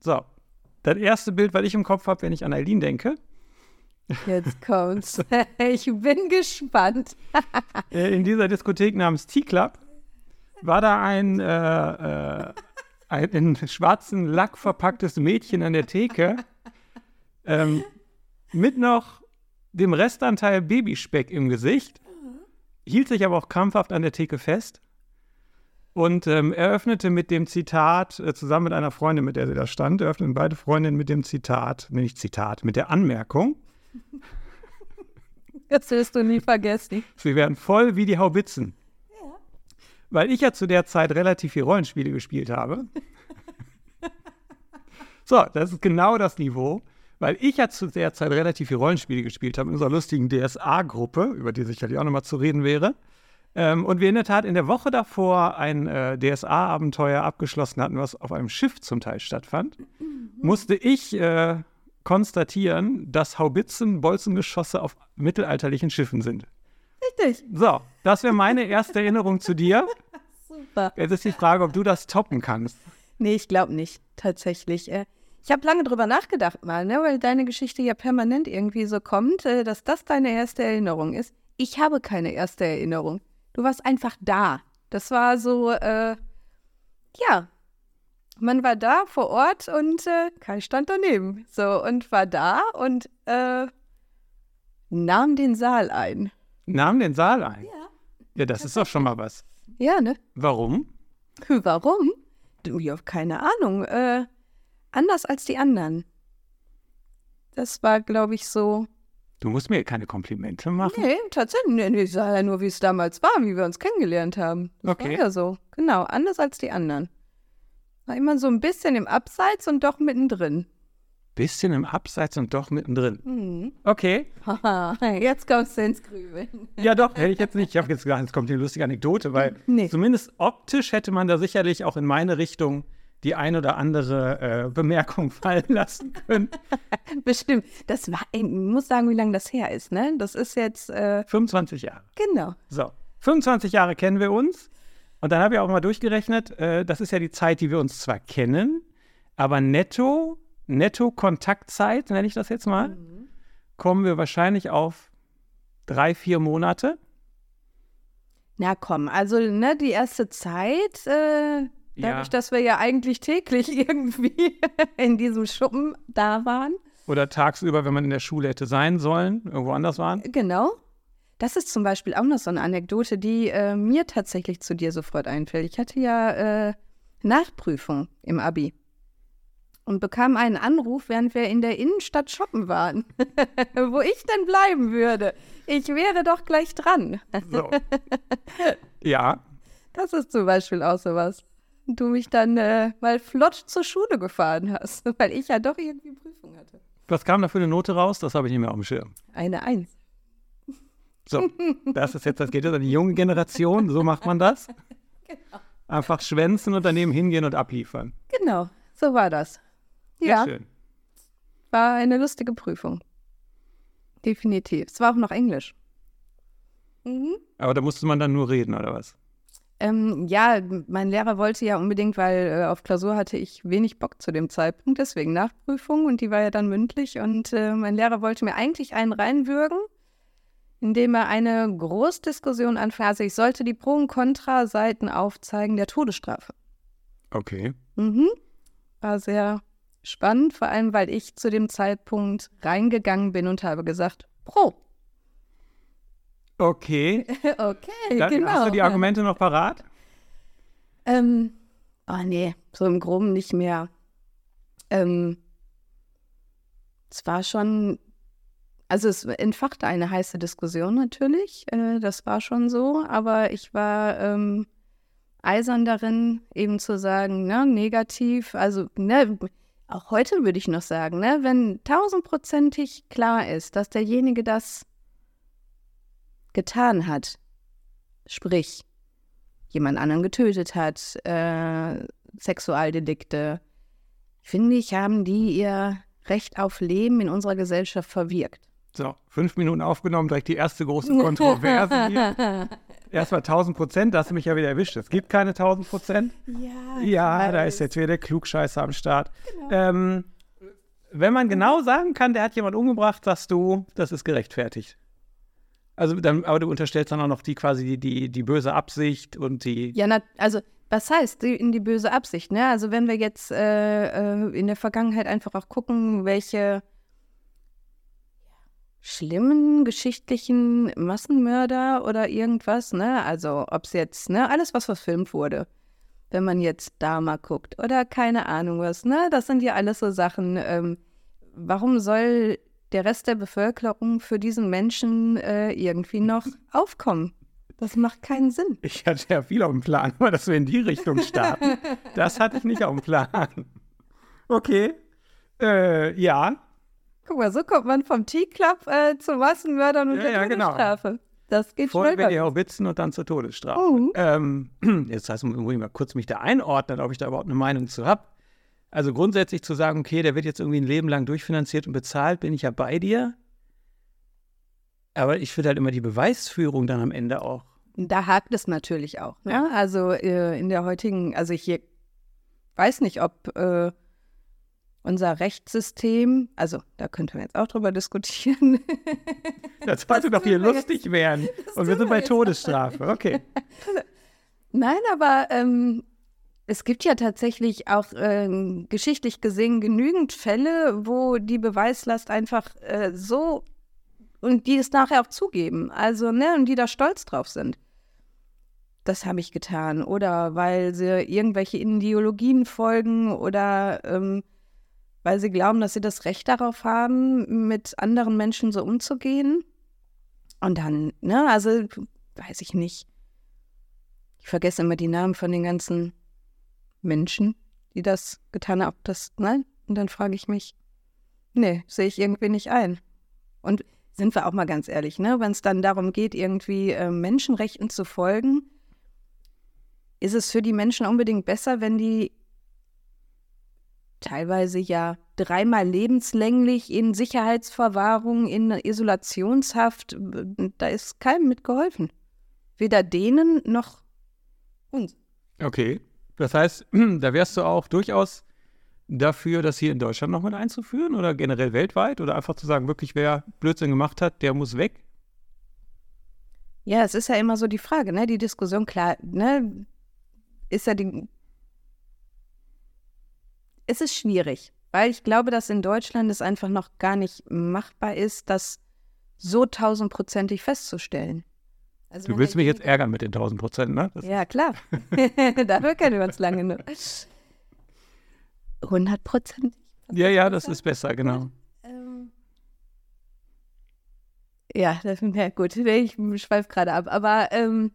So, das erste Bild, was ich im Kopf habe, wenn ich an Eileen denke. Jetzt kommt's. Ich bin gespannt. In dieser Diskothek namens T-Club war da ein in schwarzen Lack verpacktes Mädchen an der Theke mit noch dem Restanteil Babyspeck im Gesicht, hielt sich aber auch krampfhaft an der Theke fest und eröffnete mit dem Zitat, zusammen mit einer Freundin, mit der sie da stand, eröffneten beide Freundinnen mit dem Zitat, mit der Anmerkung, das wirst du nie vergessen. sie werden voll wie die Haubitzen. Ja. Weil ich ja zu der Zeit relativ viel Rollenspiele gespielt habe. So, das ist genau das Niveau. Weil ich ja zu der Zeit relativ viel Rollenspiele gespielt habe in unserer lustigen DSA-Gruppe, über die sicherlich auch nochmal zu reden wäre. Und wir in der Tat in der Woche davor ein DSA-Abenteuer abgeschlossen hatten, was auf einem Schiff zum Teil stattfand, musste ich konstatieren, dass Haubitzen Bolzengeschosse auf mittelalterlichen Schiffen sind. Richtig. So, das wäre meine erste Erinnerung zu dir. Super. Jetzt ist die Frage, ob du das toppen kannst. Nee, ich glaube nicht, tatsächlich. Ich habe lange drüber nachgedacht mal, ne, weil deine Geschichte ja permanent irgendwie so kommt, dass das deine erste Erinnerung ist. Ich habe keine erste Erinnerung. Du warst einfach da. Das war so, ja, man war da vor Ort und Kai stand daneben. So, und war da und nahm den Saal ein. Nahm den Saal ein? Ja. Ja, das ist doch schon mal was. Ja, ne? Warum? Warum? Du, ja, keine Ahnung. Anders als die anderen. Das war, glaube ich, so. Du musst mir keine Komplimente machen. Nee, tatsächlich. Nee, ich sage ja nur, wie es damals war, wie wir uns kennengelernt haben. Das Okay. war ja so. Genau, anders als die anderen. War immer so ein bisschen im Abseits und doch mittendrin. Bisschen im Abseits und doch mittendrin. Mhm. Okay. Haha, jetzt kommst du ins Grübeln. Ja, doch, hätte ich jetzt nicht. Ich habe jetzt gedacht, jetzt kommt die lustige Anekdote, weil Nee. zumindest optisch hätte man da sicherlich auch in meine Richtung die ein oder andere Bemerkung fallen lassen können. Bestimmt. Das war, ich muss sagen, wie lange das her ist, ne? Das ist jetzt, 25 Jahre. genau. So, 25 Jahre kennen wir uns. Und dann habe ich auch mal durchgerechnet, das ist ja die Zeit, die wir uns zwar kennen, aber netto Kontaktzeit, nenne ich das jetzt mal, kommen wir wahrscheinlich auf 3-4 Monate. Na komm, also, ne, die erste Zeit, dadurch, dass wir ja eigentlich täglich irgendwie in diesem Schuppen da waren. Oder tagsüber, wenn man in der Schule hätte sein sollen, irgendwo anders waren. Genau. Das ist zum Beispiel auch noch so eine Anekdote, die mir tatsächlich zu dir sofort einfällt. Ich hatte ja Nachprüfung im Abi und bekam einen Anruf, während wir in der Innenstadt shoppen waren, wo ich denn bleiben würde. Ich wäre doch gleich dran. So. Ja, Das ist zum Beispiel auch sowas. Du mich dann mal flott zur Schule gefahren hast, weil ich ja doch irgendwie Prüfung hatte. was kam da für eine Note raus? Das habe ich nicht mehr auf dem Schirm. Eine 1. So, das geht jetzt an die junge Generation, so macht man das. Genau. Einfach schwänzen und daneben hingehen und abliefern. Genau, so war das. Sehr Ja, schön. war eine lustige Prüfung. Definitiv. Es war auch noch Englisch. Mhm. Aber da musste man dann nur reden, oder was? Ja, mein Lehrer wollte ja unbedingt, weil auf Klausur hatte ich wenig Bock zu dem Zeitpunkt, deswegen Nachprüfung und die war ja dann mündlich und mein Lehrer wollte mir eigentlich einen reinwürgen, indem er eine Großdiskussion anfing. Also ich sollte die Pro- und Kontra-Seiten aufzeigen der Todesstrafe. Okay. Mhm. War sehr spannend, vor allem, weil ich zu dem Zeitpunkt reingegangen bin und habe gesagt, Pro. Okay. Okay, Dann, genau. hast du die Argumente noch parat? Oh nee, so im Groben nicht mehr. Es war schon, also es entfachte eine heiße Diskussion natürlich, das war schon so, aber ich war eisern darin, eben zu sagen, ne, negativ, also ne, auch heute würde ich noch sagen, ne, wenn 1000%ig klar ist, dass derjenige das getan hat, sprich, jemand anderen getötet hat, Sexualdelikte, finde ich, haben die ihr Recht auf Leben in unserer Gesellschaft verwirkt. So, 5 Minuten aufgenommen, direkt die erste große Kontroverse hier. erstmal 1000%, da hast du mich ja wieder erwischt. Es gibt keine 1000%. Ja, da ist jetzt wieder der Klugscheißer am Start. Genau. Wenn man genau sagen kann, der hat jemand umgebracht, sagst du, das ist gerechtfertigt. Also aber du unterstellst dann auch noch die böse Absicht und die... Ja, also was heißt die böse Absicht? Ne? Also wenn wir jetzt in der Vergangenheit einfach auch gucken, welche schlimmen geschichtlichen Massenmörder oder irgendwas, ne? Also ob es jetzt, ne, alles, was verfilmt wurde, wenn man jetzt da mal guckt oder keine Ahnung was, ne? Das sind ja alles so Sachen. Warum soll der Rest der Bevölkerung für diesen Menschen irgendwie noch aufkommen? Das macht keinen Sinn. Ich hatte ja viel auf dem Plan, aber dass wir in die Richtung starten, das hatte ich nicht auf dem Plan. Okay, ja. Guck mal, so kommt man vom Tea-Club zu Massenmördern und der Todesstrafe. Genau. Das geht schnell. Vorher die Haubitzen und dann zur Todesstrafe. Jetzt muss ich mal kurz mich da einordnen, ob ich da überhaupt eine Meinung zu habe. Also grundsätzlich zu sagen, okay, der wird jetzt irgendwie ein Leben lang durchfinanziert und bezahlt, bin ich ja bei dir. Aber ich finde halt immer die Beweisführung dann am Ende auch. Da hakt es natürlich auch. Ne? Also in der heutigen, also ich weiß nicht, ob unser Rechtssystem, also da könnten wir jetzt auch drüber diskutieren. Das sollte doch hier lustig werden. Und wir sind bei Todesstrafe, okay. Nein, aber es gibt ja tatsächlich auch geschichtlich gesehen genügend Fälle, wo die Beweislast einfach so, und die es nachher auch zugeben, also, ne, und die da stolz drauf sind. Das habe ich getan. Oder weil sie irgendwelche Ideologien folgen oder weil sie glauben, dass sie das Recht darauf haben, mit anderen Menschen so umzugehen. Und dann, ne, also, weiß ich nicht. Ich vergesse immer die Namen von den ganzen Menschen, die das getan haben. Nein? Und dann frage ich mich, nee, sehe ich irgendwie nicht ein. Und sind wir auch mal ganz ehrlich, ne, wenn es dann darum geht, irgendwie Menschenrechten zu folgen, ist es für die Menschen unbedingt besser, wenn die teilweise ja 3-mal lebenslänglich in Sicherheitsverwahrung, in Isolationshaft, da ist keinem mitgeholfen. Weder denen noch uns. Okay, das heißt, da wärst du auch durchaus dafür, das hier in Deutschland noch mit einzuführen oder generell weltweit oder einfach zu sagen, wirklich, wer Blödsinn gemacht hat, der muss weg? Ja, es ist ja immer so die Frage, ne, die Diskussion, klar, ne, ist ja es ist schwierig, weil ich glaube, dass in Deutschland es einfach noch gar nicht machbar ist, das so 1000%ig festzustellen. Also du willst mich jetzt ärgern mit den 1000%, ne? Ja, klar. Dafür kennen wir uns lange nur. 100%? Ja, das ist besser, genau. Ja, gut, ich schweife gerade ab. Aber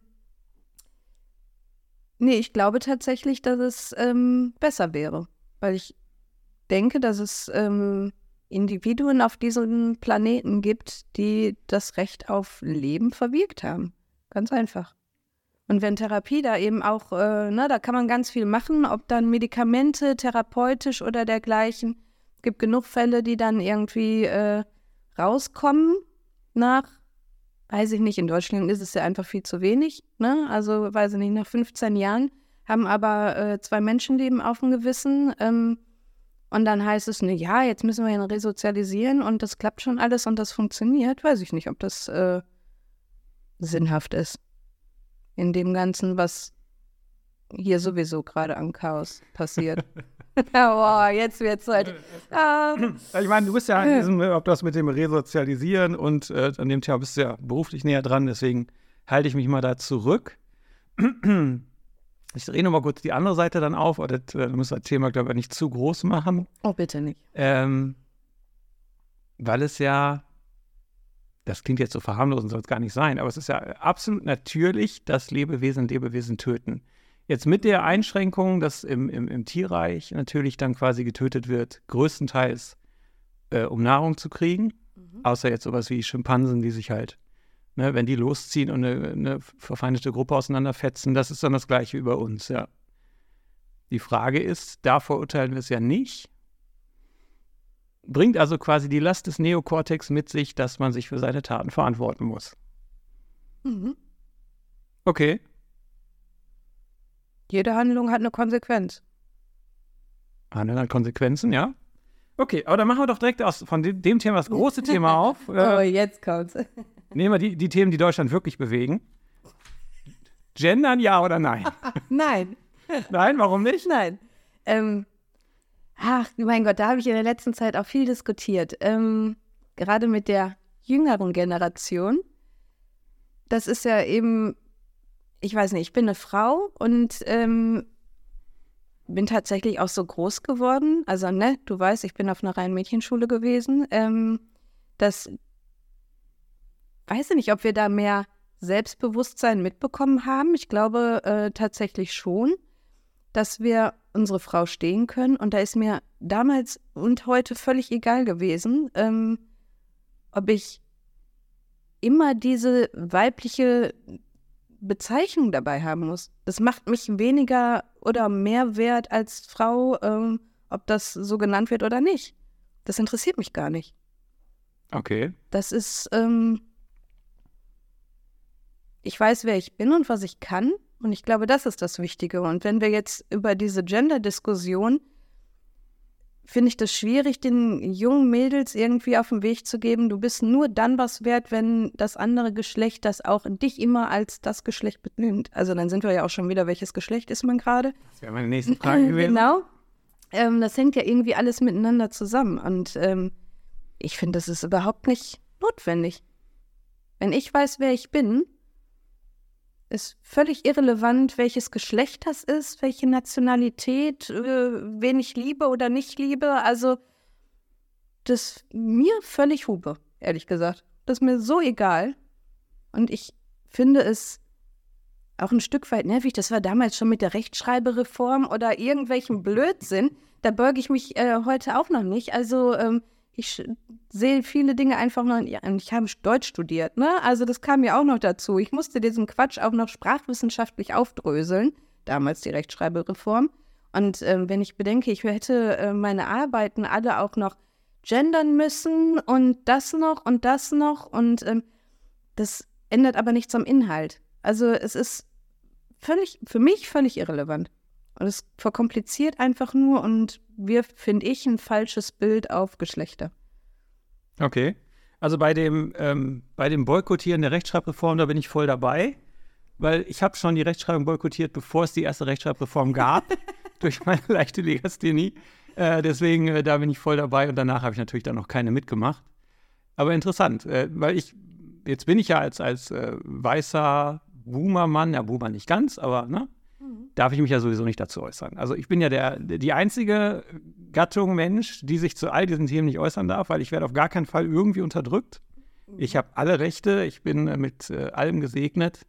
nee, ich glaube tatsächlich, dass es besser wäre. Weil ich denke, dass es Individuen auf diesem Planeten gibt, die das Recht auf Leben verwirkt haben. Ganz einfach. Und wenn Therapie da eben auch, da kann man ganz viel machen, ob dann Medikamente, therapeutisch oder dergleichen. Es gibt genug Fälle, die dann irgendwie rauskommen nach, weiß ich nicht, in Deutschland ist es ja einfach viel zu wenig, ne? Also, weiß ich nicht, nach 15 Jahren haben aber 2 Menschenleben auf dem Gewissen. Und dann heißt es, ne, ja, jetzt müssen wir ihn resozialisieren und das klappt schon alles und das funktioniert. Weiß ich nicht, ob das sinnhaft ist. In dem Ganzen, was hier sowieso gerade am Chaos passiert. Boah, jetzt wird's halt. Ich meine, du bist ja an diesem, ob das mit dem Resozialisieren und an dem Thema bist du ja beruflich näher dran, deswegen halte ich mich mal da zurück. Ich drehe nochmal kurz die andere Seite dann auf, oder du musst das Thema, glaube ich, nicht zu groß machen. Oh, bitte nicht. Weil es ja, das klingt jetzt so verharmlosend, soll es gar nicht sein, aber es ist ja absolut natürlich, dass Lebewesen töten. Jetzt mit der Einschränkung, dass im Tierreich natürlich dann quasi getötet wird, größtenteils um Nahrung zu kriegen, außer jetzt sowas wie Schimpansen, die sich halt, ne, wenn die losziehen und eine verfeindete Gruppe auseinanderfetzen, das ist dann das Gleiche wie bei uns, ja. Die Frage ist, da verurteilen wir es ja nicht, bringt also quasi die Last des Neokortex mit sich, dass man sich für seine Taten verantworten muss. Okay. Jede Handlung hat eine Konsequenz. Handeln hat Konsequenzen, ja. Okay, aber dann machen wir doch direkt von dem Thema das große Thema auf. Oh, jetzt kommt's. Nehmen wir die Themen, die Deutschland wirklich bewegen. Gendern, ja oder nein? Nein. Nein, warum nicht? Nein. Ach, mein Gott, da habe ich in der letzten Zeit auch viel diskutiert. Gerade mit der jüngeren Generation. Das ist ja eben, ich weiß nicht, ich bin eine Frau und bin tatsächlich auch so groß geworden. Also, ne, du weißt, ich bin auf einer reinen Mädchenschule gewesen. Das weiß ich nicht, ob wir da mehr Selbstbewusstsein mitbekommen haben. Ich glaube tatsächlich schon, dass wir unsere Frau stehen können. Und da ist mir damals und heute völlig egal gewesen, ob ich immer diese weibliche Bezeichnung dabei haben muss. Das macht mich weniger oder mehr wert als Frau, ob das so genannt wird oder nicht. Das interessiert mich gar nicht. Okay. Das ist, ich weiß, wer ich bin und was ich kann. Und ich glaube, das ist das Wichtige. Und wenn wir jetzt über diese Gender-Diskussion, finde ich das schwierig, den jungen Mädels irgendwie auf den Weg zu geben, du bist nur dann was wert, wenn das andere Geschlecht das auch dich immer als das Geschlecht benimmt. Also dann sind wir ja auch schon wieder, welches Geschlecht ist man gerade? Das wäre meine nächste Frage gewesen. Genau. Das hängt ja irgendwie alles miteinander zusammen. Und ich finde, das ist überhaupt nicht notwendig. Wenn ich weiß, wer ich bin, ist völlig irrelevant, welches Geschlecht das ist, welche Nationalität, wen ich liebe oder nicht liebe. Also, das ist mir völlig Hupe, ehrlich gesagt. Das ist mir so egal. Und ich finde es auch ein Stück weit nervig. Das war damals schon mit der Rechtschreibereform oder irgendwelchen Blödsinn. Da beuge ich mich heute auch noch nicht. Also, ich sehe viele Dinge einfach noch, ich habe Deutsch studiert, ne? Also das kam ja auch noch dazu. Ich musste diesen Quatsch auch noch sprachwissenschaftlich aufdröseln, damals die Rechtschreibereform. Und wenn ich bedenke, ich hätte meine Arbeiten alle auch noch gendern müssen und das noch und das noch und das ändert aber nichts am Inhalt. Also es ist für mich völlig irrelevant. Und es verkompliziert einfach nur und wirft, finde ich, ein falsches Bild auf Geschlechter. Okay. Also bei dem Boykottieren der Rechtschreibreform, da bin ich voll dabei, weil ich habe schon die Rechtschreibung boykottiert, bevor es die erste Rechtschreibreform gab, durch meine leichte Legasthenie. Deswegen, da bin ich voll dabei und danach habe ich natürlich dann noch keine mitgemacht. Aber interessant, weil jetzt bin ich ja als weißer Boomer-Mann, ja Boomer nicht ganz, aber ne? Darf ich mich ja sowieso nicht dazu äußern. Also ich bin ja die einzige Gattung Mensch, die sich zu all diesen Themen nicht äußern darf, weil ich werde auf gar keinen Fall irgendwie unterdrückt. Ich habe alle Rechte, ich bin mit allem gesegnet.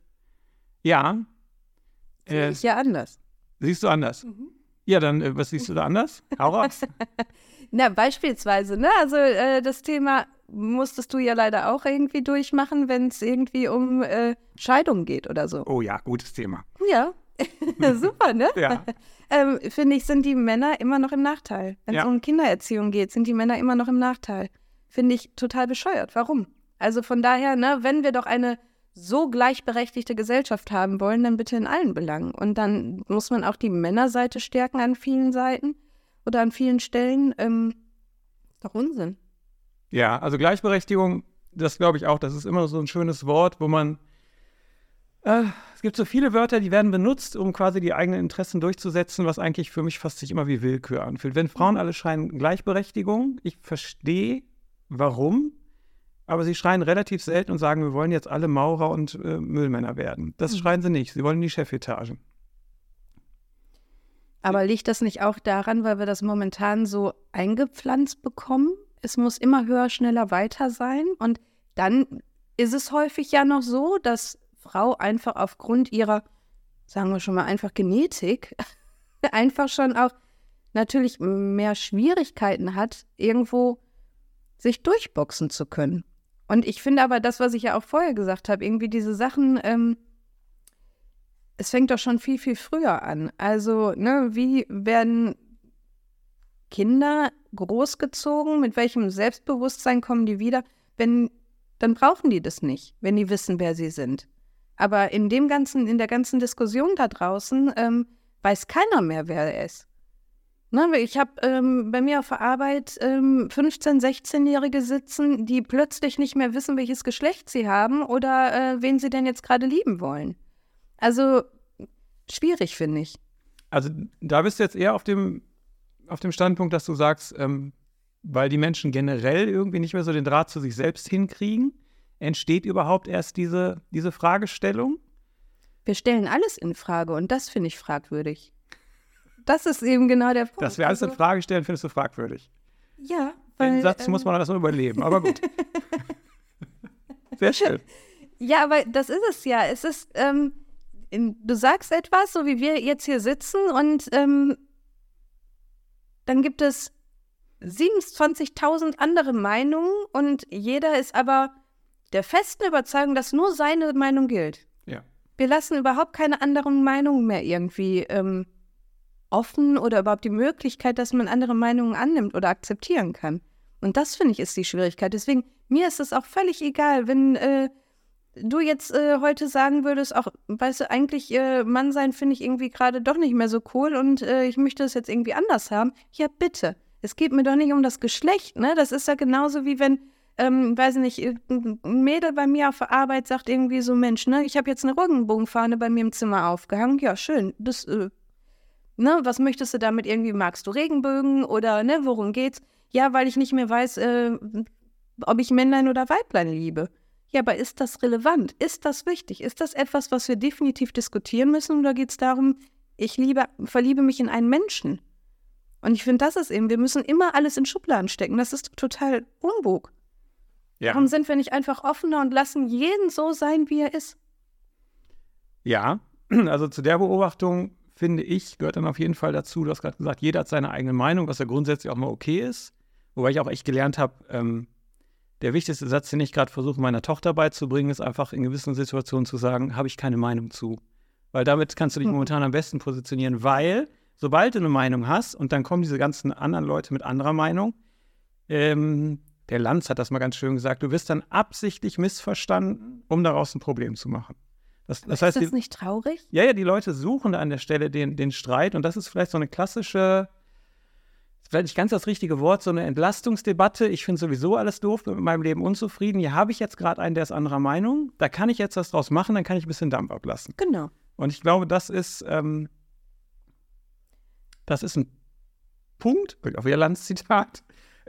Ja. Sehe ich ja anders. Siehst du anders? Ja, dann, was siehst du da anders? Hau raus. Na, beispielsweise, ne? Also das Thema musstest du ja leider auch irgendwie durchmachen, wenn es irgendwie um Scheidung geht oder so. Oh ja, gutes Thema. Ja. Super, ne? Ja. Finde ich, sind die Männer immer noch im Nachteil. Wenn es um Kindererziehung geht, sind die Männer immer noch im Nachteil. Finde ich total bescheuert. Warum? Also von daher, ne, wenn wir doch eine so gleichberechtigte Gesellschaft haben wollen, dann bitte in allen Belangen. Und dann muss man auch die Männerseite stärken an vielen Seiten oder an vielen Stellen. Ist doch Unsinn. Ja, also Gleichberechtigung, das glaube ich auch, das ist immer so ein schönes Wort, wo man es gibt so viele Wörter, die werden benutzt, um quasi die eigenen Interessen durchzusetzen, was eigentlich für mich fast sich immer wie Willkür anfühlt. Wenn Frauen alle schreien Gleichberechtigung, ich verstehe, warum, aber sie schreien relativ selten und sagen, wir wollen jetzt alle Maurer und Müllmänner werden. Das schreien sie nicht, sie wollen in die Chefetagen. Aber liegt das nicht auch daran, weil wir das momentan so eingepflanzt bekommen? Es muss immer höher, schneller, weiter sein und dann ist es häufig ja noch so, dass Frau einfach aufgrund ihrer, sagen wir schon mal, einfach Genetik, einfach schon auch natürlich mehr Schwierigkeiten hat, irgendwo sich durchboxen zu können. Und ich finde aber das, was ich ja auch vorher gesagt habe, irgendwie diese Sachen, es fängt doch schon viel, viel früher an. Also, ne, wie werden Kinder großgezogen, mit welchem Selbstbewusstsein kommen die wieder, dann brauchen die das nicht, wenn die wissen, wer sie sind. Aber in der ganzen Diskussion da draußen weiß keiner mehr, wer er ist. Ne, ich habe bei mir auf der Arbeit 15-, 16-Jährige sitzen, die plötzlich nicht mehr wissen, welches Geschlecht sie haben oder wen sie denn jetzt gerade lieben wollen. Also schwierig, finde ich. Also da bist du jetzt eher auf dem Standpunkt, dass du sagst, weil die Menschen generell irgendwie nicht mehr so den Draht zu sich selbst hinkriegen, entsteht überhaupt erst diese Fragestellung? Wir stellen alles in Frage und das finde ich fragwürdig. Das ist eben genau der Punkt. Dass wir alles in Frage stellen, findest du fragwürdig. Ja, weil... Den Satz muss man das nur überleben, aber gut. Sehr schön. Ja, aber das ist es ja. Es ist, du sagst etwas, so wie wir jetzt hier sitzen und dann gibt es 27.000 andere Meinungen und jeder ist aber der festen Überzeugung, dass nur seine Meinung gilt. Ja. Wir lassen überhaupt keine anderen Meinungen mehr irgendwie offen oder überhaupt die Möglichkeit, dass man andere Meinungen annimmt oder akzeptieren kann. Und das, finde ich, ist die Schwierigkeit. Deswegen, mir ist es auch völlig egal, wenn du jetzt heute sagen würdest, auch, weißt du, eigentlich Mann sein finde ich irgendwie gerade doch nicht mehr so cool und ich möchte es jetzt irgendwie anders haben. Ja, bitte. Es geht mir doch nicht um das Geschlecht, ne? Das ist ja genauso wie wenn, weiß ich nicht, ein Mädel bei mir auf der Arbeit sagt irgendwie so, Mensch, ne, ich habe jetzt eine Regenbogenfahne bei mir im Zimmer aufgehangen. Ja, schön, das, ne, was möchtest du damit irgendwie, magst du Regenbögen oder, ne, worum geht's? Ja, weil ich nicht mehr weiß, ob ich Männlein oder Weiblein liebe. Ja, aber ist das relevant? Ist das wichtig? Ist das etwas, was wir definitiv diskutieren müssen? Oder geht es darum, verliebe mich in einen Menschen? Und ich finde, das ist eben, wir müssen immer alles in Schubladen stecken. Das ist total Humbug. Ja. Warum sind wir nicht einfach offener und lassen jeden so sein, wie er ist? Ja, also zu der Beobachtung, finde ich, gehört dann auf jeden Fall dazu, du hast gerade gesagt, jeder hat seine eigene Meinung, was ja grundsätzlich auch mal okay ist. Wobei ich auch echt gelernt habe, der wichtigste Satz, den ich gerade versuche, meiner Tochter beizubringen, ist einfach in gewissen Situationen zu sagen, habe ich keine Meinung zu. Weil damit kannst du dich momentan am besten positionieren, weil sobald du eine Meinung hast und dann kommen diese ganzen anderen Leute mit anderer Meinung, der Lanz hat das mal ganz schön gesagt, du wirst dann absichtlich missverstanden, um daraus ein Problem zu machen. Das heißt, ist das nicht traurig? Ja, die Leute suchen an der Stelle den Streit und das ist vielleicht so eine klassische, vielleicht nicht ganz das richtige Wort, so eine Entlastungsdebatte. Ich finde sowieso alles doof, bin mit meinem Leben unzufrieden. Hier habe ich jetzt gerade einen, der ist anderer Meinung. Da kann ich jetzt was draus machen, dann kann ich ein bisschen Dampf ablassen. Genau. Und ich glaube, das ist ein Punkt, auf Ihr Lanz-Zitat.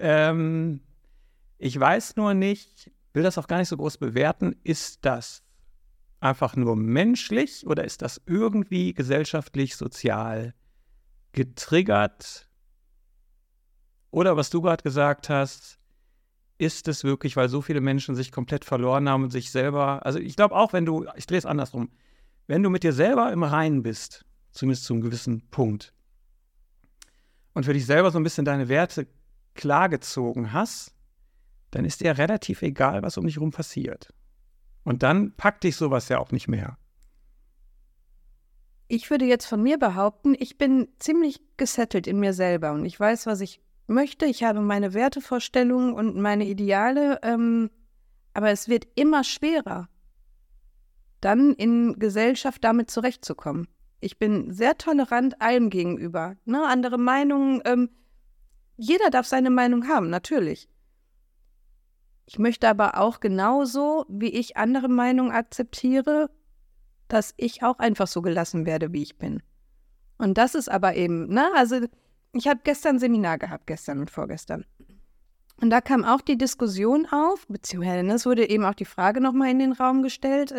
Ich weiß nur nicht, will das auch gar nicht so groß bewerten, ist das einfach nur menschlich oder ist das irgendwie gesellschaftlich, sozial getriggert? Oder was du gerade gesagt hast, ist es wirklich, weil so viele Menschen sich komplett verloren haben und sich selber, also ich glaube auch, ich drehe es andersrum, wenn du mit dir selber im Reinen bist, zumindest zu einem gewissen Punkt, und für dich selber so ein bisschen deine Werte klargezogen hast, dann ist dir relativ egal, was um dich herum passiert. Und dann packt dich sowas ja auch nicht mehr. Ich würde jetzt von mir behaupten, ich bin ziemlich gesettelt in mir selber und ich weiß, was ich möchte. Ich habe meine Wertevorstellungen und meine Ideale, aber es wird immer schwerer, dann in Gesellschaft damit zurechtzukommen. Ich bin sehr tolerant allem gegenüber. Ne? Andere Meinungen, jeder darf seine Meinung haben, natürlich. Ich möchte aber auch genauso, wie ich andere Meinungen akzeptiere, dass ich auch einfach so gelassen werde, wie ich bin. Und das ist aber eben, ne, also ich habe gestern ein Seminar gehabt, gestern und vorgestern. Und da kam auch die Diskussion auf, beziehungsweise es wurde eben auch die Frage nochmal in den Raum gestellt,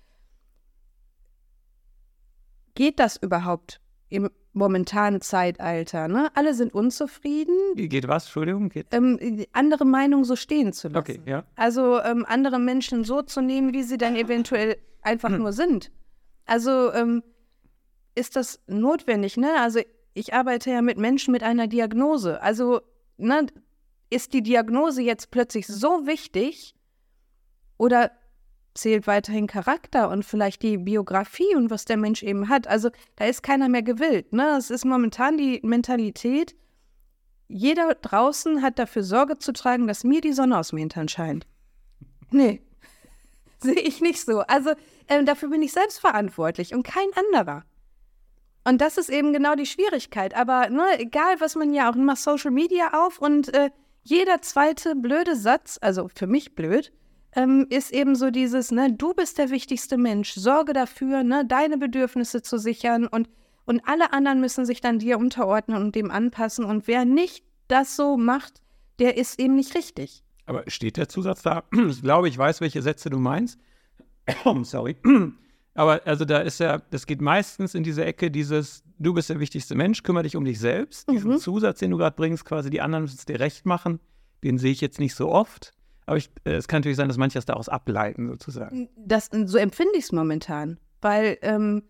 geht das überhaupt im momentanen Zeitalter? Ne? Alle sind unzufrieden. Geht was? Entschuldigung? Andere Meinungen so stehen zu lassen. Okay, ja. Also andere Menschen so zu nehmen, wie sie dann eventuell einfach nur sind. Also ist das notwendig, ne? Also ich arbeite ja mit Menschen mit einer Diagnose. Also ne, ist die Diagnose jetzt plötzlich so wichtig oder zählt weiterhin Charakter und vielleicht die Biografie und was der Mensch eben hat? Also da ist keiner mehr gewillt, ne? Es ist momentan die Mentalität, jeder draußen hat dafür Sorge zu tragen, dass mir die Sonne aus dem Hintern scheint. Nee, sehe ich nicht so. Also Dafür bin ich selbst verantwortlich und kein anderer. Und das ist eben genau die Schwierigkeit. Aber ne, egal, was man ja auch macht, Social Media auf und jeder zweite blöde Satz, also für mich blöd, ist eben so dieses, ne, du bist der wichtigste Mensch, sorge dafür, ne, deine Bedürfnisse zu sichern und alle anderen müssen sich dann dir unterordnen und dem anpassen. Und wer nicht das so macht, der ist eben nicht richtig. Aber steht der Zusatz da? Ich glaube, ich weiß, welche Sätze du meinst. Sorry. Aber also da ist ja, das geht meistens in diese Ecke dieses, du bist der wichtigste Mensch, kümmere dich um dich selbst. Diesen Zusatz, den du gerade bringst, quasi die anderen müssen es dir recht machen, den sehe ich jetzt nicht so oft. Aber es kann natürlich sein, dass manche das daraus ableiten, sozusagen. So empfinde ich es momentan, weil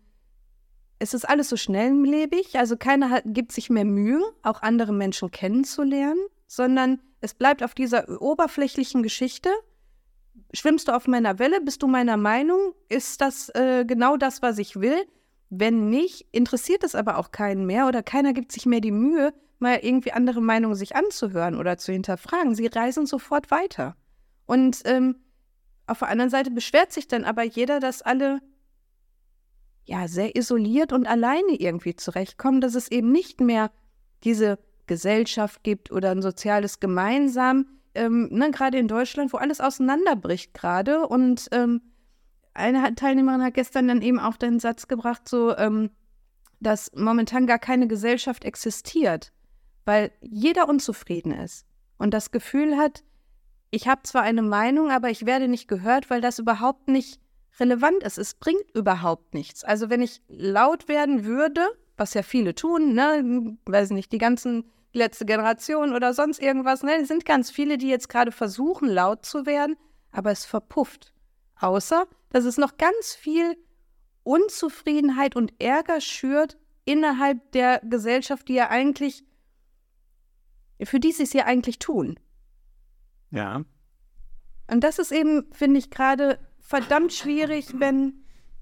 es ist alles so schnelllebig, also keiner gibt sich mehr Mühe, auch andere Menschen kennenzulernen, sondern es bleibt auf dieser oberflächlichen Geschichte. Schwimmst du auf meiner Welle? Bist du meiner Meinung? Ist das genau das, was ich will? Wenn nicht, interessiert es aber auch keinen mehr oder keiner gibt sich mehr die Mühe, mal irgendwie andere Meinungen sich anzuhören oder zu hinterfragen. Sie reisen sofort weiter. Und auf der anderen Seite beschwert sich dann aber jeder, dass alle ja sehr isoliert und alleine irgendwie zurechtkommen, dass es eben nicht mehr diese Gesellschaft gibt oder ein soziales Gemeinsam, gerade in Deutschland, wo alles auseinanderbricht gerade. Und eine Teilnehmerin hat gestern dann eben auch den Satz gebracht, so, dass momentan gar keine Gesellschaft existiert, weil jeder unzufrieden ist und das Gefühl hat, ich habe zwar eine Meinung, aber ich werde nicht gehört, weil das überhaupt nicht relevant ist. Es bringt überhaupt nichts. Also wenn ich laut werden würde, was ja viele tun, ne, weiß nicht, die letzte Generation oder sonst irgendwas, ne, es sind ganz viele, die jetzt gerade versuchen, laut zu werden, aber es verpufft. Außer, dass es noch ganz viel Unzufriedenheit und Ärger schürt innerhalb der Gesellschaft, für die sie es ja eigentlich tun. Ja. Und das ist eben, finde ich, gerade verdammt schwierig, wenn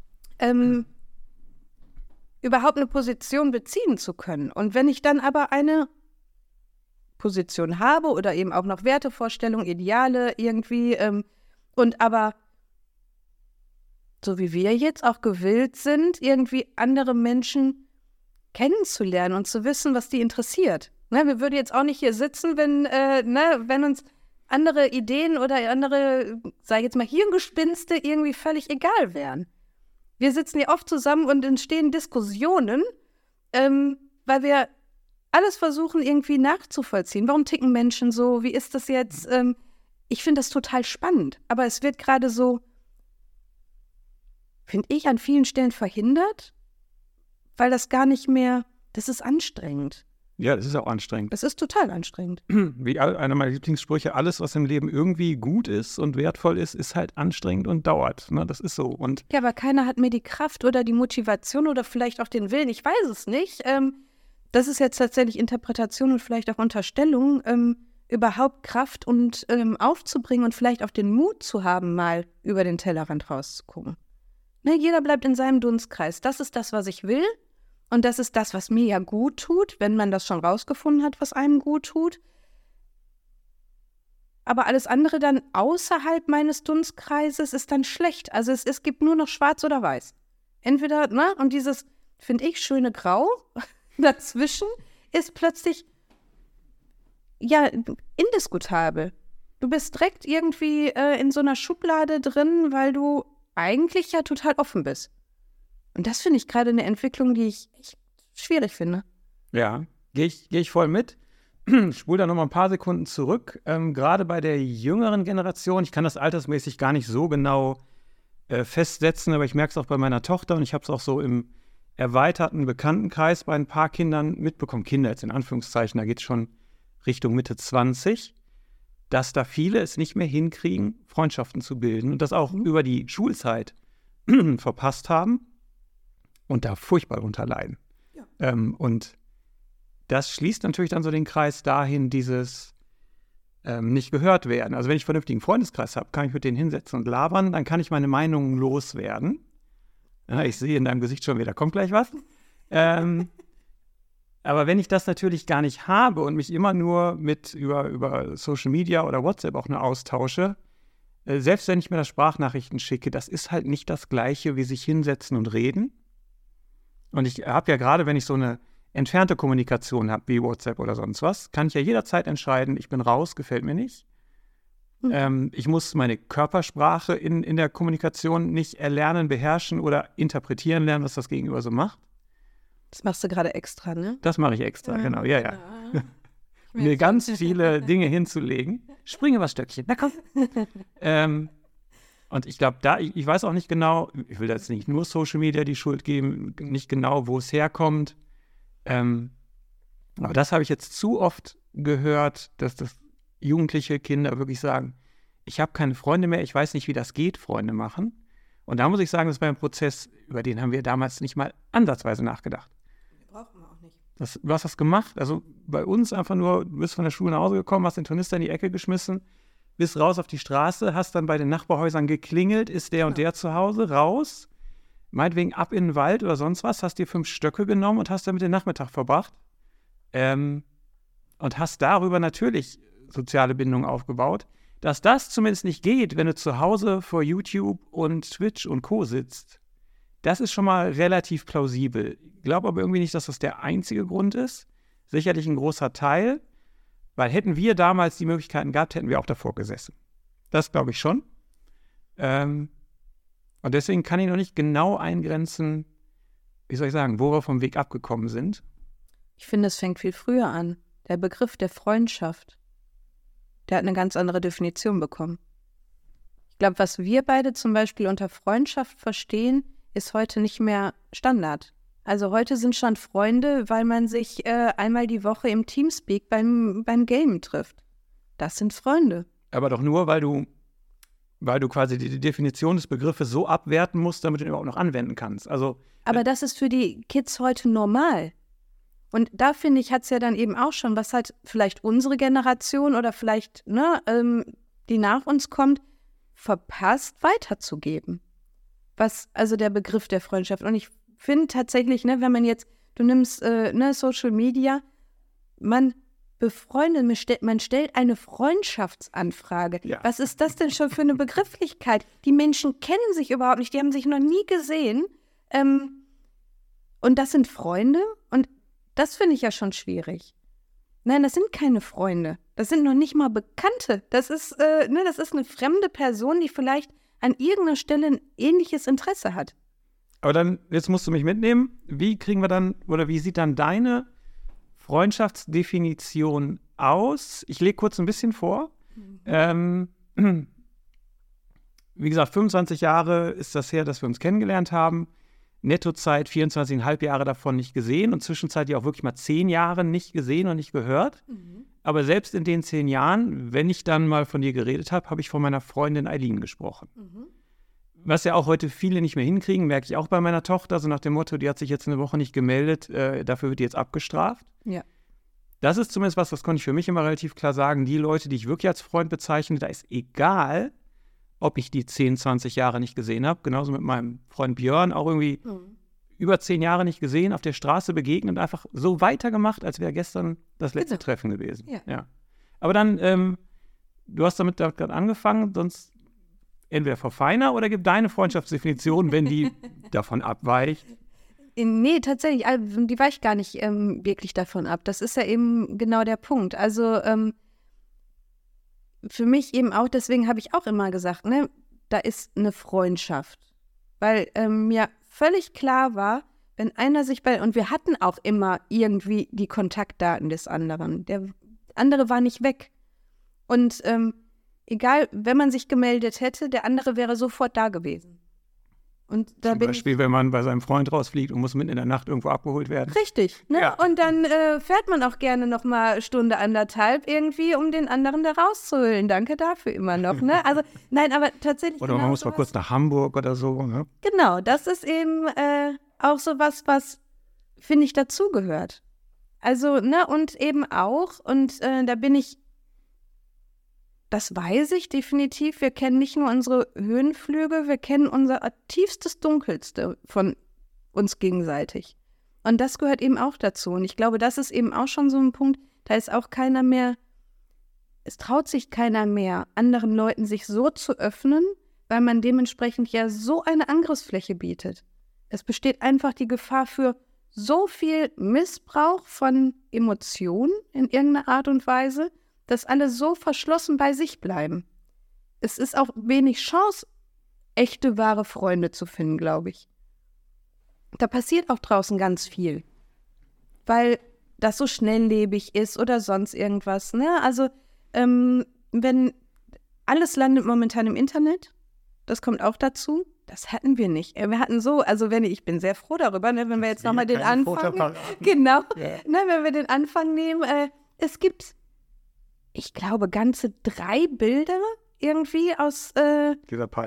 überhaupt eine Position beziehen zu können. Und wenn ich dann aber eine Position habe oder eben auch noch Wertevorstellungen, Ideale irgendwie und aber so wie wir jetzt auch gewillt sind, irgendwie andere Menschen kennenzulernen und zu wissen, was die interessiert. Ne, wir würden jetzt auch nicht hier sitzen, wenn uns andere Ideen oder andere, sag ich jetzt mal, Hirngespinste irgendwie völlig egal wären. Wir sitzen hier oft zusammen und entstehen Diskussionen, weil wir alles versuchen irgendwie nachzuvollziehen. Warum ticken Menschen so? Wie ist das jetzt? Ich finde das total spannend, aber es wird gerade so, finde ich, an vielen Stellen verhindert, weil das gar nicht mehr, das ist anstrengend. Ja, das ist auch anstrengend. Es ist total anstrengend. Wie einer meiner Lieblingssprüche, alles, was im Leben irgendwie gut ist und wertvoll ist, ist halt anstrengend und dauert. Ne? Das ist so. Und ja, aber keiner hat mehr die Kraft oder die Motivation oder vielleicht auch den Willen, ich weiß es nicht. Das ist jetzt tatsächlich Interpretation und vielleicht auch Unterstellung, überhaupt Kraft und aufzubringen und vielleicht auch den Mut zu haben, mal über den Tellerrand rauszugucken. Ne, jeder bleibt in seinem Dunstkreis. Das ist das, was ich will. Und das ist das, was mir ja gut tut, wenn man das schon rausgefunden hat, was einem gut tut. Aber alles andere dann außerhalb meines Dunstkreises ist dann schlecht. Also es gibt nur noch schwarz oder weiß. Entweder, ne, und dieses, finde ich, schöne Grau dazwischen ist plötzlich, ja, indiskutabel. Du bist direkt irgendwie in so einer Schublade drin, weil du eigentlich ja total offen bist. Und das finde ich gerade eine Entwicklung, die ich echt schwierig finde. Ja, gehe ich voll mit. Spul da noch mal ein paar Sekunden zurück. Gerade bei der jüngeren Generation, ich kann das altersmäßig gar nicht so genau festsetzen, aber ich merke es auch bei meiner Tochter und ich habe es auch so im erweiterten Bekanntenkreis bei ein paar Kindern mitbekommen. Kinder jetzt in Anführungszeichen, da geht es schon Richtung Mitte 20, dass da viele es nicht mehr hinkriegen, Freundschaften zu bilden und das auch über die Schulzeit verpasst haben. Und da furchtbar drunter leiden. Ja. Und das schließt natürlich dann so den Kreis dahin, dieses nicht gehört werden. Also wenn ich einen vernünftigen Freundeskreis habe, kann ich mit denen hinsetzen und labern, dann kann ich meine Meinungen loswerden. Ja, ich sehe in deinem Gesicht schon wieder, kommt gleich was. Aber wenn ich das natürlich gar nicht habe und mich immer nur über Social Media oder WhatsApp auch nur austausche, selbst wenn ich mir das Sprachnachrichten schicke, das ist halt nicht das Gleiche, wie sich hinsetzen und reden. Und ich habe ja gerade, wenn ich so eine entfernte Kommunikation habe, wie WhatsApp oder sonst was, kann ich ja jederzeit entscheiden, ich bin raus, gefällt mir nicht. Ich muss meine Körpersprache in der Kommunikation nicht erlernen, beherrschen oder interpretieren lernen, was das Gegenüber so macht. Das machst du gerade extra, ne? Das mache ich extra, genau, ja. Mir ganz viele Dinge hinzulegen. Springe was Stöckchen, na komm. Und ich glaube, ich weiß auch nicht genau, ich will jetzt nicht nur Social Media die Schuld geben, nicht genau, wo es herkommt. Aber das habe ich jetzt zu oft gehört, dass das jugendliche Kinder wirklich sagen, ich habe keine Freunde mehr, ich weiß nicht, wie das geht, Freunde machen. Und da muss ich sagen, das war ein Prozess, über den haben wir damals nicht mal ansatzweise nachgedacht. Brauchen wir auch nicht. Du hast das gemacht, also bei uns einfach nur, du bist von der Schule nach Hause gekommen, hast den Tornister in die Ecke geschmissen, bist raus auf die Straße, hast dann bei den Nachbarhäusern geklingelt, ist der und der zu Hause, raus, meinetwegen ab in den Wald oder sonst was, hast dir 5 Stöcke genommen und hast damit den Nachmittag verbracht. Und hast darüber natürlich soziale Bindungen aufgebaut. Dass das zumindest nicht geht, wenn du zu Hause vor YouTube und Twitch und Co. sitzt, das ist schon mal relativ plausibel. Ich glaube aber irgendwie nicht, dass das der einzige Grund ist. Sicherlich ein großer Teil, weil hätten wir damals die Möglichkeiten gehabt, hätten wir auch davor gesessen. Das glaube ich schon. Und deswegen kann ich noch nicht genau eingrenzen, wie soll ich sagen, wo wir vom Weg abgekommen sind. Ich finde, es fängt viel früher an. Der Begriff der Freundschaft, der hat eine ganz andere Definition bekommen. Ich glaube, was wir beide zum Beispiel unter Freundschaft verstehen, ist heute nicht mehr Standard. Also heute sind schon Freunde, weil man sich einmal die Woche im Teamspeak beim Gamen trifft. Das sind Freunde. Aber doch nur, weil du quasi die Definition des Begriffes so abwerten musst, damit du ihn überhaupt noch anwenden kannst. Also, aber das ist für die Kids heute normal. Und da, finde ich, hat es ja dann eben auch schon, was halt vielleicht unsere Generation oder vielleicht, die nach uns kommt, verpasst weiterzugeben. Was, also der Begriff der Freundschaft. Und ich finde tatsächlich, wenn man jetzt, du nimmst Social Media, man befreundet, man stellt eine Freundschaftsanfrage. Ja. Was ist das denn schon für eine Begrifflichkeit? Die Menschen kennen sich überhaupt nicht, die haben sich noch nie gesehen. Und das sind Freunde und das finde ich ja schon schwierig. Nein, das sind keine Freunde. Das sind noch nicht mal Bekannte. Das ist eine fremde Person, die vielleicht an irgendeiner Stelle ein ähnliches Interesse hat. Aber dann, jetzt musst du mich mitnehmen. Wie kriegen wir dann, oder wie sieht dann deine Freundschaftsdefinition aus? Ich lege kurz ein bisschen vor. Wie gesagt, 25 Jahre ist das her, dass wir uns kennengelernt haben. Nettozeit 24,5 Jahre davon nicht gesehen und zwischenzeitlich auch wirklich mal 10 Jahre nicht gesehen und nicht gehört. Aber selbst in den 10 Jahren, wenn ich dann mal von dir geredet habe, habe ich von meiner Freundin Eileen gesprochen. Was ja auch heute viele nicht mehr hinkriegen, merke ich auch bei meiner Tochter, so nach dem Motto, die hat sich jetzt eine Woche nicht gemeldet, dafür wird die jetzt abgestraft. Ja. Das ist zumindest was, das konnte ich für mich immer relativ klar sagen, die Leute, die ich wirklich als Freund bezeichne, da ist egal, ob ich die 10, 20 Jahre nicht gesehen habe. Genauso mit meinem Freund Björn, auch irgendwie über 10 Jahre nicht gesehen, auf der Straße begegnet und einfach so weitergemacht, als wäre gestern das letzte Treffen gewesen. Ja. Aber dann, du hast damit gerade angefangen, sonst entweder verfeiner oder gib deine Freundschaftsdefinition, wenn die davon abweicht. Nee, tatsächlich, die weicht gar nicht wirklich davon ab. Das ist ja eben genau der Punkt. Also für mich eben auch, deswegen habe ich auch immer gesagt, da ist eine Freundschaft. Weil mir völlig klar war, wenn einer sich und wir hatten auch immer irgendwie die Kontaktdaten des anderen. Der andere war nicht weg. Und egal, wenn man sich gemeldet hätte, der andere wäre sofort da gewesen. Und da Zum Beispiel, wenn man bei seinem Freund rausfliegt und muss mitten in der Nacht irgendwo abgeholt werden. Richtig. Ja. Und dann fährt man auch gerne noch mal Stunde, anderthalb irgendwie, um den anderen da rauszuholen. Danke dafür immer noch. Also, nein, aber tatsächlich. Oder man muss mal kurz nach Hamburg oder so. Ne? Genau, das ist eben auch so was finde ich, dazugehört. Also, und eben auch, und da bin ich, das weiß ich definitiv, wir kennen nicht nur unsere Höhenflüge, wir kennen unser tiefstes Dunkelste von uns gegenseitig. Und das gehört eben auch dazu. Und ich glaube, das ist eben auch schon so ein Punkt, da ist auch keiner mehr es traut sich keiner mehr, anderen Leuten sich so zu öffnen, weil man dementsprechend ja so eine Angriffsfläche bietet. Es besteht einfach die Gefahr für so viel Missbrauch von Emotionen in irgendeiner Art und Weise, dass alle so verschlossen bei sich bleiben. Es ist auch wenig Chance, echte, wahre Freunde zu finden, glaube ich. Da passiert auch draußen ganz viel, weil das so schnelllebig ist oder sonst irgendwas. Ne? Also, wenn alles landet momentan im Internet, das kommt auch dazu. Das hatten wir nicht. Wir hatten so, also ich bin sehr froh darüber, ne, wenn wir jetzt nochmal den Anfang, genau, ja. Ne, wenn wir den Anfang nehmen, es gibt, ich glaube, ganze 3 Bilder irgendwie aus der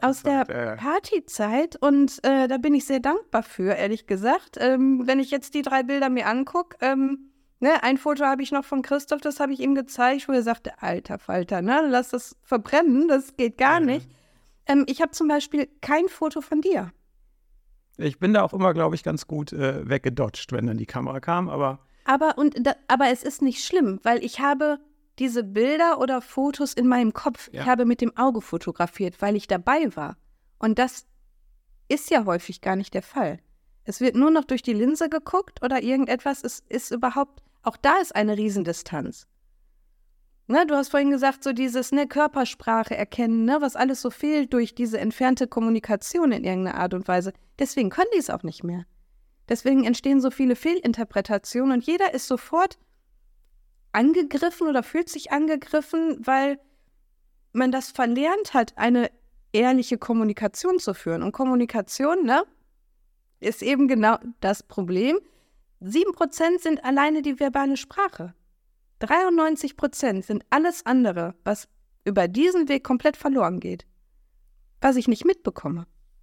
Partyzeit und da bin ich sehr dankbar für, ehrlich gesagt. Wenn ich jetzt die 3 Bilder mir angucke, ein Foto habe ich noch von Christoph, das habe ich ihm gezeigt, wo er sagte, alter Falter, ne, lass das verbrennen, das geht gar nicht. Ich habe zum Beispiel kein Foto von dir. Ich bin da auch immer, glaube ich, ganz gut weggedodgt, wenn dann die Kamera kam, aber es ist nicht schlimm, weil ich habe diese Bilder oder Fotos in meinem Kopf. Ja. Ich habe mit dem Auge fotografiert, weil ich dabei war. Und das ist ja häufig gar nicht der Fall. Es wird nur noch durch die Linse geguckt oder irgendetwas. Es ist überhaupt, auch da ist eine Riesendistanz. Ne, du hast vorhin gesagt, so dieses Körpersprache erkennen, was alles so fehlt durch diese entfernte Kommunikation in irgendeiner Art und Weise. Deswegen können die es auch nicht mehr. Deswegen entstehen so viele Fehlinterpretationen und jeder ist sofort angegriffen oder fühlt sich angegriffen, weil man das verlernt hat, eine ehrliche Kommunikation zu führen. Und Kommunikation, ist eben genau das Problem. 7% sind alleine die verbale Sprache. 93% sind alles andere, was über diesen Weg komplett verloren geht. Was ich nicht mitbekomme.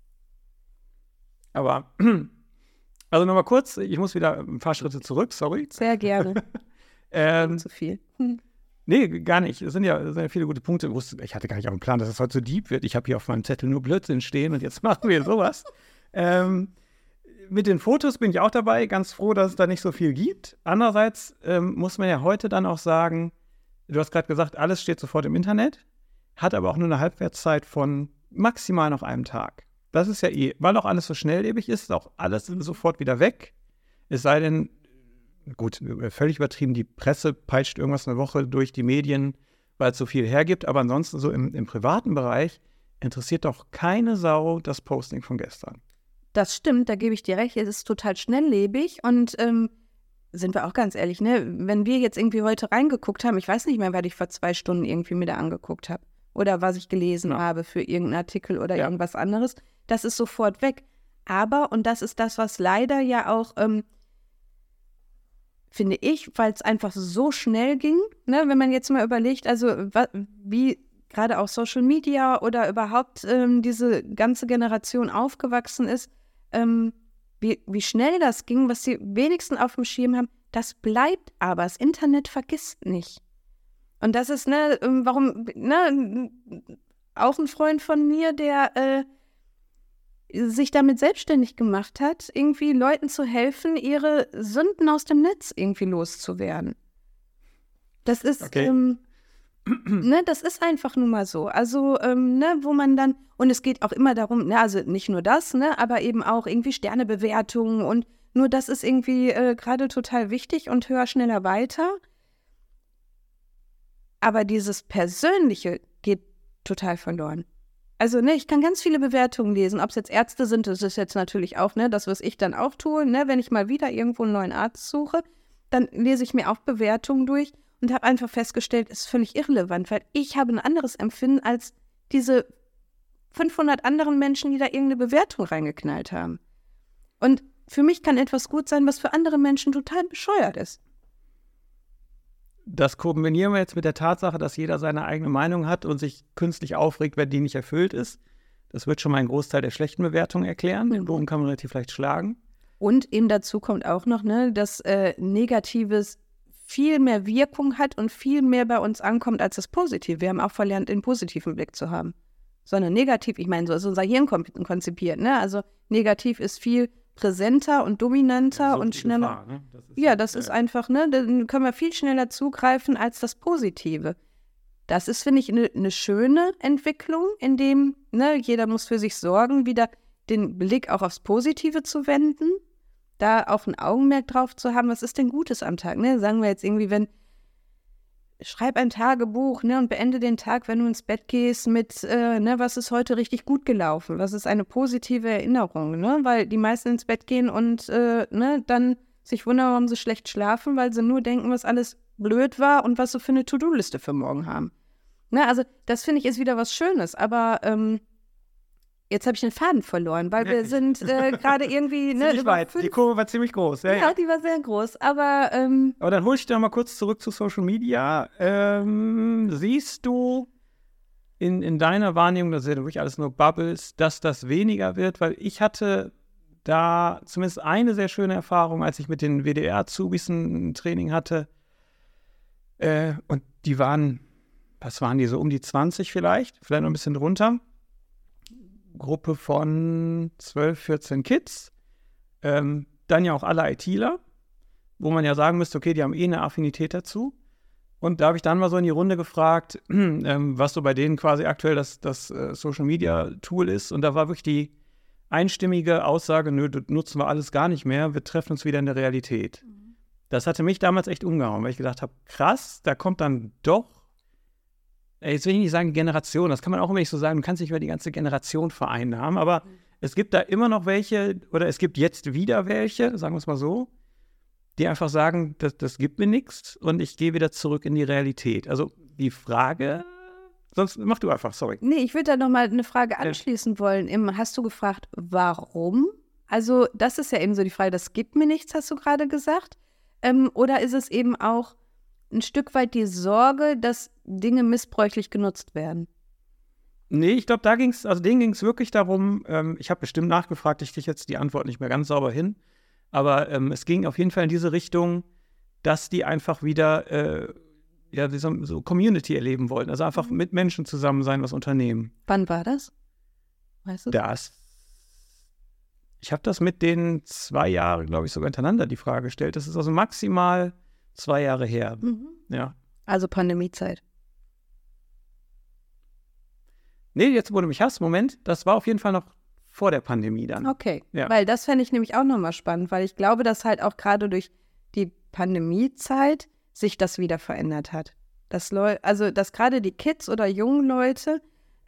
Aber, also nochmal kurz, ich muss wieder ein paar Schritte zurück, sorry. Sehr gerne. Zu viel. Nee, gar nicht. Es sind ja viele gute Punkte. Ich hatte gar nicht auf dem Plan, dass es heute so deep wird. Ich habe hier auf meinem Zettel nur Blödsinn stehen und jetzt machen wir sowas. Mit den Fotos bin ich auch dabei, ganz froh, dass es da nicht so viel gibt. Andererseits muss man ja heute dann auch sagen, du hast gerade gesagt, alles steht sofort im Internet, hat aber auch nur eine Halbwertszeit von maximal noch einem Tag. Das ist ja weil auch alles so schnelllebig ist auch alles sofort wieder weg. Es sei denn, gut, völlig übertrieben, die Presse peitscht irgendwas eine Woche durch die Medien, weil es so viel hergibt, aber ansonsten so im privaten Bereich interessiert doch keine Sau das Posting von gestern. Das stimmt, da gebe ich dir recht, es ist total schnelllebig und sind wir auch ganz ehrlich, wenn wir jetzt irgendwie heute reingeguckt haben, ich weiß nicht mehr, was ich vor 2 Stunden irgendwie mir da angeguckt habe oder was ich gelesen habe für irgendeinen Artikel oder irgendwas anderes, das ist sofort weg. Aber, und das ist das, was leider ja auch, finde ich, weil es einfach so schnell ging, wenn man jetzt mal überlegt, also wie gerade auch Social Media oder überhaupt diese ganze Generation aufgewachsen ist, wie schnell das ging, was sie wenigstens auf dem Schirm haben, das bleibt aber. Das Internet vergisst nicht. Und das ist, auch ein Freund von mir, der sich damit selbstständig gemacht hat, irgendwie Leuten zu helfen, ihre Sünden aus dem Netz irgendwie loszuwerden. Das ist, okay. Das ist einfach nun mal so. Also, wo man dann, und es geht auch immer darum, also nicht nur das, aber eben auch irgendwie Sternebewertungen und nur das ist irgendwie gerade total wichtig und höher, schneller, weiter. Aber dieses Persönliche geht total verloren. Also, ich kann ganz viele Bewertungen lesen, ob es jetzt Ärzte sind, das ist jetzt natürlich auch, das, was ich dann auch tue, wenn ich mal wieder irgendwo einen neuen Arzt suche, dann lese ich mir auch Bewertungen durch. Und habe einfach festgestellt, es ist völlig irrelevant, weil ich habe ein anderes Empfinden als diese 500 anderen Menschen, die da irgendeine Bewertung reingeknallt haben. Und für mich kann etwas gut sein, was für andere Menschen total bescheuert ist. Das kombinieren wir jetzt mit der Tatsache, dass jeder seine eigene Meinung hat und sich künstlich aufregt, wenn die nicht erfüllt ist. Das wird schon mal einen Großteil der schlechten Bewertungen erklären. Den Bogen kann man relativ leicht schlagen. Und eben dazu kommt auch noch, dass Negatives viel mehr Wirkung hat und viel mehr bei uns ankommt als das Positive. Wir haben auch verlernt, den positiven Blick zu haben. Sondern negativ, ich meine, so ist unser Hirn konzipiert. Also negativ ist viel präsenter und dominanter und schneller. Gefahr, das ist ist einfach, dann können wir viel schneller zugreifen als das Positive. das ist, finde ich, eine schöne Entwicklung, in dem jeder muss für sich sorgen, wieder den Blick auch aufs Positive zu wenden, da auch ein Augenmerk drauf zu haben, was ist denn Gutes am Tag, ne? Sagen wir jetzt irgendwie, schreib ein Tagebuch, ne, und beende den Tag, wenn du ins Bett gehst, mit, was ist heute richtig gut gelaufen, was ist eine positive Erinnerung, ne? Weil die meisten ins Bett gehen und dann sich wundern, warum sie schlecht schlafen, weil sie nur denken, was alles blöd war und was sie für eine To-Do-Liste für morgen haben. Ne, also das finde ich ist wieder was Schönes, aber jetzt habe ich den Faden verloren, weil wir sind gerade irgendwie ziemlich weit. Die Kurve war ziemlich groß. Ja, die war sehr groß, aber dann hole ich dich noch mal kurz zurück zu Social Media. Siehst du in deiner Wahrnehmung, das sind ja wirklich alles nur Bubbles, dass das weniger wird? Weil ich hatte da zumindest eine sehr schöne Erfahrung, als ich mit den WDR-Azubis ein Training hatte. Und die waren, was waren die, so um die 20 vielleicht noch ein bisschen drunter. Gruppe von 12, 14 Kids. Dann ja auch alle ITler, wo man ja sagen müsste, okay, die haben eine Affinität dazu. Und da habe ich dann mal so in die Runde gefragt, was so bei denen quasi aktuell das Social-Media-Tool ist. Und da war wirklich die einstimmige Aussage, nö, das nutzen wir alles gar nicht mehr, wir treffen uns wieder in der Realität. Das hatte mich damals echt umgehauen, weil ich gedacht habe, krass, da kommt dann doch, jetzt will ich nicht sagen Generation, das kann man auch immer nicht so sagen, du kannst nicht über die ganze Generation vereinnahmen, aber es gibt da immer noch welche, oder es gibt jetzt wieder welche, sagen wir es mal so, die einfach sagen, das gibt mir nichts und ich gehe wieder zurück in die Realität. Also die Frage, sonst mach du einfach, sorry. Nee, ich würde da nochmal eine Frage anschließen wollen. Hast du gefragt, warum? Also das ist ja eben so die Frage, das gibt mir nichts, hast du gerade gesagt. Oder ist es eben auch ein Stück weit die Sorge, dass Dinge missbräuchlich genutzt werden? Nee, ich glaube, denen ging es wirklich darum, ich habe bestimmt nachgefragt, ich kriege jetzt die Antwort nicht mehr ganz sauber hin, aber es ging auf jeden Fall in diese Richtung, dass die einfach wieder so Community erleben wollten, also einfach mit Menschen zusammen sein, was unternehmen. Wann war das? Weißt du? Ich habe das mit den 2 Jahren, glaube ich, sogar hintereinander die Frage gestellt. Das ist also maximal 2 Jahre her. Ja. Also Pandemiezeit. Nee, jetzt wo du mich hast, Moment, das war auf jeden Fall noch vor der Pandemie dann. Okay, ja. Weil das fände ich nämlich auch nochmal spannend, weil ich glaube, dass halt auch gerade durch die Pandemiezeit sich das wieder verändert hat. Dass gerade die Kids oder jungen Leute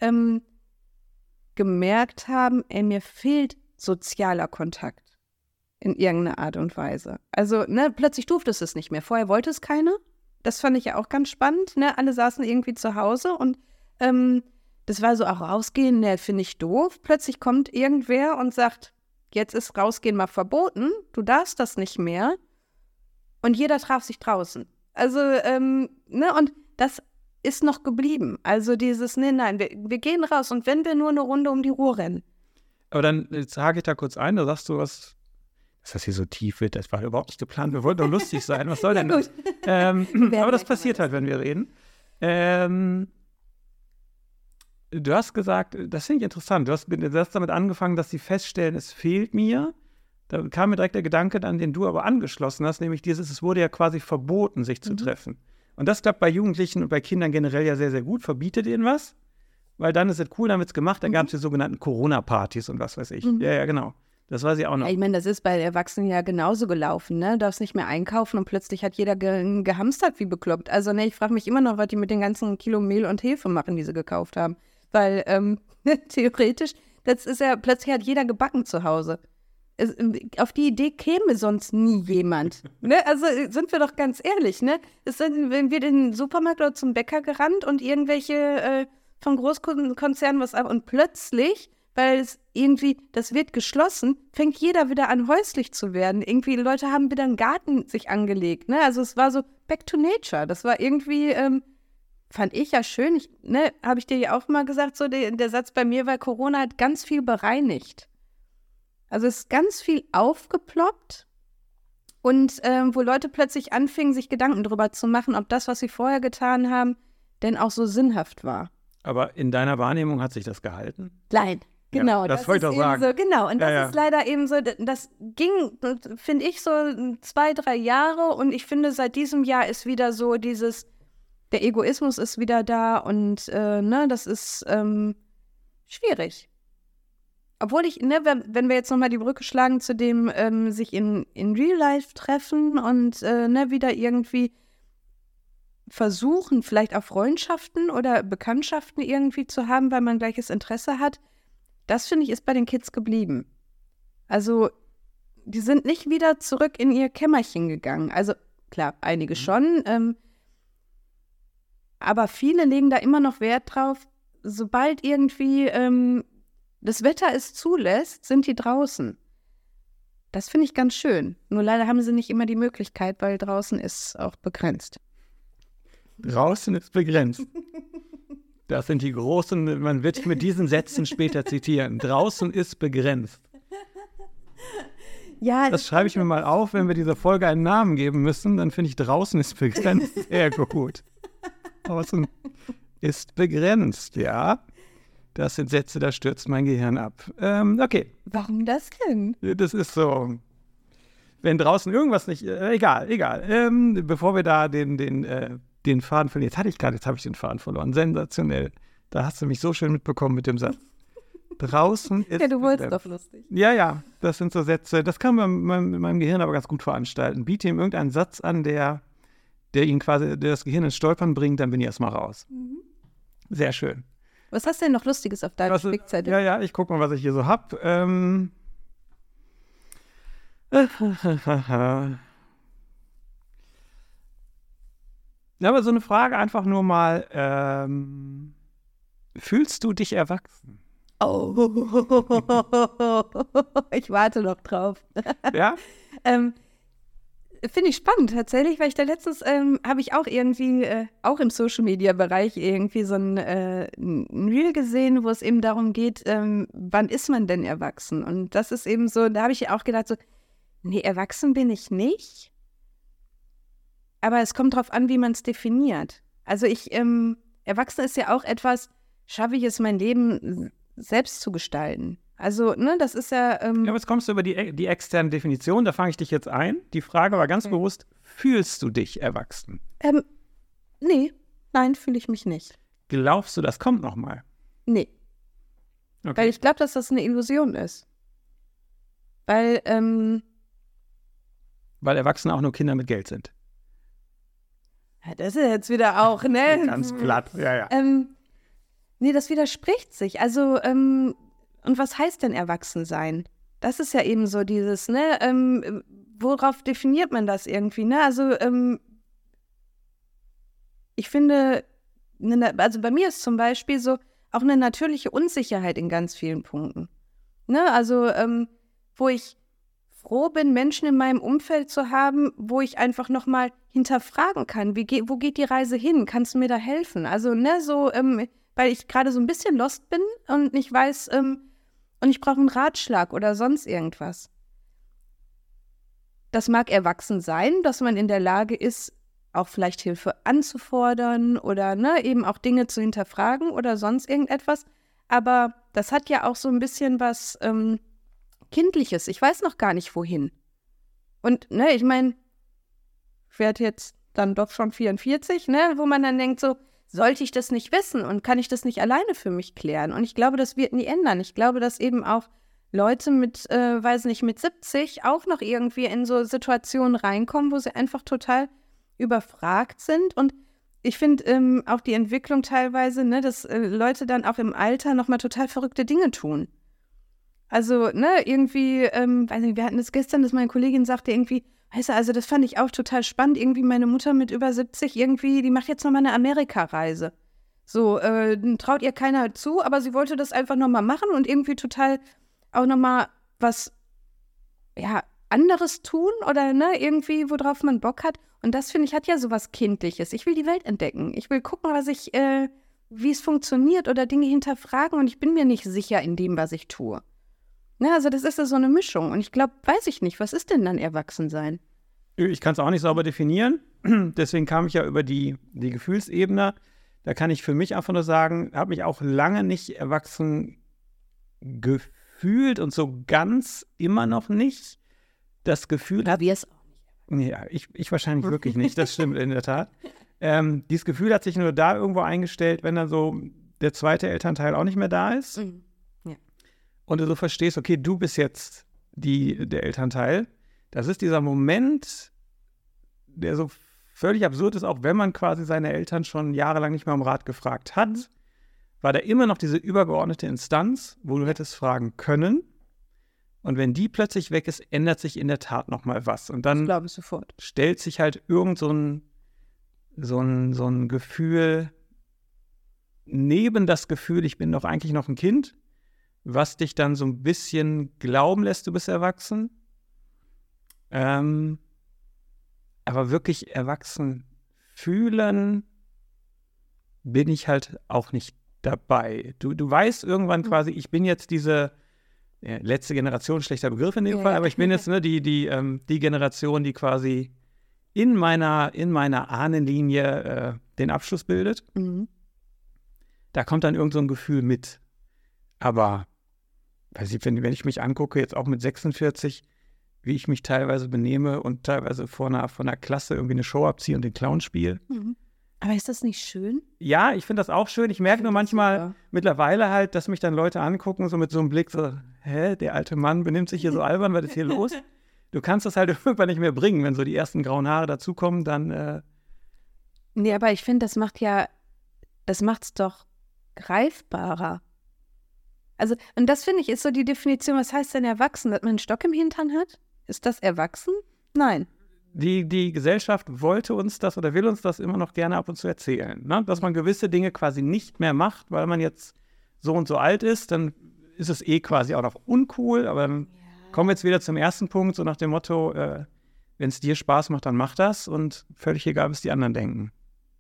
gemerkt haben, mir fehlt sozialer Kontakt in irgendeiner Art und Weise. Also plötzlich durfte es nicht mehr. Vorher wollte es keiner. Das fand ich ja auch ganz spannend. Alle saßen irgendwie zu Hause und das war so auch rausgehen, finde ich doof. Plötzlich kommt irgendwer und sagt, jetzt ist rausgehen mal verboten, du darfst das nicht mehr. Und jeder traf sich draußen. Also, und das ist noch geblieben. Also dieses, nein, wir gehen raus und wenn wir nur eine Runde um die Ruhr rennen. Aber dann, jetzt hake ich da kurz ein, da sagst du was, dass das hier so tief wird, das war überhaupt nicht geplant, wir wollten doch lustig sein, was soll denn das? Aber das passiert halt, wenn wir reden. Du hast gesagt, das finde ich interessant, du hast damit angefangen, dass sie feststellen, es fehlt mir. Da kam mir direkt der Gedanke, an den du aber angeschlossen hast, nämlich es wurde ja quasi verboten, sich zu treffen. Und das klappt bei Jugendlichen und bei Kindern generell ja sehr, sehr gut. Verbietet ihnen was, weil dann ist es cool, dann wird es gemacht, dann gab es die sogenannten Corona-Partys und was weiß ich. Ja, genau. Das weiß ich auch noch. Ja, ich meine, das ist bei Erwachsenen ja genauso gelaufen, ne? Du darfst nicht mehr einkaufen und plötzlich hat jeder gehamstert wie bekloppt. Also, ich frage mich immer noch, was die mit den ganzen Kilo Mehl und Hefe machen, die sie gekauft haben. Weil theoretisch, das ist ja, plötzlich hat jeder gebacken zu Hause. Auf die Idee käme sonst nie jemand. Ne? Also sind wir doch ganz ehrlich, ne? Wenn wir in den Supermarkt oder zum Bäcker gerannt und irgendwelche von Großkonzernen was ab und plötzlich, weil es irgendwie, das wird geschlossen, fängt jeder wieder an, häuslich zu werden. Irgendwie Leute haben wieder einen Garten sich angelegt, ne? Also es war so back to nature. Das war irgendwie, fand ich ja schön. Habe ich dir ja auch mal gesagt, so der Satz bei mir war, Corona hat ganz viel bereinigt. Also es ist ganz viel aufgeploppt und wo Leute plötzlich anfingen, sich Gedanken darüber zu machen, ob das, was sie vorher getan haben, denn auch so sinnhand war. Aber in deiner Wahrnehmung hat sich das gehalten? Nein, genau. Ja, das wollte ich doch sagen. So, genau, und das ist leider eben so, das ging, finde ich, so 2, 3 Jahre und ich finde, seit diesem Jahr ist wieder so dieses, der Egoismus ist wieder da und das ist schwierig. Obwohl wenn wir jetzt nochmal die Brücke schlagen zu dem sich in Real Life treffen und wieder irgendwie versuchen, vielleicht auch Freundschaften oder Bekanntschaften irgendwie zu haben, weil man gleiches Interesse hat, das finde ich ist bei den Kids geblieben. Also die sind nicht wieder zurück in ihr Kämmerchen gegangen. Also klar, einige schon, aber viele legen da immer noch Wert drauf, sobald irgendwie das Wetter es zulässt, sind die draußen. Das finde ich ganz schön. Nur leider haben sie nicht immer die Möglichkeit, weil draußen ist auch begrenzt. Draußen ist begrenzt. Das sind die großen, man wird mit diesen Sätzen später zitieren. Draußen ist begrenzt. Ja, das schreibe ich mir mal auf, wenn wir dieser Folge einen Namen geben müssen, dann finde ich, draußen ist begrenzt. Sehr gut. Draußen ist begrenzt, ja. Das sind Sätze, da stürzt mein Gehirn ab. Okay. Warum das denn? Das ist so, wenn draußen irgendwas nicht, egal. Bevor wir da den Faden verlieren, jetzt habe ich den Faden verloren. Sensationell. Da hast du mich so schön mitbekommen mit dem Satz. Draußen ist... Ja, du wolltest doch lustig. Ja, das sind so Sätze, das kann man mit meinem Gehirn aber ganz gut veranstalten. Biete ihm irgendeinen Satz an, der ihn quasi, der das Gehirn ins Stolpern bringt, dann bin ich erstmal raus. Mhm. Sehr schön. Was hast du denn noch Lustiges auf deiner Spickzettel? Ja, ich gucke mal, was ich hier so habe. Ja, aber so eine Frage einfach nur mal, fühlst du dich erwachsen? Oh, ich warte noch drauf. Ja? Finde ich spannend tatsächlich, weil ich da letztens habe ich auch irgendwie, auch im Social-Media-Bereich irgendwie so ein Reel gesehen, wo es eben darum geht, wann ist man denn erwachsen? Und das ist eben so, da habe ich auch gedacht so, nee, erwachsen bin ich nicht. Aber es kommt drauf an, wie man es definiert. Also erwachsen ist ja auch etwas, schaffe ich es, mein Leben selbst zu gestalten. Also, das ist ja... Ja, aber jetzt kommst du über die externe Definition, da fange ich dich jetzt ein. Die Frage war ganz bewusst, fühlst du dich erwachsen? Nein, fühle ich mich nicht. Glaubst du, das kommt nochmal? Nee. Okay. Weil ich glaube, dass das eine Illusion ist. Weil Erwachsene auch nur Kinder mit Geld sind. Ja, das ist jetzt wieder auch, ne? Ganz platt, ja. Nee, das widerspricht sich. Also, und was heißt denn Erwachsensein? Das ist ja eben so dieses, ne, worauf definiert man das irgendwie, ne? Also, ich finde, also bei mir ist zum Beispiel so auch eine natürliche Unsicherheit in ganz vielen Punkten. Ne? Also, wo ich froh bin, Menschen in meinem Umfeld zu haben, wo ich einfach nochmal hinterfragen kann, wo geht die Reise hin? Kannst du mir da helfen? Also, ne, so, weil ich gerade so ein bisschen lost bin und nicht weiß, und ich brauche einen Ratschlag oder sonst irgendwas. Das mag erwachsen sein, dass man in der Lage ist, auch vielleicht Hilfe anzufordern oder ne, eben auch Dinge zu hinterfragen oder sonst irgendetwas. Aber das hat ja auch so ein bisschen was Kindliches. Ich weiß noch gar nicht, wohin. Und ne, ich meine, ich werde jetzt dann doch schon 44, ne, wo man dann denkt so, sollte ich das nicht wissen und kann ich das nicht alleine für mich klären? Und ich glaube, das wird nie ändern. Ich glaube, dass eben auch Leute mit 70 auch noch irgendwie in so Situationen reinkommen, wo sie einfach total überfragt sind. Und ich finde auch die Entwicklung teilweise, ne, dass Leute dann auch im Alter nochmal total verrückte Dinge tun. Also, ne, irgendwie, weiß nicht, wir hatten das gestern, dass meine Kollegin sagte irgendwie, weißt du, also das fand ich auch total spannend, irgendwie meine Mutter mit über 70 irgendwie, die macht jetzt nochmal eine Amerika-Reise. So, traut ihr keiner zu, aber sie wollte das einfach nochmal machen und irgendwie total auch nochmal was, ja, anderes tun oder, ne, irgendwie, worauf man Bock hat. Und das, finde ich, hat ja sowas Kindliches. Ich will die Welt entdecken. Ich will gucken, wie es funktioniert oder Dinge hinterfragen und ich bin mir nicht sicher in dem, was ich tue. Ja, also das ist ja so eine Mischung. Und ich glaube, weiß ich nicht, was ist denn dann Erwachsensein? Ich kann es auch nicht sauber definieren. Deswegen kam ich ja über die Gefühlsebene. Da kann ich für mich einfach nur sagen, habe mich auch lange nicht erwachsen gefühlt und so ganz immer noch nicht. Das Gefühl hat... Wir es auch nicht. Ja, ich wahrscheinlich wirklich nicht, das stimmt in der Tat. Dieses Gefühl hat sich nur da irgendwo eingestellt, wenn dann so der zweite Elternteil auch nicht mehr da ist. Mhm. Ja. Und du so verstehst, okay, du bist jetzt der Elternteil. Das ist dieser Moment, der so völlig absurd ist, auch wenn man quasi seine Eltern schon jahrelang nicht mehr um Rat gefragt hat, war da immer noch diese übergeordnete Instanz, wo du hättest fragen können. Und wenn die plötzlich weg ist, ändert sich in der Tat nochmal was. Und dann glaube ich sofort. stellt sich halt irgend so ein Gefühl neben das Gefühl, ich bin doch eigentlich noch ein Kind, was dich dann so ein bisschen glauben lässt, du bist erwachsen. Aber wirklich erwachsen fühlen bin ich halt auch nicht dabei. Du weißt irgendwann quasi, ich bin jetzt diese letzte Generation, schlechter Begriff in dem Fall, aber ich bin jetzt die Generation, die quasi in meiner Ahnenlinie den Abschluss bildet. Mhm. Da kommt dann irgend so ein Gefühl mit. Aber wenn ich mich angucke, jetzt auch mit 46, wie ich mich teilweise benehme und teilweise vor einer Klasse irgendwie eine Show abziehe und den Clown spiele. Mhm. Aber ist das nicht schön? Ja, ich finde das auch schön. Ich merke nur manchmal mittlerweile halt, dass mich dann Leute angucken, so mit so einem Blick, so, der alte Mann benimmt sich hier so albern, was ist hier los? Du kannst das halt irgendwann nicht mehr bringen, wenn so die ersten grauen Haare dazukommen, dann Nee, aber ich finde, das macht's doch greifbarer. Also, und das finde ich, ist so die Definition, was heißt denn erwachsen? Dass man einen Stock im Hintern hat? Ist das erwachsen? Nein. Die Gesellschaft wollte uns das oder will uns das immer noch gerne ab und zu erzählen, ne? Dass man gewisse Dinge quasi nicht mehr macht, weil man jetzt so und so alt ist, dann ist es quasi auch noch uncool, aber dann kommen wir jetzt wieder zum ersten Punkt, so nach dem Motto, wenn es dir Spaß macht, dann mach das und völlig egal, was die anderen denken.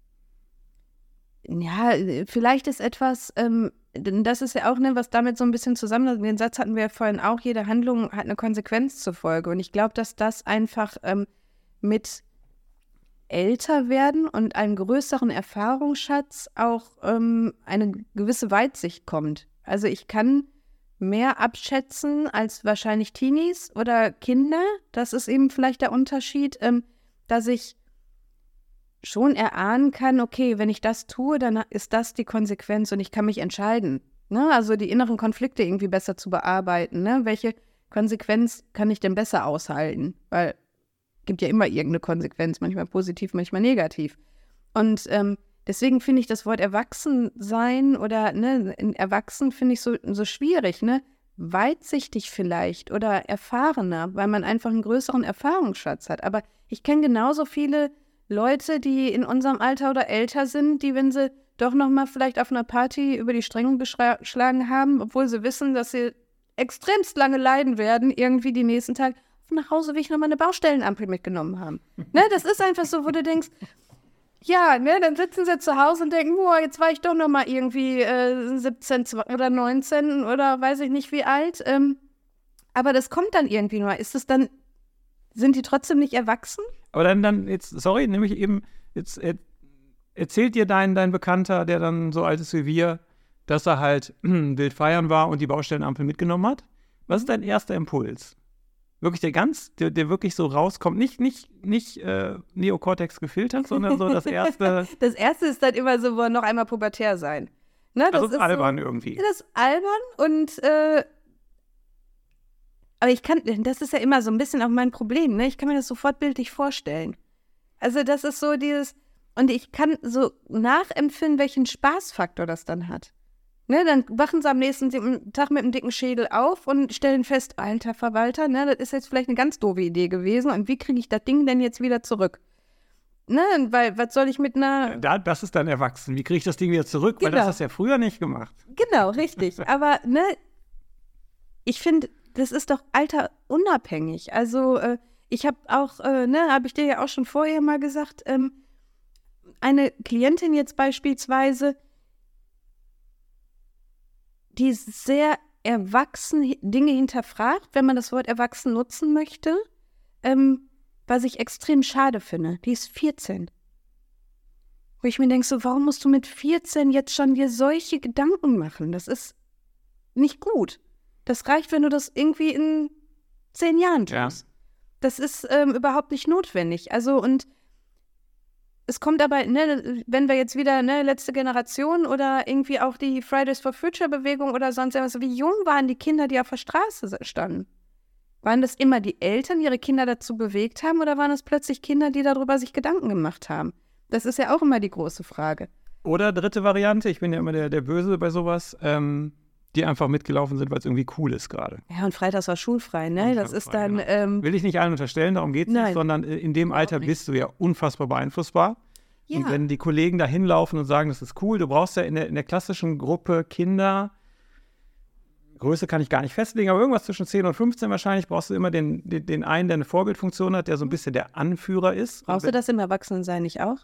Ja, vielleicht ist etwas, das ist ja auch, ne, was damit so ein bisschen zusammen, den Satz hatten wir ja vorhin auch, jede Handlung hat eine Konsequenz zur Folge. Und ich glaube, dass das einfach mit älter werden und einem größeren Erfahrungsschatz auch eine gewisse Weitsicht kommt. Also ich kann mehr abschätzen als wahrscheinlich Teenies oder Kinder. Das ist eben vielleicht der Unterschied, dass ich schon erahnen kann, okay, wenn ich das tue, dann ist das die Konsequenz und ich kann mich entscheiden. Ne? Also die inneren Konflikte irgendwie besser zu bearbeiten. Ne? Welche Konsequenz kann ich denn besser aushalten? Weil es gibt ja immer irgendeine Konsequenz, manchmal positiv, manchmal negativ. Und deswegen finde ich das Wort Erwachsensein oder Erwachsen finde ich so schwierig, ne? Weitsichtig vielleicht oder erfahrener, weil man einfach einen größeren Erfahrungsschatz hat. Aber ich kenne genauso viele Leute, die in unserem Alter oder älter sind, die, wenn sie doch noch mal vielleicht auf einer Party über die Stränge geschlagen haben, obwohl sie wissen, dass sie extremst lange leiden werden, irgendwie die nächsten Tage auf dem Nachhauseweg noch mal eine Baustellenampel mitgenommen haben. Ne, das ist einfach so, wo du denkst, ja, ne, dann sitzen sie zu Hause und denken, jetzt war ich doch noch mal irgendwie 17 oder 19 oder weiß ich nicht wie alt. Aber das kommt dann irgendwie nur. Sind die trotzdem nicht erwachsen? Aber dann jetzt, sorry, nämlich eben, jetzt erzählt dir dein Bekannter, der dann so alt ist wie wir, dass er halt wild feiern war und die Baustellenampel mitgenommen hat. Was ist dein erster Impuls? Wirklich der wirklich so rauskommt, nicht Neokortex gefiltert, sondern so das erste. Das erste ist dann immer so, noch einmal pubertär sein. Ne, das ist albern so, irgendwie. Das ist albern und aber das ist ja immer so ein bisschen auch mein Problem, ne? Ich kann mir das sofort bildlich vorstellen. Also das ist so und ich kann so nachempfinden, welchen Spaßfaktor das dann hat. Ne, dann wachen sie am nächsten Tag mit einem dicken Schädel auf und stellen fest, alter Verwalter, ne, das ist jetzt vielleicht eine ganz doofe Idee gewesen und wie kriege ich das Ding denn jetzt wieder zurück? Ne, weil, was soll ich mit einer... Das ist dann erwachsen. Wie kriege ich das Ding wieder zurück? Genau. Weil das hast du ja früher nicht gemacht. Genau, richtig. Aber, ne, ich finde, das ist doch alterunabhängig. Also, ich habe auch, habe ich dir ja auch schon vorher mal gesagt, eine Klientin jetzt beispielsweise, die sehr erwachsen Dinge hinterfragt, wenn man das Wort erwachsen nutzen möchte, was ich extrem schade finde. Die ist 14. Wo ich mir denke, so, warum musst du mit 14 jetzt schon dir solche Gedanken machen? Das ist nicht gut. Das reicht, wenn du das irgendwie in 10 Jahren tust. Ja. Das ist überhaupt nicht notwendig. Also, und es kommt aber, ne, wenn wir jetzt wieder, ne, letzte Generation oder irgendwie auch die Fridays for Future Bewegung oder sonst irgendwas, wie jung waren die Kinder, die auf der Straße standen? Waren das immer die Eltern, die ihre Kinder dazu bewegt haben, oder waren es plötzlich Kinder, die darüber sich Gedanken gemacht haben? Das ist ja auch immer die große Frage. Oder dritte Variante, ich bin ja immer der Böse bei sowas, die einfach mitgelaufen sind, weil es irgendwie cool ist gerade. Ja, und freitags war schulfrei, ne? Das ist dann... Genau. Will ich nicht allen unterstellen, darum geht es nicht, sondern in dem Alter bist du ja unfassbar beeinflussbar. Ja. Und wenn die Kollegen da hinlaufen und sagen, das ist cool, du brauchst ja in der klassischen Gruppe Kinder, Größe kann ich gar nicht festlegen, aber irgendwas zwischen 10 und 15 wahrscheinlich, brauchst du immer den einen, der eine Vorbildfunktion hat, der so ein bisschen der Anführer ist. Brauchst du das im Erwachsenensein nicht auch?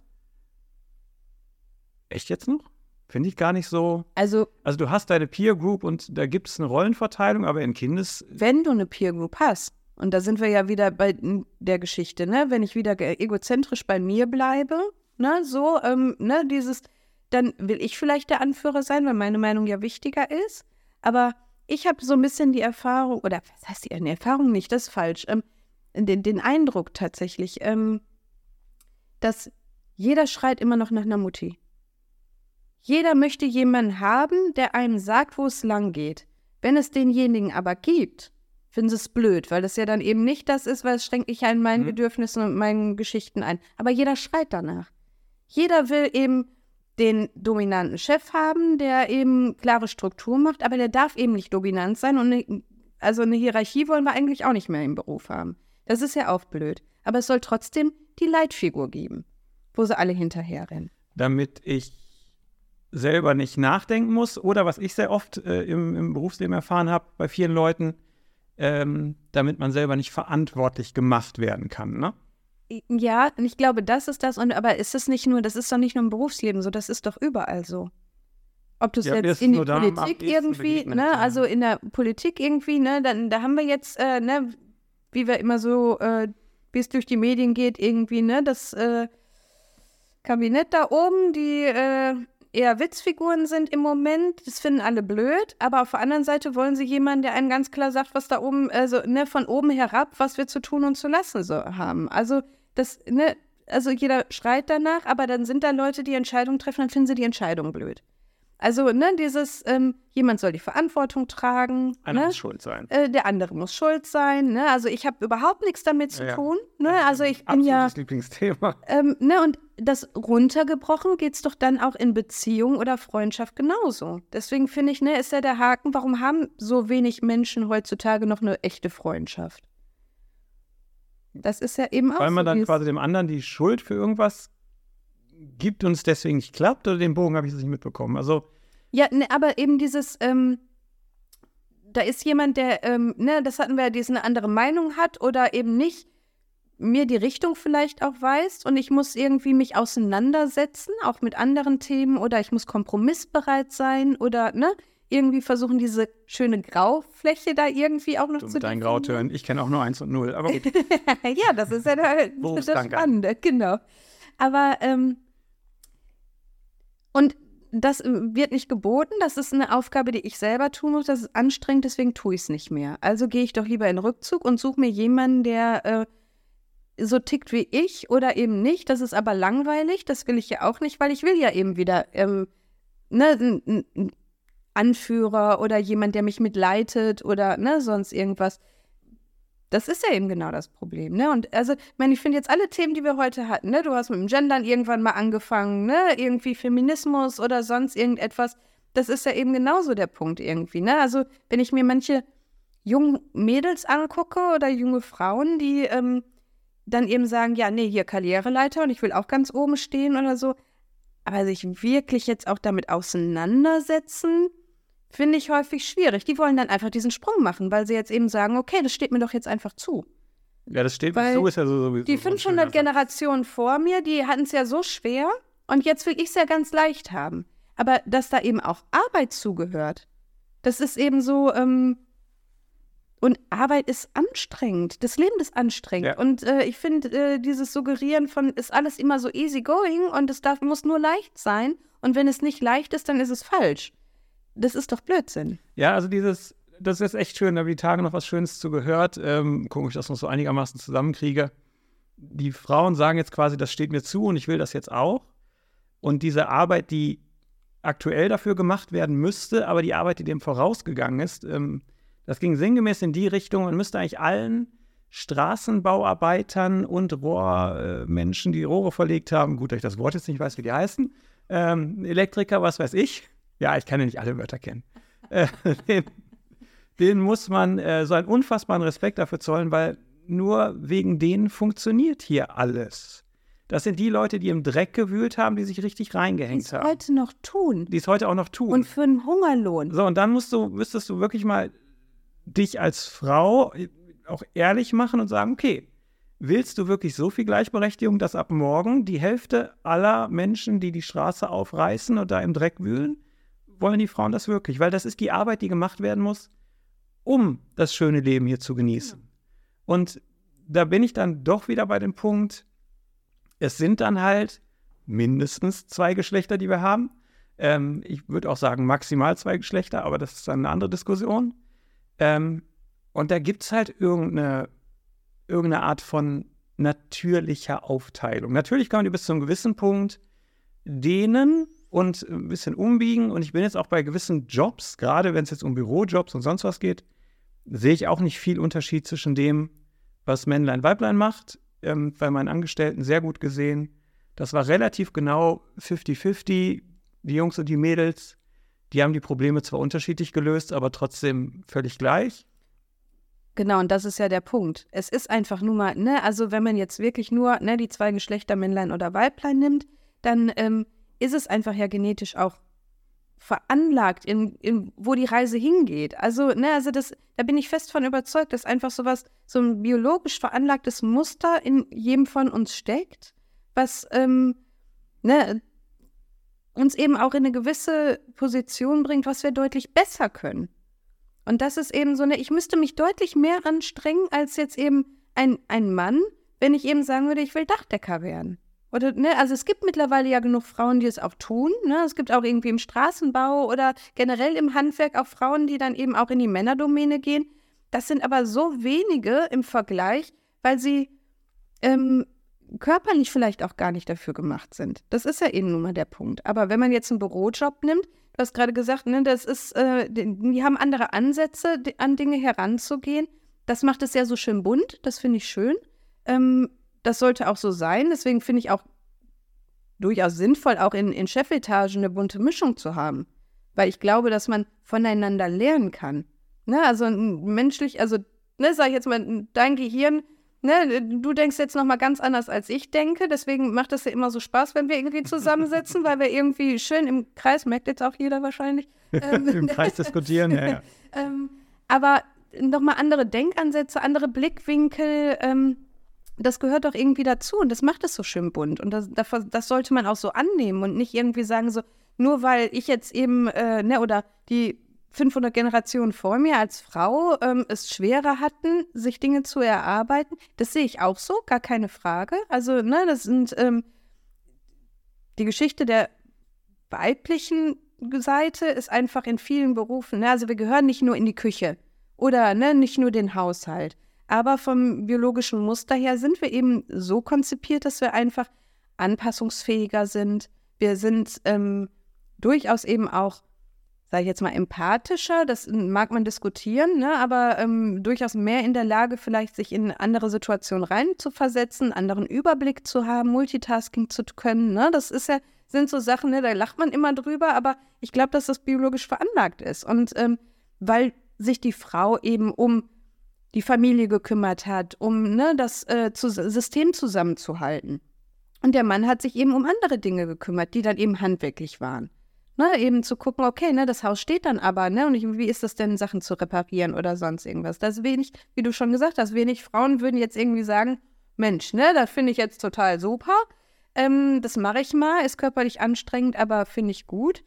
Echt jetzt noch? Finde ich gar nicht so. Also du hast deine Peer Group und da gibt es eine Rollenverteilung, aber in Wenn du eine Peer Group hast, und da sind wir ja wieder bei der Geschichte, ne? Wenn ich wieder egozentrisch bei mir bleibe, ne, so, ne, dann will ich vielleicht der Anführer sein, weil meine Meinung ja wichtiger ist. Aber ich habe so ein bisschen die Erfahrung, oder was heißt die Erfahrung nicht, das ist falsch, den Eindruck tatsächlich, dass jeder schreit immer noch nach einer Mutti. Jeder möchte jemanden haben, der einem sagt, wo es lang geht. Wenn es denjenigen aber gibt, finden sie es blöd, weil das ja dann eben nicht das ist, weil es schränkt mich ja in meinen Bedürfnissen und meinen Geschichten ein. Aber jeder schreit danach. Jeder will eben den dominanten Chef haben, der eben klare Struktur macht, aber der darf eben nicht dominant sein. Und eine Hierarchie wollen wir eigentlich auch nicht mehr im Beruf haben. Das ist ja auch blöd. Aber es soll trotzdem die Leitfigur geben, wo sie alle hinterherrennen. Damit ich selber nicht nachdenken muss oder was ich sehr oft im Berufsleben erfahren habe bei vielen Leuten, damit man selber nicht verantwortlich gemacht werden kann, ne? Ja, und ich glaube, das ist das. Aber ist es nicht nur, das ist doch nicht nur im Berufsleben so, das ist doch überall so. Ob du es jetzt in die Politik irgendwie, ne, also in der Politik irgendwie, ne, da haben wir jetzt, ne, wie wir immer so, wie es durch die Medien geht, irgendwie, ne, das Kabinett da oben, die eher Witzfiguren sind im Moment, das finden alle blöd, aber auf der anderen Seite wollen sie jemanden, der einem ganz klar sagt, was da oben, also ne, von oben herab, was wir zu tun und zu lassen so haben. Also das, ne, also jeder schreit danach, aber dann sind da Leute, die Entscheidungen treffen, dann finden sie die Entscheidung blöd. Also, ne, jemand soll die Verantwortung tragen. Einer muss schuld sein. Der andere muss schuld sein. Ne? Also, ich habe überhaupt nichts damit zu tun. Ne? Also, ich bin ja. Absolutes Lieblingsthema. Ne, und das runtergebrochen geht es doch dann auch in Beziehung oder Freundschaft genauso. Deswegen finde ich, ne, ist ja der Haken, warum haben so wenig Menschen heutzutage noch eine echte Freundschaft? Das ist ja eben auch Weil man dann quasi dem anderen die Schuld für irgendwas gibt und es deswegen nicht klappt, oder den Bogen habe ich das nicht mitbekommen. Also ja, ne, aber eben dieses, da ist jemand, der, ne, das hatten wir ja, eine andere Meinung hat oder eben nicht mir die Richtung vielleicht auch weist und ich muss irgendwie mich auseinandersetzen, auch mit anderen Themen oder ich muss kompromissbereit sein oder, ne, irgendwie versuchen, diese schöne Graufläche da irgendwie auch noch zu definieren. Mit deinen Grautönen. Ich kenne auch nur 1 und 0, aber gut. Ja, das ist ja das Spannende, genau. Aber, und das wird nicht geboten, das ist eine Aufgabe, die ich selber tun muss, das ist anstrengend, deswegen tue ich es nicht mehr. Also gehe ich doch lieber in Rückzug und suche mir jemanden, der so tickt wie ich oder eben nicht. Das ist aber langweilig, das will ich ja auch nicht, weil ich will ja eben wieder ne, ein Anführer oder jemand, der mich mitleitet oder ne, sonst irgendwas. Das ist ja eben genau das Problem, ne? Und also, ich meine, ich finde jetzt alle Themen, die wir heute hatten, ne? Du hast mit dem Gendern irgendwann mal angefangen, ne? Irgendwie Feminismus oder sonst irgendetwas. Das ist ja eben genauso der Punkt irgendwie, ne? Also, wenn ich mir manche jungen Mädels angucke oder junge Frauen, die dann eben sagen, ja, nee, hier Karriereleiter und ich will auch ganz oben stehen oder so. Aber sich wirklich jetzt auch damit auseinandersetzen, finde ich häufig schwierig. Die wollen dann einfach diesen Sprung machen, weil sie jetzt eben sagen, okay, das steht mir doch jetzt einfach zu. Ja, das steht mir zu, ist ja sowieso. Die 500 Generationen vor mir, die hatten es ja so schwer und jetzt will ich es ja ganz leicht haben. Aber dass da eben auch Arbeit zugehört, das ist eben so, und Arbeit ist anstrengend. Das Leben ist anstrengend. Ja. Und ich finde, dieses Suggerieren von, ist alles immer so easy going und es muss nur leicht sein. Und wenn es nicht leicht ist, dann ist es falsch. Das ist doch Blödsinn. Ja, also das ist echt schön, da habe ich die Tage noch was Schönes zu gehört. Gucke ich das noch so einigermaßen zusammenkriege. die Frauen sagen jetzt quasi, das steht mir zu und ich will das jetzt auch. Und diese Arbeit, die aktuell dafür gemacht werden müsste, aber die Arbeit, die dem vorausgegangen ist, das ging sinngemäß in die Richtung, man müsste eigentlich allen Straßenbauarbeitern und Rohrmenschen, die Rohre verlegt haben, gut, dass ich das Wort jetzt nicht weiß, wie die heißen, Elektriker, was weiß ich. Ja, ich kann ja nicht alle Wörter kennen. Den muss man so einen unfassbaren Respekt dafür zollen, weil nur wegen denen funktioniert hier alles. Das sind die Leute, die im Dreck gewühlt haben, die sich richtig reingehängt haben. Die es heute noch tun. Die es heute auch noch tun. Und für einen Hungerlohn. So, und dann müsstest du wirklich mal dich als Frau auch ehrlich machen und sagen, okay, willst du wirklich so viel Gleichberechtigung, dass ab morgen die Hälfte aller Menschen, die die Straße aufreißen und da im Dreck wühlen, wollen die Frauen das wirklich? Weil das ist die Arbeit, die gemacht werden muss, um das schöne Leben hier zu genießen. Ja. Und da bin ich dann doch wieder bei dem Punkt, es sind dann halt mindestens 2 Geschlechter, die wir haben. Ich würde auch sagen maximal 2 Geschlechter, aber das ist dann eine andere Diskussion. Und da gibt es halt irgendeine Art von natürlicher Aufteilung. Natürlich kann man die bis zu einem gewissen Punkt dehnen und ein bisschen umbiegen. Und ich bin jetzt auch bei gewissen Jobs, gerade wenn es jetzt um Bürojobs und sonst was geht, sehe ich auch nicht viel Unterschied zwischen dem, was Männlein, Weiblein macht. Bei meinen Angestellten sehr gut gesehen. Das war relativ genau 50-50. Die Jungs und die Mädels, die haben die Probleme zwar unterschiedlich gelöst, aber trotzdem völlig gleich. Genau, und das ist ja der Punkt. Es ist einfach nur mal, ne, also wenn man jetzt wirklich nur die 2 Geschlechter, Männlein oder Weiblein nimmt, dann ist es einfach ja genetisch auch veranlagt, wo die Reise hingeht. Also, da bin ich fest von überzeugt, dass einfach so ein biologisch veranlagtes Muster in jedem von uns steckt, was uns eben auch in eine gewisse Position bringt, was wir deutlich besser können. Und das ist eben so ich müsste mich deutlich mehr anstrengen, als jetzt eben ein Mann, wenn ich eben sagen würde, ich will Dachdecker werden. Oder, also es gibt mittlerweile ja genug Frauen, die es auch tun. Es gibt auch irgendwie im Straßenbau oder generell im Handwerk auch Frauen, die dann eben auch in die Männerdomäne gehen. Das sind aber so wenige im Vergleich, weil sie körperlich vielleicht auch gar nicht dafür gemacht sind. Das ist ja eben nun mal der Punkt. Aber wenn man jetzt einen Bürojob nimmt, du hast gerade gesagt, das ist, die haben andere Ansätze, an Dinge heranzugehen. Das macht es ja so schön bunt, das finde ich schön. Das sollte auch so sein. Deswegen finde ich auch durchaus sinnvoll, auch in Chefetagen eine bunte Mischung zu haben. Weil ich glaube, dass man voneinander lernen kann. Also menschlich, sag ich jetzt mal, dein Gehirn, du denkst jetzt nochmal ganz anders, als ich denke. Deswegen macht das ja immer so Spaß, wenn wir irgendwie zusammensitzen, weil wir irgendwie schön im Kreis, merkt jetzt auch jeder wahrscheinlich. Im Kreis diskutieren, ja. Aber nochmal andere Denkansätze, andere Blickwinkel, das gehört doch irgendwie dazu und das macht es so schön bunt. Und das sollte man auch so annehmen und nicht irgendwie sagen, so, nur weil ich jetzt eben, oder die 500 Generationen vor mir als Frau es schwerer hatten, sich Dinge zu erarbeiten. Das sehe ich auch so, gar keine Frage. Also, das sind die Geschichte der weiblichen Seite ist einfach in vielen Berufen, also wir gehören nicht nur in die Küche oder nicht nur den Haushalt. Aber vom biologischen Muster her sind wir eben so konzipiert, dass wir einfach anpassungsfähiger sind. Wir sind durchaus eben auch, sage ich jetzt mal, empathischer. Das mag man diskutieren, aber durchaus mehr in der Lage, vielleicht sich in andere Situationen reinzuversetzen, anderen Überblick zu haben, Multitasking zu können. Das sind so Sachen, da lacht man immer drüber, aber ich glaube, dass das biologisch veranlagt ist. Und weil sich die Frau eben um die Familie gekümmert hat, um das System zusammenzuhalten. Und der Mann hat sich eben um andere Dinge gekümmert, die dann eben handwerklich waren. Eben zu gucken, okay, das Haus steht dann aber, und wie ist das denn, Sachen zu reparieren oder sonst irgendwas. Das ist wenig, wie du schon gesagt hast, wenig Frauen würden jetzt irgendwie sagen, Mensch, das finde ich jetzt total super, das mache ich mal, ist körperlich anstrengend, aber finde ich gut.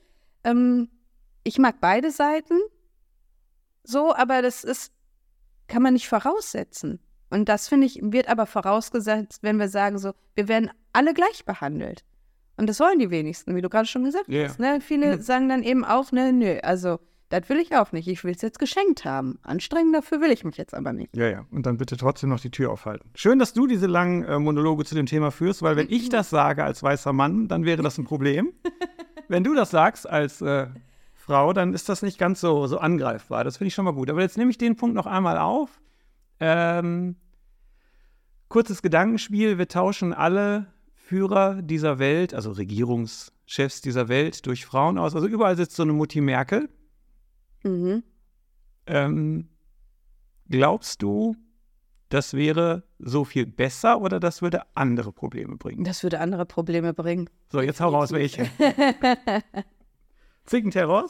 Ich mag beide Seiten so, aber kann man nicht voraussetzen. Und das, finde ich, wird aber vorausgesetzt, wenn wir sagen so, wir werden alle gleich behandelt. Und das wollen die wenigsten, wie du gerade schon gesagt hast. Viele sagen dann eben auch, nö, also Das will ich auch nicht. Ich will es jetzt geschenkt haben. Anstrengend dafür will ich mich jetzt aber nicht. Ja. Und dann bitte trotzdem noch die Tür aufhalten. Schön, dass du diese langen Monologe zu dem Thema führst, weil wenn ich das sage als weißer Mann, dann wäre das ein Problem. Wenn du das sagst als Frau, dann ist das nicht ganz so angreifbar. Das finde ich schon mal gut. Aber jetzt nehme ich den Punkt noch einmal auf. Kurzes Gedankenspiel. Wir tauschen alle Führer dieser Welt, also Regierungschefs dieser Welt, durch Frauen aus. Also überall sitzt so eine Mutti Merkel. Mhm. Glaubst du, das wäre so viel besser oder das würde andere Probleme bringen? Das würde andere Probleme bringen. So, jetzt hau raus, welche. Zickenterror?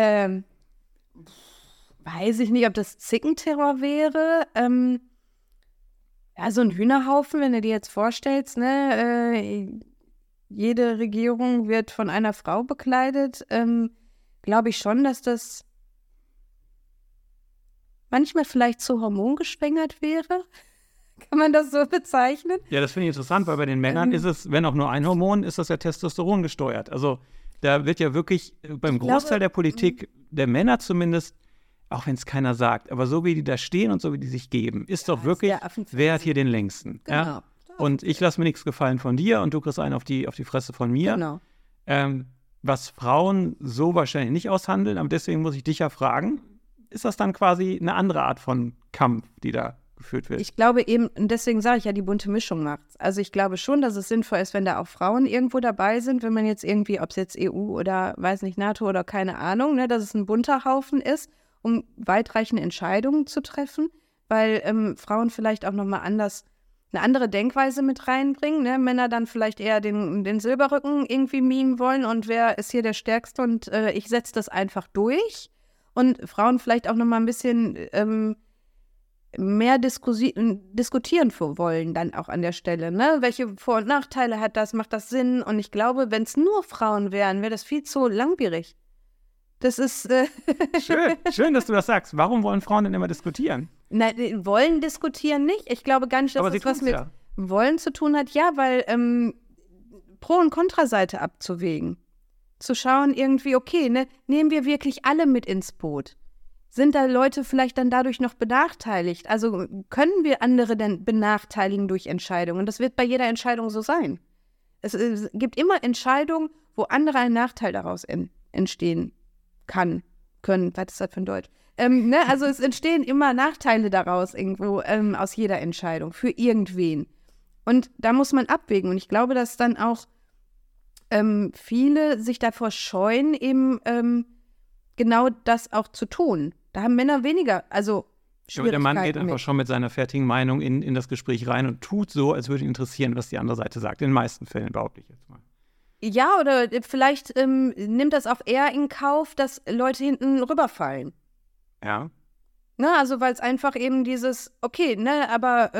Weiß ich nicht, ob das Zickenterror wäre. Ja, so ein Hühnerhaufen, wenn du dir jetzt vorstellst, ne, jede Regierung wird von einer Frau bekleidet, glaube ich schon, dass das manchmal vielleicht zu hormongeschwängert wäre. Kann man das so bezeichnen? Ja, das finde ich interessant, weil bei den Männern ist es, wenn auch nur ein Hormon, ist das ja Testosteron gesteuert. Also da wird ja wirklich beim Großteil der Politik, der Männer zumindest, auch wenn es keiner sagt, aber so wie die da stehen und so wie die sich geben, ist doch wirklich, wer hat hier den längsten? Genau. Ja? Und ich lasse mir nichts gefallen von dir und du kriegst einen auf die Fresse von mir. Genau. Was Frauen so wahrscheinlich nicht aushandeln, aber deswegen muss ich dich ja fragen, ist das dann quasi eine andere Art von Kampf, die da geführt wird? Ich glaube eben, und deswegen sage ich ja, die bunte Mischung macht's. Also ich glaube schon, dass es sinnvoll ist, wenn da auch Frauen irgendwo dabei sind, wenn man jetzt irgendwie, ob es jetzt EU oder, weiß nicht, NATO oder keine Ahnung, ne, dass es ein bunter Haufen ist, um weitreichende Entscheidungen zu treffen, weil Frauen vielleicht auch nochmal anders eine andere Denkweise mit reinbringen, ne? Männer dann vielleicht eher den Silberrücken irgendwie mimen wollen und wer ist hier der Stärkste und ich setze das einfach durch. Und Frauen vielleicht auch nochmal ein bisschen mehr diskutieren wollen dann auch an der Stelle, ne? Welche Vor- und Nachteile hat das, macht das Sinn? Und ich glaube, wenn es nur Frauen wären, wäre das viel zu langwierig. Das ist Schön, dass du das sagst. Warum wollen Frauen denn immer diskutieren? Nein, wollen diskutieren nicht. Ich glaube gar nicht, dass das was mit Wollen zu tun hat. Ja, weil Pro- und Kontraseite abzuwägen. Zu schauen irgendwie, okay, ne, nehmen wir wirklich alle mit ins Boot? Sind da Leute vielleicht dann dadurch noch benachteiligt? Also können wir andere denn benachteiligen durch Entscheidungen? Und das wird bei jeder Entscheidung so sein. Es gibt immer Entscheidungen, wo andere ein Nachteil daraus entstehen können. Was ist das für ein Deutsch? Ne? Also es entstehen immer Nachteile daraus irgendwo aus jeder Entscheidung für irgendwen. Und da muss man abwägen. Und ich glaube, dass dann auch viele sich davor scheuen, eben genau das auch zu tun. Da haben Männer weniger, also aber der Mann geht einfach schon mit seiner fertigen Meinung in das Gespräch rein und tut so, als würde ihn interessieren, was die andere Seite sagt. In den meisten Fällen, behaupte ich jetzt mal. Ja, oder vielleicht nimmt das auch eher in Kauf, dass Leute hinten rüberfallen. Ja. Ne, also weil es einfach eben dieses, okay, ne, aber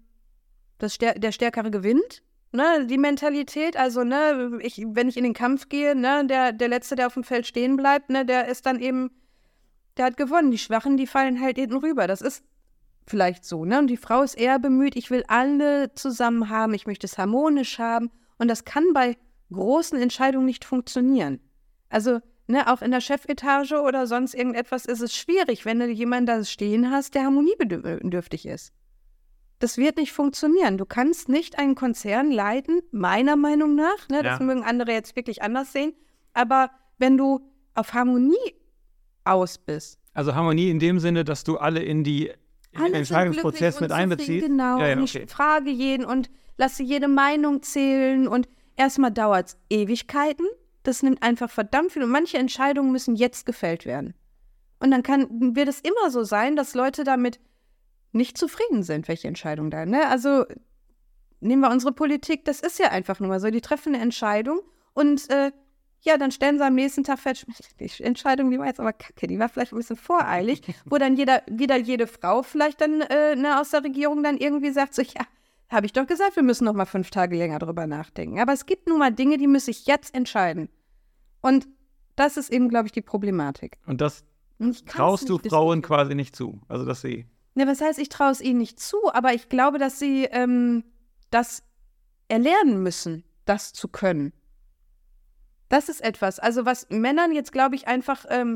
der Stärkere gewinnt, ne, die Mentalität, also, ne, wenn ich in den Kampf gehe, ne, der Letzte, der auf dem Feld stehen bleibt, ne, der ist dann eben, der hat gewonnen. Die Schwachen, die fallen halt hinten rüber. Das ist vielleicht so, ne, und die Frau ist eher bemüht, ich will alle zusammen haben, ich möchte es harmonisch haben und das kann bei großen Entscheidungen nicht funktionieren. Also, ne, auch in der Chefetage oder sonst irgendetwas ist es schwierig, wenn du jemanden da stehen hast, der harmoniebedürftig ist. Das wird nicht funktionieren. Du kannst nicht einen Konzern leiten, meiner Meinung nach, ne, das mögen andere jetzt wirklich anders sehen, aber wenn du auf Harmonie aus bist. Also Harmonie in dem Sinne, dass du alle in den Entscheidungsprozess mit einbeziehst. Genau, und ich frage jeden und lasse jede Meinung zählen und erstmal dauert es Ewigkeiten. Das nimmt einfach verdammt viel und manche Entscheidungen müssen jetzt gefällt werden. Und dann wird es immer so sein, dass Leute damit nicht zufrieden sind, welche Entscheidung da, ne? Also nehmen wir unsere Politik, das ist ja einfach nur mal so, die treffen eine Entscheidung und dann stellen sie am nächsten Tag fest, die Entscheidung, die war jetzt aber kacke, die war vielleicht ein bisschen voreilig, wo dann jede Frau vielleicht dann aus der Regierung dann irgendwie sagt so, ja, habe ich doch gesagt, wir müssen noch mal 5 Tage länger drüber nachdenken. Aber es gibt nun mal Dinge, die muss ich jetzt entscheiden. Und das ist eben, glaube ich, die Problematik. Und das traust du Frauen quasi nicht zu? Also, dass sie... Ne, was heißt, ich traue es ihnen nicht zu, aber ich glaube, dass sie das erlernen müssen, das zu können. Das ist etwas, also was Männern jetzt, glaube ich, einfach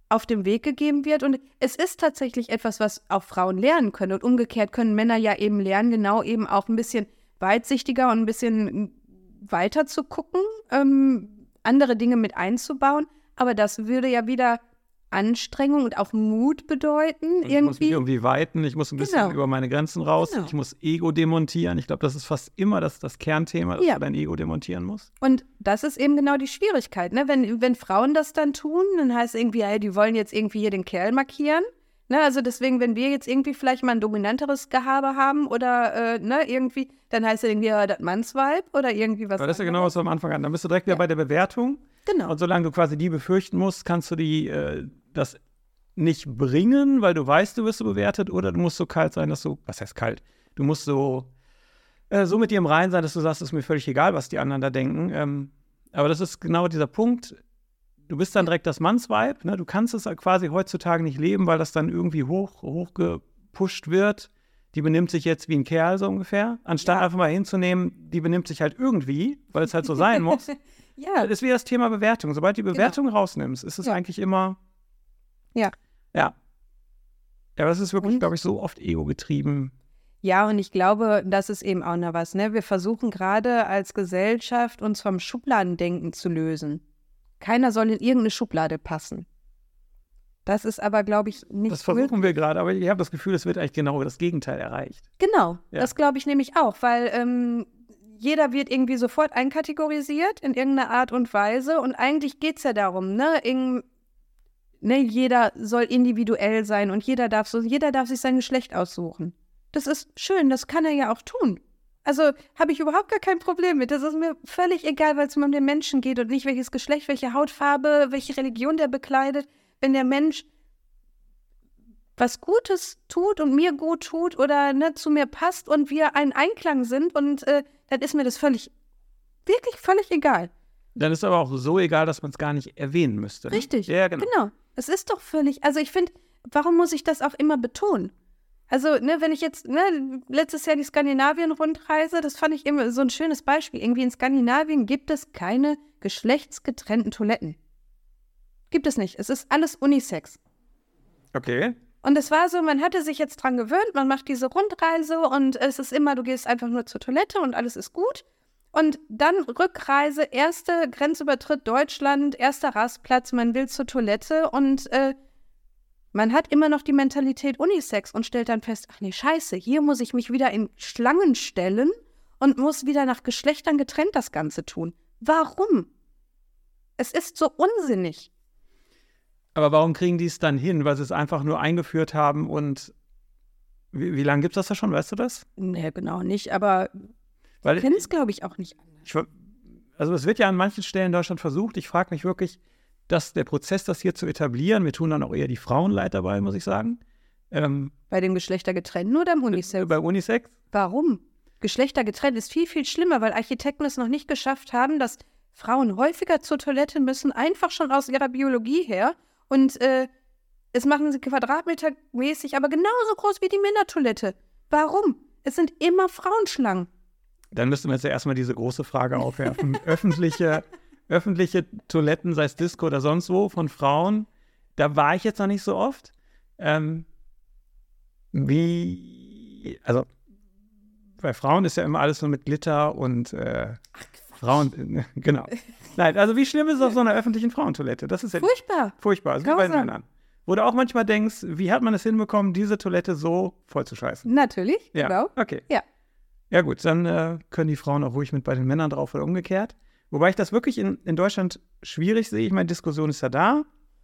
auf den Weg gegeben wird. Und es ist tatsächlich etwas, was auch Frauen lernen können. Und umgekehrt können Männer ja eben lernen, genau eben auch ein bisschen weitsichtiger und ein bisschen weiter zu gucken, andere Dinge mit einzubauen. Aber das würde ja wieder Anstrengung und auch Mut bedeuten. Ich muss mich irgendwie weiten, ich muss ein bisschen über meine Grenzen raus, ich muss Ego demontieren. Ich glaube, das ist fast immer das Kernthema, dass du dein Ego demontieren musst. Und das ist eben genau die Schwierigkeit. Ne? Wenn Frauen das dann tun, dann heißt es irgendwie, die wollen jetzt irgendwie hier den Kerl markieren. Ne? Also deswegen, wenn wir jetzt irgendwie vielleicht mal ein dominanteres Gehabe haben oder irgendwie, dann heißt es irgendwie das Mannsweib oder irgendwie was. Aber das ist ja genau, was wir am Anfang hatten. Dann bist du direkt wieder bei der Bewertung. Genau. Und solange du quasi die befürchten musst, kannst du das nicht bringen, weil du weißt, du wirst so bewertet, oder du musst so kalt sein, dass du, was heißt kalt? Du musst so mit dir im Reinen sein, dass du sagst, es ist mir völlig egal, was die anderen da denken. Aber das ist genau dieser Punkt. Du bist dann direkt das Mannsweib, ne? Du kannst es quasi heutzutage nicht leben, weil das dann irgendwie hochgepusht wird. Die benimmt sich jetzt wie ein Kerl so ungefähr, anstatt einfach mal hinzunehmen, die benimmt sich halt irgendwie, weil es halt so sein muss. Ja. Das ist wie das Thema Bewertung. Sobald du die Bewertung rausnimmst, ist es eigentlich immer. Ja. Ja, aber das ist wirklich, glaube ich, so oft ego-getrieben. Ja, und ich glaube, das ist eben auch noch was. Ne? Wir versuchen gerade als Gesellschaft, uns vom Schubladendenken zu lösen. Keiner soll in irgendeine Schublade passen. Das ist aber, glaube ich, nicht. Das versuchen wir gerade, aber ich habe das Gefühl, es wird eigentlich genau das Gegenteil erreicht. Genau, das glaube ich nämlich auch, weil jeder wird irgendwie sofort einkategorisiert in irgendeiner Art und Weise. Und eigentlich geht es ja darum, jeder soll individuell sein und jeder darf sich sein Geschlecht aussuchen. Das ist schön, das kann er ja auch tun. Also habe ich überhaupt gar kein Problem mit. Das ist mir völlig egal, weil es um den Menschen geht und nicht welches Geschlecht, welche Hautfarbe, welche Religion der bekleidet. Wenn der Mensch was Gutes tut und mir gut tut oder zu mir passt und wir ein Einklang sind, und dann ist mir das wirklich völlig egal. Dann ist aber auch so egal, dass man es gar nicht erwähnen müsste. Ne? Richtig, ja, genau. Es ist doch völlig, also ich finde, warum muss ich das auch immer betonen? Also, wenn ich jetzt, letztes Jahr die Skandinavien-Rundreise, das fand ich immer so ein schönes Beispiel. Irgendwie in Skandinavien gibt es keine geschlechtsgetrennten Toiletten. Gibt es nicht. Es ist alles Unisex. Okay. Und es war so, man hatte sich jetzt dran gewöhnt, man macht diese Rundreise und es ist immer, du gehst einfach nur zur Toilette und alles ist gut. Und dann Rückreise, erste Grenzübertritt Deutschland, erster Rastplatz, man will zur Toilette und man hat immer noch die Mentalität Unisex und stellt dann fest, ach nee, scheiße, hier muss ich mich wieder in Schlangen stellen und muss wieder nach Geschlechtern getrennt das Ganze tun. Warum? Es ist so unsinnig. Aber warum kriegen die es dann hin? Weil sie es einfach nur eingeführt haben und wie lange gibt es das da schon, weißt du das? Nee, genau nicht, aber ich kenne es, glaube ich, auch nicht anders. Also es wird ja an manchen Stellen in Deutschland versucht. Ich frage mich wirklich, dass der Prozess, das hier zu etablieren, mir tun dann auch eher die Frauen leid dabei, muss ich sagen. Bei dem Geschlechtergetrennten oder im Unisex? Bei Unisex. Warum? Geschlechtergetrennt ist viel, viel schlimmer, weil Architekten es noch nicht geschafft haben, dass Frauen häufiger zur Toilette müssen, einfach schon aus ihrer Biologie her. Und es machen sie quadratmetermäßig, aber genauso groß wie die Männertoilette. Warum? Es sind immer Frauenschlangen. Dann müssten wir jetzt ja erstmal diese große Frage aufwerfen. öffentliche Toiletten, sei es Disco oder sonst wo, von Frauen, da war ich jetzt noch nicht so oft. Also bei Frauen ist ja immer alles nur mit Glitter und Frauen, genau. Nein, also wie schlimm ist es auf so einer öffentlichen Frauentoilette? Das ist ja furchtbar. Furchtbar, also wie bei den Männern. Wo du auch manchmal denkst, wie hat man es hinbekommen, diese Toilette so voll zu scheißen? Natürlich, ja. Genau. Okay. Ja. Ja gut, dann können die Frauen auch ruhig mit bei den Männern drauf oder umgekehrt. Wobei ich das wirklich in Deutschland schwierig sehe. Ich meine, Diskussion ist ja da.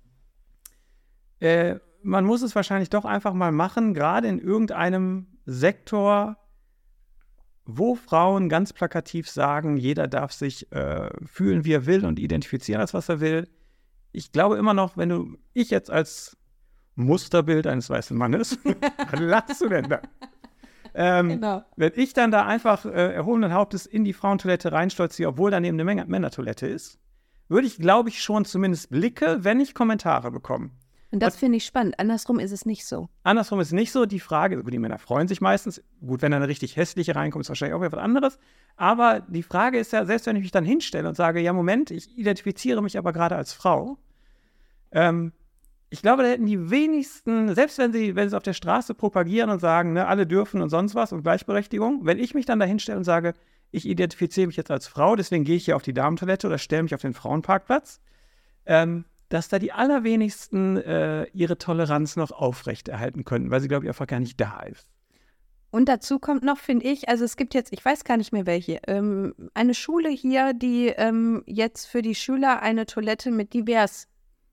Man muss es wahrscheinlich doch einfach mal machen, gerade in irgendeinem Sektor, wo Frauen ganz plakativ sagen, jeder darf sich fühlen, wie er will und identifizieren, als was er will. Ich glaube immer noch, ich jetzt als Musterbild eines weißen Mannes, was lachst du denn da? Genau. Wenn ich dann da einfach erhobenen Hauptes in die Frauentoilette reinstolziere, obwohl daneben eine Männertoilette ist, würde ich, glaube ich, schon zumindest Blicke, wenn ich Kommentare bekomme. Und das finde ich spannend. Andersrum ist es nicht so. Andersrum ist es nicht so. Die Frage, die Männer freuen sich meistens. Gut, wenn da eine richtig hässliche reinkommt, ist wahrscheinlich auch wieder was anderes. Aber die Frage ist ja, selbst wenn ich mich dann hinstelle und sage, ja, Moment, ich identifiziere mich aber gerade als Frau. Ich Ich glaube, da hätten die wenigsten, selbst wenn sie es auf der Straße propagieren und sagen, ne, alle dürfen und sonst was und Gleichberechtigung, wenn ich mich dann dahin stelle und sage, ich identifiziere mich jetzt als Frau, deswegen gehe ich hier auf die Damentoilette oder stelle mich auf den Frauenparkplatz, dass da die allerwenigsten ihre Toleranz noch aufrechterhalten könnten, weil sie, glaube ich, einfach gar nicht da ist. Und dazu kommt noch, finde ich, also es gibt jetzt, ich weiß gar nicht mehr welche, eine Schule hier, die jetzt für die Schüler eine Toilette mit divers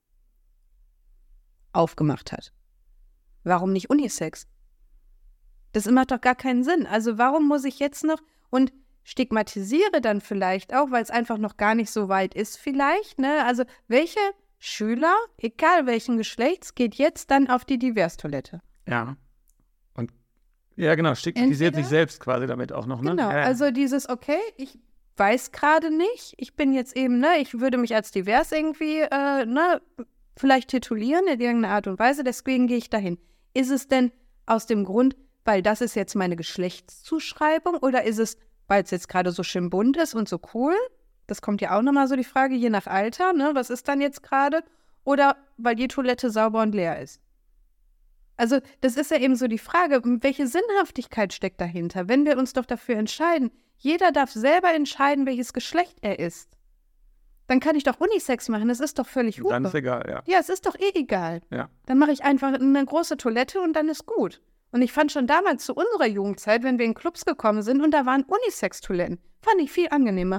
aufgemacht hat. Warum nicht Unisex? Das macht doch gar keinen Sinn. Also warum muss ich jetzt noch und stigmatisiere dann vielleicht auch, weil es einfach noch gar nicht so weit ist vielleicht, ne? Also welche Schüler, egal welchen Geschlechts, geht jetzt dann auf die Diverstoilette? Ja. Und ja, genau, stigmatisiert Entweder, sich selbst quasi damit auch noch, ne? Genau, Ja. also dieses, okay, ich weiß gerade nicht, ich bin jetzt eben, ne, ich würde mich als divers irgendwie, ne, vielleicht titulieren in irgendeiner Art und Weise, deswegen gehe ich dahin. Ist es denn aus dem Grund, weil das ist jetzt meine Geschlechtszuschreibung oder ist es, weil es jetzt gerade so schön bunt ist und so cool? Das kommt ja auch nochmal so die Frage, je nach Alter, ne, was ist dann jetzt gerade? Oder weil die Toilette sauber und leer ist? Also das ist ja eben so die Frage, welche Sinnhaftigkeit steckt dahinter? Wenn wir uns doch dafür entscheiden, jeder darf selber entscheiden, welches Geschlecht er ist. Dann kann ich doch Unisex machen, das ist doch völlig Hupe. Dann ist egal, ja. Ja, es ist doch egal. Ja. Dann mache ich einfach eine große Toilette und dann ist gut. Und ich fand schon damals zu unserer Jugendzeit, wenn wir in Clubs gekommen sind und da waren Unisex-Toiletten, fand ich viel angenehmer.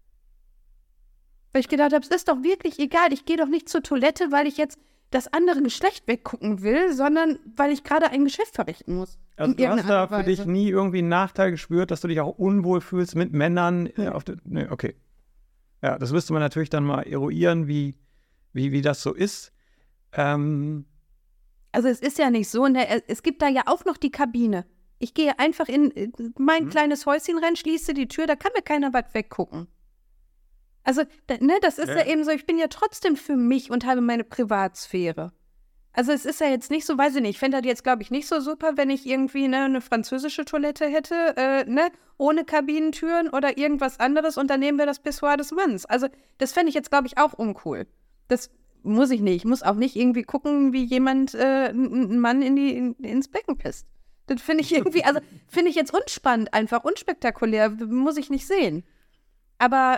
Weil ich gedacht habe, es ist doch wirklich egal, ich gehe doch nicht zur Toilette, weil ich jetzt das andere Geschlecht weggucken will, sondern weil ich gerade ein Geschäft verrichten muss. Also du hast da für dich nie irgendwie einen Nachteil gespürt, dass du dich auch unwohl fühlst mit Männern? Nee, okay. Ja, das müsste man natürlich dann mal eruieren, wie das so ist. Also es ist ja nicht so, ne, es gibt da ja auch noch die Kabine. Ich gehe einfach in mein kleines Häuschen rein, schließe die Tür, da kann mir keiner was weggucken. Also, ne, das ist ja eben so, ich bin ja trotzdem für mich und habe meine Privatsphäre. Also es ist ja jetzt nicht so, weiß ich nicht, ich fände das jetzt, glaube ich, nicht so super, wenn ich irgendwie eine französische Toilette hätte, ne, ohne Kabinentüren oder irgendwas anderes und dann nehmen wir das Pissoir des Manns. Also das fände ich jetzt, glaube ich, auch uncool. Das muss ich nicht. Ich muss auch nicht irgendwie gucken, wie jemand ein Mann ins Becken pisst. Das finde ich irgendwie, also finde ich jetzt unspannend, einfach unspektakulär, muss ich nicht sehen. Aber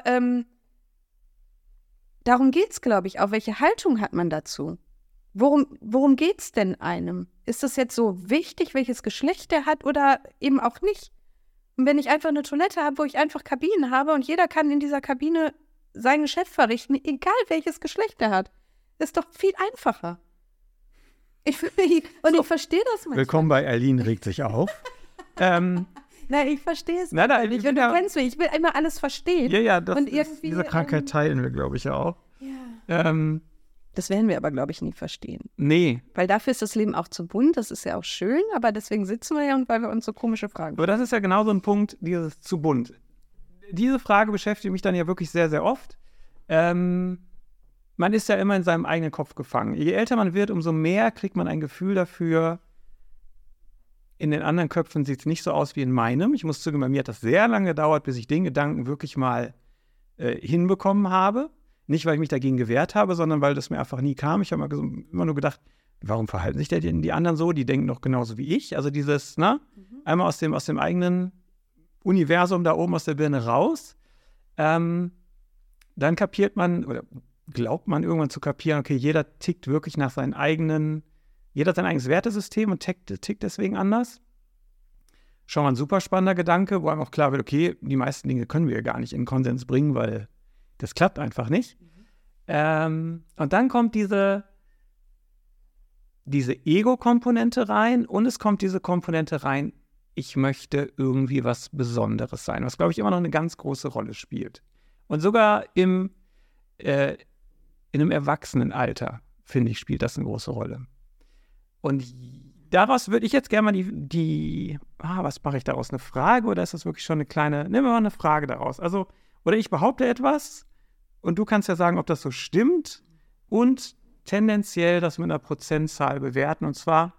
darum geht's, glaube ich, auch. Welche Haltung hat man dazu? Worum geht's denn einem? Ist das jetzt so wichtig, welches Geschlecht der hat oder eben auch nicht? Und wenn ich einfach eine Toilette habe, wo ich einfach Kabinen habe und jeder kann in dieser Kabine sein Geschäft verrichten, egal welches Geschlecht er hat, ist doch viel einfacher. Ich verstehe das manchmal. Willkommen bei Eileen regt sich auf. Nein, ich verstehe es nicht. Und du kennst mich, ich will immer alles verstehen. Ja, diese Krankheit teilen wir, glaube ich, ja auch. Ja. Das werden wir aber, glaube ich, nie verstehen. Nee. Weil dafür ist das Leben auch zu bunt, das ist ja auch schön, aber deswegen sitzen wir ja und weil wir uns so komische Fragen stellen. Aber das ist ja genau so ein Punkt, dieses zu bunt. Diese Frage beschäftigt mich dann ja wirklich sehr, sehr oft. Man ist ja immer in seinem eigenen Kopf gefangen. Je älter man wird, umso mehr kriegt man ein Gefühl dafür, in den anderen Köpfen sieht es nicht so aus wie in meinem. Ich muss zugeben, bei mir hat das sehr lange gedauert, bis ich den Gedanken wirklich mal hinbekommen habe. Nicht, weil ich mich dagegen gewehrt habe, sondern weil das mir einfach nie kam. Ich habe immer nur gedacht, warum verhalten sich denn die anderen so? Die denken doch genauso wie ich. Also dieses, einmal aus dem eigenen Universum da oben aus der Birne raus. Dann kapiert man, oder glaubt man irgendwann zu kapieren, okay, jeder tickt wirklich nach seinen eigenen, jeder hat sein eigenes Wertesystem und tickt deswegen anders. Schon mal ein super spannender Gedanke, wo einem auch klar wird, okay, die meisten Dinge können wir gar nicht in Konsens bringen, weil das klappt einfach nicht. Und dann kommt diese Ego-Komponente rein und es kommt diese Komponente rein, ich möchte irgendwie was Besonderes sein, was, glaube ich, immer noch eine ganz große Rolle spielt. Und sogar in einem Erwachsenenalter, finde ich, spielt das eine große Rolle. Und daraus würde ich jetzt gerne mal was mache ich daraus, eine Frage oder ist das wirklich schon nehmen wir mal eine Frage daraus. Also, oder ich behaupte etwas und du kannst ja sagen, ob das so stimmt und tendenziell das mit einer Prozentzahl bewerten und zwar,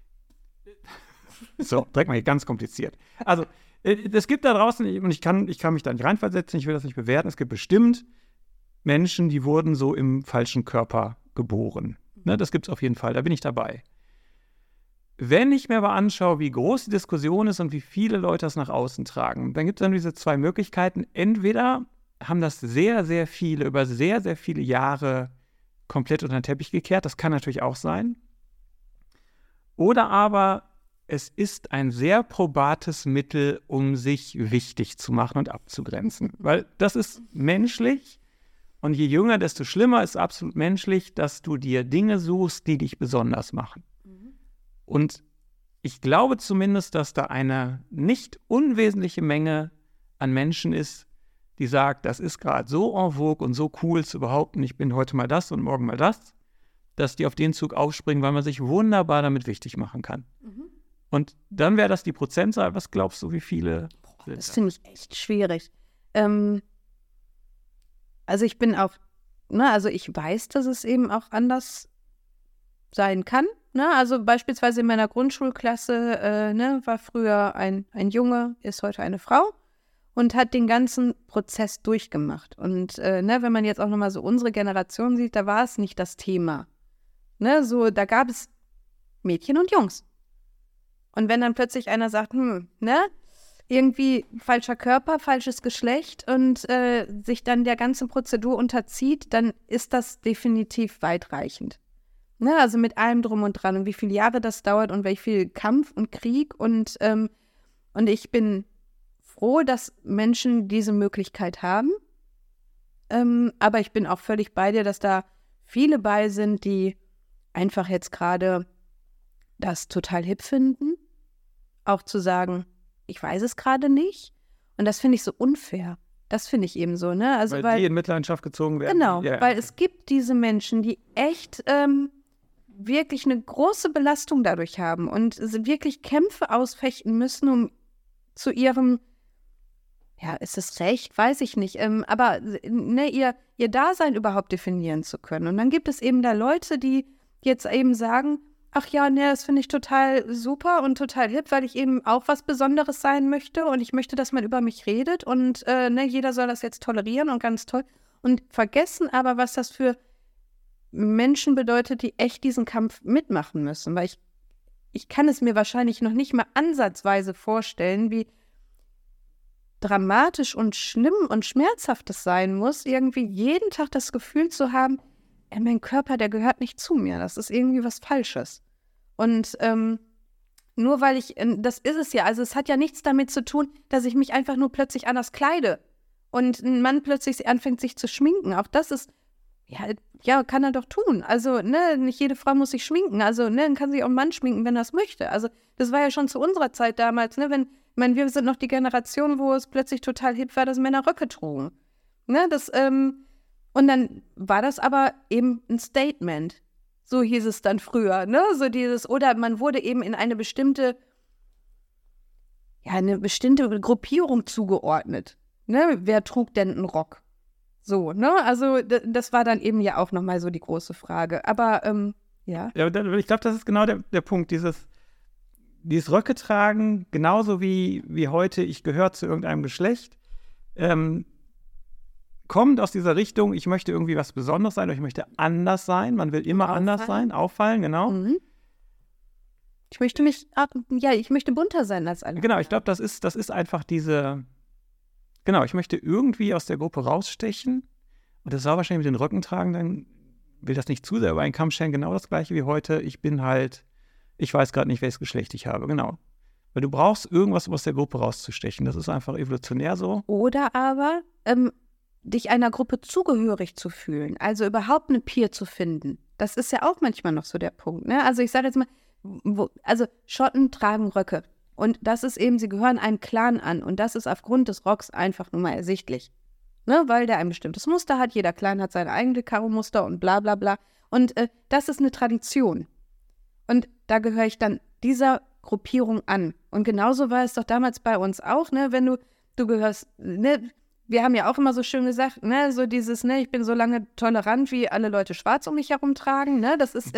so, direkt mal hier ganz kompliziert. Also, es gibt da draußen, und ich kann mich da nicht reinversetzen, ich will das nicht bewerten, es gibt bestimmt Menschen, die wurden so im falschen Körper geboren. Ne, das gibt es auf jeden Fall, da bin ich dabei. Wenn ich mir aber anschaue, wie groß die Diskussion ist und wie viele Leute das nach außen tragen, dann gibt es dann diese zwei Möglichkeiten. Entweder haben das sehr, sehr viele über sehr, sehr viele Jahre komplett unter den Teppich gekehrt. Das kann natürlich auch sein. Oder aber es ist ein sehr probates Mittel, um sich wichtig zu machen und abzugrenzen. Weil das ist menschlich. Und je jünger, desto schlimmer ist absolut menschlich, dass du dir Dinge suchst, die dich besonders machen. Und ich glaube zumindest, dass da eine nicht unwesentliche Menge an Menschen ist, die sagt, das ist gerade so en vogue und so cool zu behaupten, ich bin heute mal das und morgen mal das, dass die auf den Zug aufspringen, weil man sich wunderbar damit wichtig machen kann. Und dann wäre das die Prozentzahl. Was glaubst du, wie viele? Das finde ich echt schwierig. Also ich bin auch, also ich weiß, dass es eben auch anders sein kann. Also beispielsweise in meiner Grundschulklasse war früher ein Junge, ist heute eine Frau und hat den ganzen Prozess durchgemacht. Und wenn man jetzt auch nochmal so unsere Generation sieht, da war es nicht das Thema. Da gab es Mädchen und Jungs. Und wenn dann plötzlich einer sagt, irgendwie falscher Körper, falsches Geschlecht und sich dann der ganzen Prozedur unterzieht, dann ist das definitiv weitreichend. Also mit allem drum und dran und wie viele Jahre das dauert und wie viel Kampf und Krieg und ich bin froh, dass Menschen diese Möglichkeit haben, aber ich bin auch völlig bei dir, dass da viele bei sind, die einfach jetzt gerade das total hip finden, auch zu sagen, ich weiß es gerade nicht und das finde ich so unfair. Das finde ich eben so, Also, weil die in Mitleidenschaft gezogen werden. Genau, weil es gibt diese Menschen, die echt wirklich eine große Belastung dadurch haben und wirklich Kämpfe ausfechten müssen, um zu ihrem, ist es Recht, weiß ich nicht, aber ihr Dasein überhaupt definieren zu können. Und dann gibt es eben da Leute, die jetzt eben sagen, ach ja, das finde ich total super und total hip, weil ich eben auch was Besonderes sein möchte und ich möchte, dass man über mich redet und jeder soll das jetzt tolerieren und ganz toll. Und vergessen aber, was das für Menschen bedeutet, die echt diesen Kampf mitmachen müssen. Weil ich kann es mir wahrscheinlich noch nicht mal ansatzweise vorstellen, wie dramatisch und schlimm und schmerzhaft es sein muss, irgendwie jeden Tag das Gefühl zu haben, mein Körper, der gehört nicht zu mir. Das ist irgendwie was Falsches. Und nur weil das ist es ja, also es hat ja nichts damit zu tun, dass ich mich einfach nur plötzlich anders kleide und ein Mann plötzlich anfängt, sich zu schminken. Auch das ist, ja, kann er doch tun. Also, nicht jede Frau muss sich schminken. Also, dann kann sich auch ein Mann schminken, wenn er es möchte. Also, das war ja schon zu unserer Zeit damals, wir sind noch die Generation, wo es plötzlich total hip war, dass Männer Röcke trugen. Und dann war das aber eben ein Statement. So hieß es dann früher, so dieses, oder man wurde eben in eine bestimmte Gruppierung zugeordnet. Wer trug denn einen Rock? So, also das war dann eben ja auch nochmal so die große Frage. Aber, ja. Ja, ich glaube, das ist genau der Punkt, dieses Röcke tragen, genauso wie heute, ich gehöre zu irgendeinem Geschlecht, kommt aus dieser Richtung, ich möchte irgendwie was Besonderes sein oder ich möchte anders sein. Man will immer anders sein, auffallen, genau. Mhm. Ich möchte bunter sein als alle. Genau, ich glaube, das ist einfach ich möchte irgendwie aus der Gruppe rausstechen. Und das war wahrscheinlich mit den Röcken tragen, dann will das nicht zu sehr über einen Kamm scheren, genau das Gleiche wie heute. Ich weiß gerade nicht, welches Geschlecht ich habe, genau. Weil du brauchst irgendwas, um aus der Gruppe rauszustechen. Das ist einfach evolutionär so. Oder aber dich einer Gruppe zugehörig zu fühlen, also überhaupt eine Peer zu finden. Das ist ja auch manchmal noch so der Punkt. Also ich sage jetzt mal, Schotten tragen Röcke. Und das ist eben, sie gehören einem Clan an. Und das ist aufgrund des Rocks einfach nur mal ersichtlich. Weil der ein bestimmtes Muster hat. Jeder Clan hat seine eigene Karo-Muster und bla bla bla. Und das ist eine Tradition. Und da gehöre ich dann dieser Gruppierung an. Und genauso war es doch damals bei uns auch, wenn du gehörst, wir haben ja auch immer so schön gesagt, so dieses, ich bin so lange tolerant, wie alle Leute schwarz um mich herum tragen, das ist,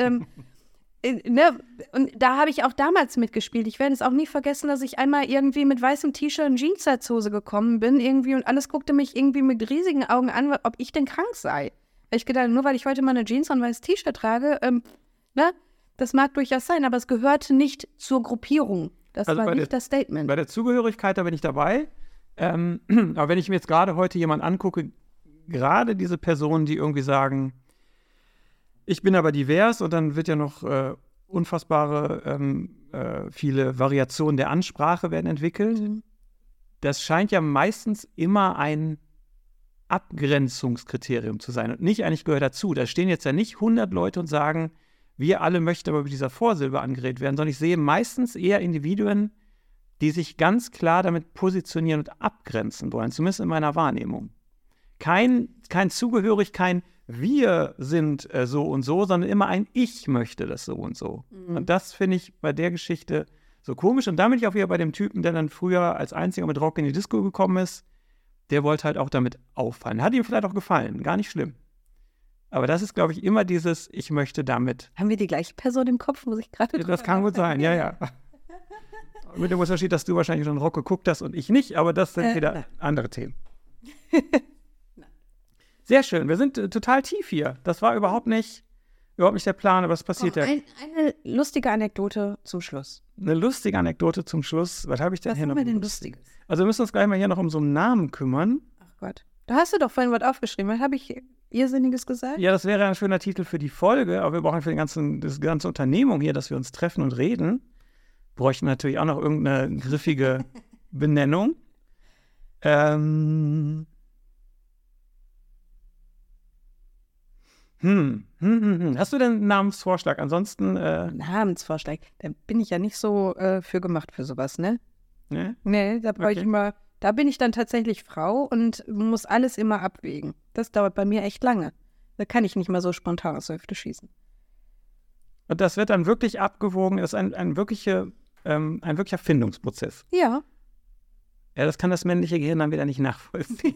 und da habe ich auch damals mitgespielt. Ich werde es auch nie vergessen, dass ich einmal irgendwie mit weißem T-Shirt und Jeanshose gekommen bin irgendwie und alles guckte mich irgendwie mit riesigen Augen an, ob ich denn krank sei. Habe ich gedacht, nur weil ich heute mal eine Jeans und ein weißes T-Shirt trage, ne, das mag durchaus sein, aber es gehörte nicht zur Gruppierung. Das Also war nicht das Statement. Bei der Zugehörigkeit, da bin ich dabei. Aber wenn ich mir jetzt gerade heute jemanden angucke, gerade diese Personen, die irgendwie sagen, ich bin aber divers, und dann wird ja noch unfassbare viele Variationen der Ansprache werden entwickelt. Das scheint ja meistens immer ein Abgrenzungskriterium zu sein und nicht eigentlich gehört dazu. Da stehen jetzt ja nicht 100 Leute und sagen, wir alle möchten aber mit dieser Vorsilbe angeredet werden, sondern ich sehe meistens eher Individuen, die sich ganz klar damit positionieren und abgrenzen wollen, zumindest in meiner Wahrnehmung. Kein zugehörig, kein wir sind so und so, sondern immer ein ich möchte das so und so. Und das finde ich bei der Geschichte so komisch. Und da bin ich auch wieder bei dem Typen, der dann früher als einziger mit Rock in die Disco gekommen ist. Der wollte halt auch damit auffallen. Hat ihm vielleicht auch gefallen, gar nicht schlimm. Aber das ist, glaube ich, immer dieses, ich möchte damit. Haben wir die gleiche Person im Kopf, muss ich gerade Das kann gut sein, ja. Mit dem Unterschied, dass du wahrscheinlich schon Rock geguckt hast und ich nicht, aber das sind wieder andere Themen. Sehr schön, wir sind total tief hier. Das war überhaupt nicht der Plan, aber es passiert ja. Eine lustige Anekdote zum Schluss. Eine lustige Anekdote zum Schluss. Was habe ich denn Was hier noch? Was haben wir denn Lustiges? Also wir müssen uns gleich mal hier noch um so einen Namen kümmern. Ach Gott. Da hast du doch vorhin was aufgeschrieben. Was habe ich Irrsinniges gesagt? Ja, das wäre ein schöner Titel für die Folge, aber wir brauchen für das ganze Unternehmung hier, dass wir uns treffen und reden, bräuchten natürlich auch noch irgendeine griffige Benennung. Hast du denn einen Namensvorschlag? Ansonsten. Namensvorschlag. Da bin ich ja nicht so für gemacht für sowas, ne? Ne? Nee, da brauche ich immer. Da bin ich dann tatsächlich Frau und muss alles immer abwägen. Das dauert bei mir echt lange. Da kann ich nicht mal so spontan aus der Hüfte schießen. Und das wird dann wirklich abgewogen. Das ist ein wirklicher Findungsprozess. Ja. Ja, das kann das männliche Gehirn dann wieder nicht nachvollziehen.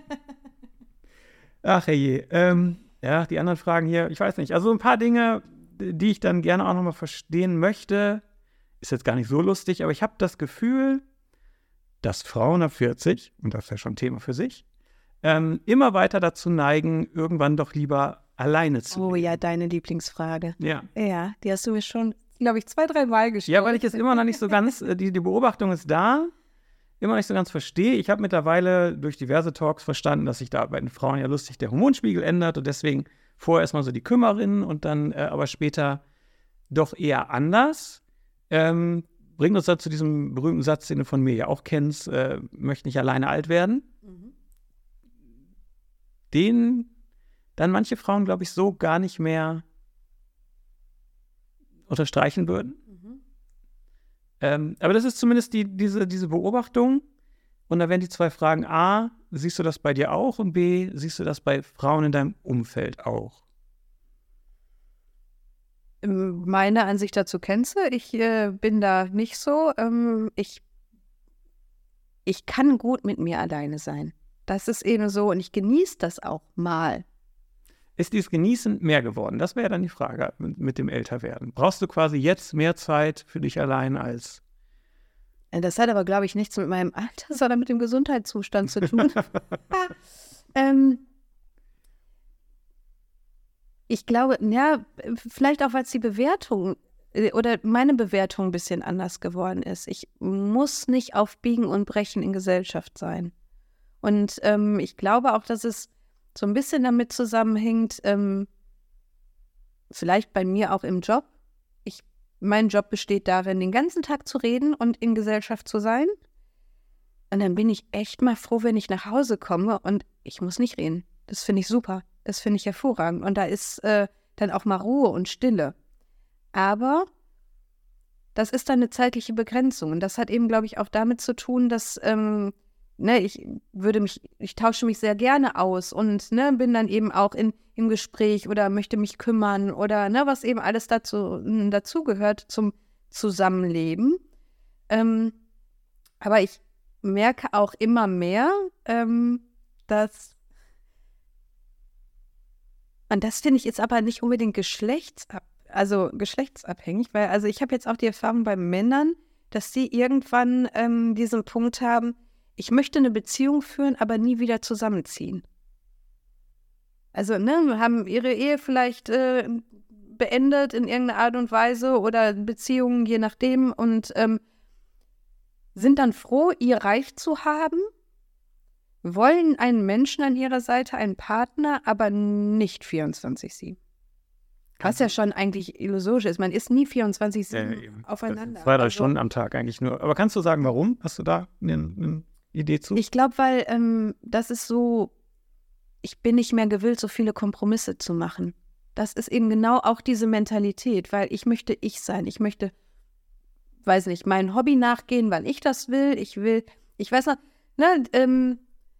Ach je. Ja, die anderen Fragen hier, ich weiß nicht. Also ein paar Dinge, die ich dann gerne auch nochmal verstehen möchte, ist jetzt gar nicht so lustig, aber ich habe das Gefühl, dass Frauen ab 40, und das ist ja schon ein Thema für sich, immer weiter dazu neigen, irgendwann doch lieber alleine zu leben. Oh ja, deine Lieblingsfrage. Ja. Ja, die hast du mir schon, glaube ich, 2-3 Mal gestellt. Ja, weil ich es immer noch nicht so ganz, die Beobachtung ist da, immer nicht so ganz verstehe. Ich habe mittlerweile durch diverse Talks verstanden, dass sich da bei den Frauen ja lustig der Hormonspiegel ändert und deswegen vorher erstmal so die Kümmerinnen und dann aber später doch eher anders. Bringt uns dann zu diesem berühmten Satz, den du von mir ja auch kennst, möchte nicht alleine alt werden. Den dann manche Frauen, glaube ich, so gar nicht mehr unterstreichen würden. Aber das ist zumindest diese Beobachtung. Und da werden die zwei Fragen: A, siehst du das bei dir auch? Und B, siehst du das bei Frauen in deinem Umfeld auch? Meine Ansicht dazu kennst du. Ich bin da nicht so. Ich kann gut mit mir alleine sein. Das ist eben so. Und ich genieße das auch mal. Ist dieses Genießen mehr geworden? Das wäre dann die Frage mit dem Älterwerden. Brauchst du quasi jetzt mehr Zeit für dich allein als... Das hat aber, glaube ich, nichts mit meinem Alter, sondern mit dem Gesundheitszustand zu tun. Ich glaube, ja, vielleicht auch, weil es die Bewertung oder meine Bewertung ein bisschen anders geworden ist. Ich muss nicht auf Biegen und Brechen in Gesellschaft sein. Und ich glaube auch, dass es so ein bisschen damit zusammenhängt, vielleicht bei mir auch im Job. Mein Job besteht darin, den ganzen Tag zu reden und in Gesellschaft zu sein. Und dann bin ich echt mal froh, wenn ich nach Hause komme und ich muss nicht reden. Das finde ich super. Das finde ich hervorragend. Und da ist dann auch mal Ruhe und Stille. Aber das ist dann eine zeitliche Begrenzung. Und das hat eben, glaube ich, auch damit zu tun, dass ich tausche mich sehr gerne aus und bin dann eben auch im Gespräch oder möchte mich kümmern oder was eben alles dazu gehört zum Zusammenleben. Aber ich merke auch immer mehr, dass, und das finde ich jetzt aber nicht unbedingt geschlechtsabhängig, weil ich habe jetzt auch die Erfahrung bei Männern, dass sie irgendwann diesen Punkt haben, ich möchte eine Beziehung führen, aber nie wieder zusammenziehen. Also, ne, haben ihre Ehe vielleicht beendet in irgendeiner Art und Weise oder Beziehungen, je nachdem, und sind dann froh, ihr Reich zu haben, wollen einen Menschen an ihrer Seite, einen Partner, aber nicht 24/7. Was ja schon eigentlich illusorisch ist. Man ist nie 24/7 aufeinander. 2-3 Stunden am Tag eigentlich nur. Aber kannst du sagen, warum? Hast du da eine Idee zu? Ich glaube, weil das ist so, ich bin nicht mehr gewillt, so viele Kompromisse zu machen. Das ist eben genau auch diese Mentalität, weil ich möchte ich sein. Ich möchte, weiß nicht, mein Hobby nachgehen, wann ich das will. Ich weiß noch, ne,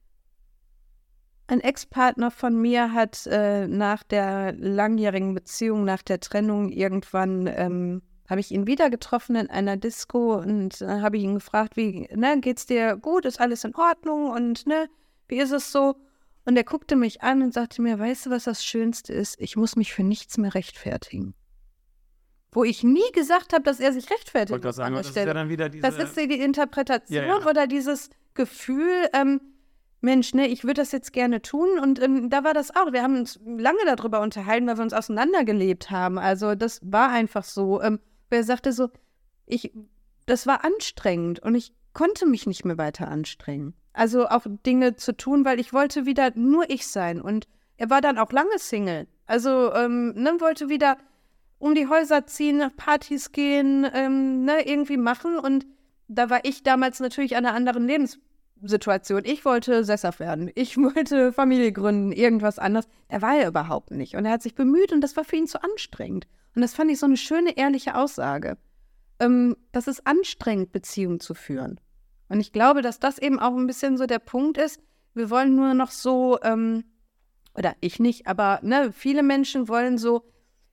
ein Ex-Partner von mir hat nach der langjährigen Beziehung, nach der Trennung irgendwann, habe ich ihn wieder getroffen in einer Disco und habe ich ihn gefragt, wie, ne, geht's dir gut, ist alles in Ordnung und ne, wie ist es so? Und er guckte mich an und sagte mir, weißt du, was das Schönste ist? Ich muss mich für nichts mehr rechtfertigen. Wo ich nie gesagt habe, dass er sich rechtfertigt. Ich wollte sagen, das ist ja dann wieder diese... Das ist die Interpretation Ja. oder dieses Gefühl, Mensch, ne, ich würde das jetzt gerne tun. Und da war das auch. Wir haben uns lange darüber unterhalten, weil wir uns auseinandergelebt haben. Also das war einfach so. Er sagte so, das war anstrengend und ich konnte mich nicht mehr weiter anstrengen. Also auch Dinge zu tun, weil ich wollte wieder nur ich sein. Und er war dann auch lange Single. Also wollte wieder um die Häuser ziehen, nach Partys gehen, irgendwie machen. Und da war ich damals natürlich an einer anderen Lebenssituation. Ich wollte sesshaft werden. Ich wollte Familie gründen, irgendwas anderes. Er war ja überhaupt nicht. Und er hat sich bemüht und das war für ihn zu anstrengend. Und das fand ich so eine schöne, ehrliche Aussage. Das ist anstrengend, Beziehungen zu führen. Und ich glaube, dass das eben auch ein bisschen so der Punkt ist. Wir wollen nur noch so, oder ich nicht, aber ne, viele Menschen wollen so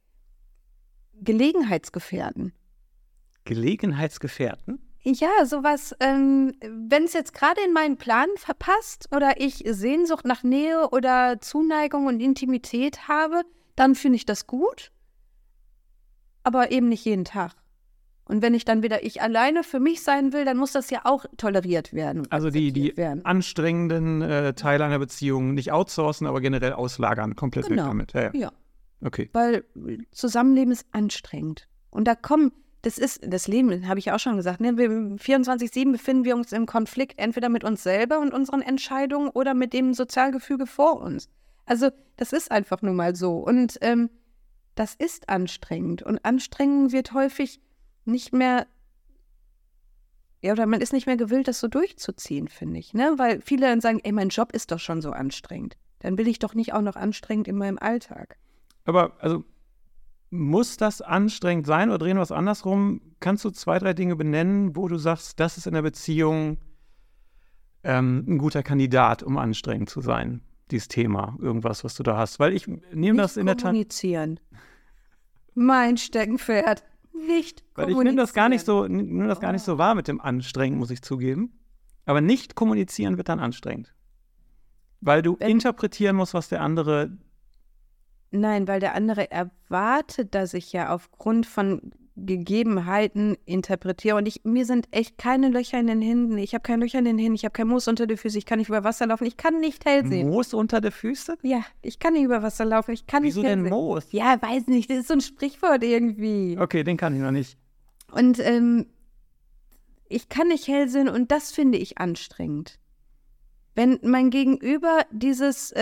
Gelegenheitsgefährten. Gelegenheitsgefährten? Ja, sowas, wenn es jetzt gerade in meinen Plan verpasst oder ich Sehnsucht nach Nähe oder Zuneigung und Intimität habe, dann finde ich das gut, aber eben nicht jeden Tag. Und wenn ich dann wieder ich alleine für mich sein will, dann muss das ja auch toleriert werden. Also die anstrengenden Teile einer Beziehung nicht outsourcen, aber generell auslagern, komplett weg damit. Ja. Okay. Weil Zusammenleben ist anstrengend. Und da kommen, das Leben, habe ich ja auch schon gesagt, ne? 24/7 befinden wir uns im Konflikt, entweder mit uns selber und unseren Entscheidungen oder mit dem Sozialgefüge vor uns. Also das ist einfach nun mal so. Und das ist anstrengend. Und Anstrengung wird häufig nicht mehr, ja, oder man ist nicht mehr gewillt, das so durchzuziehen, finde ich, ne? Weil viele dann sagen, ey, mein Job ist doch schon so anstrengend. Dann will ich doch nicht auch noch anstrengend in meinem Alltag. Aber, also, muss das anstrengend sein oder drehen wir es andersrum? Kannst du 2, 3 Dinge benennen, wo du sagst, das ist in der Beziehung ein guter Kandidat, um anstrengend zu sein? Dieses Thema, irgendwas, was du da hast. Weil ich nehme das in der Tat... Kommunizieren. Mein Steckenpferd. Nicht kommunizieren. Weil ich nehme das gar nicht so wahr mit dem Anstrengen, muss ich zugeben. Aber nicht kommunizieren wird dann anstrengend. Weil du interpretieren musst, was der andere... Nein, weil der andere erwartet, dass ich ja aufgrund von Gegebenheiten interpretiere. Und mir sind echt keine Löcher in den Händen. Ich habe keine Löcher in den Händen, ich habe kein Moos unter den Füßen, ich kann nicht über Wasser laufen, ich kann nicht hell sehen. Moos unter den Füßen? Ja, ich kann nicht über Wasser laufen, ich kann Wieso nicht hell denn sehen. Moos? Ja, weiß nicht, das ist so ein Sprichwort irgendwie. Okay, den kann ich noch nicht. Und ich kann nicht hell sehen und das finde ich anstrengend. Wenn mein Gegenüber dieses...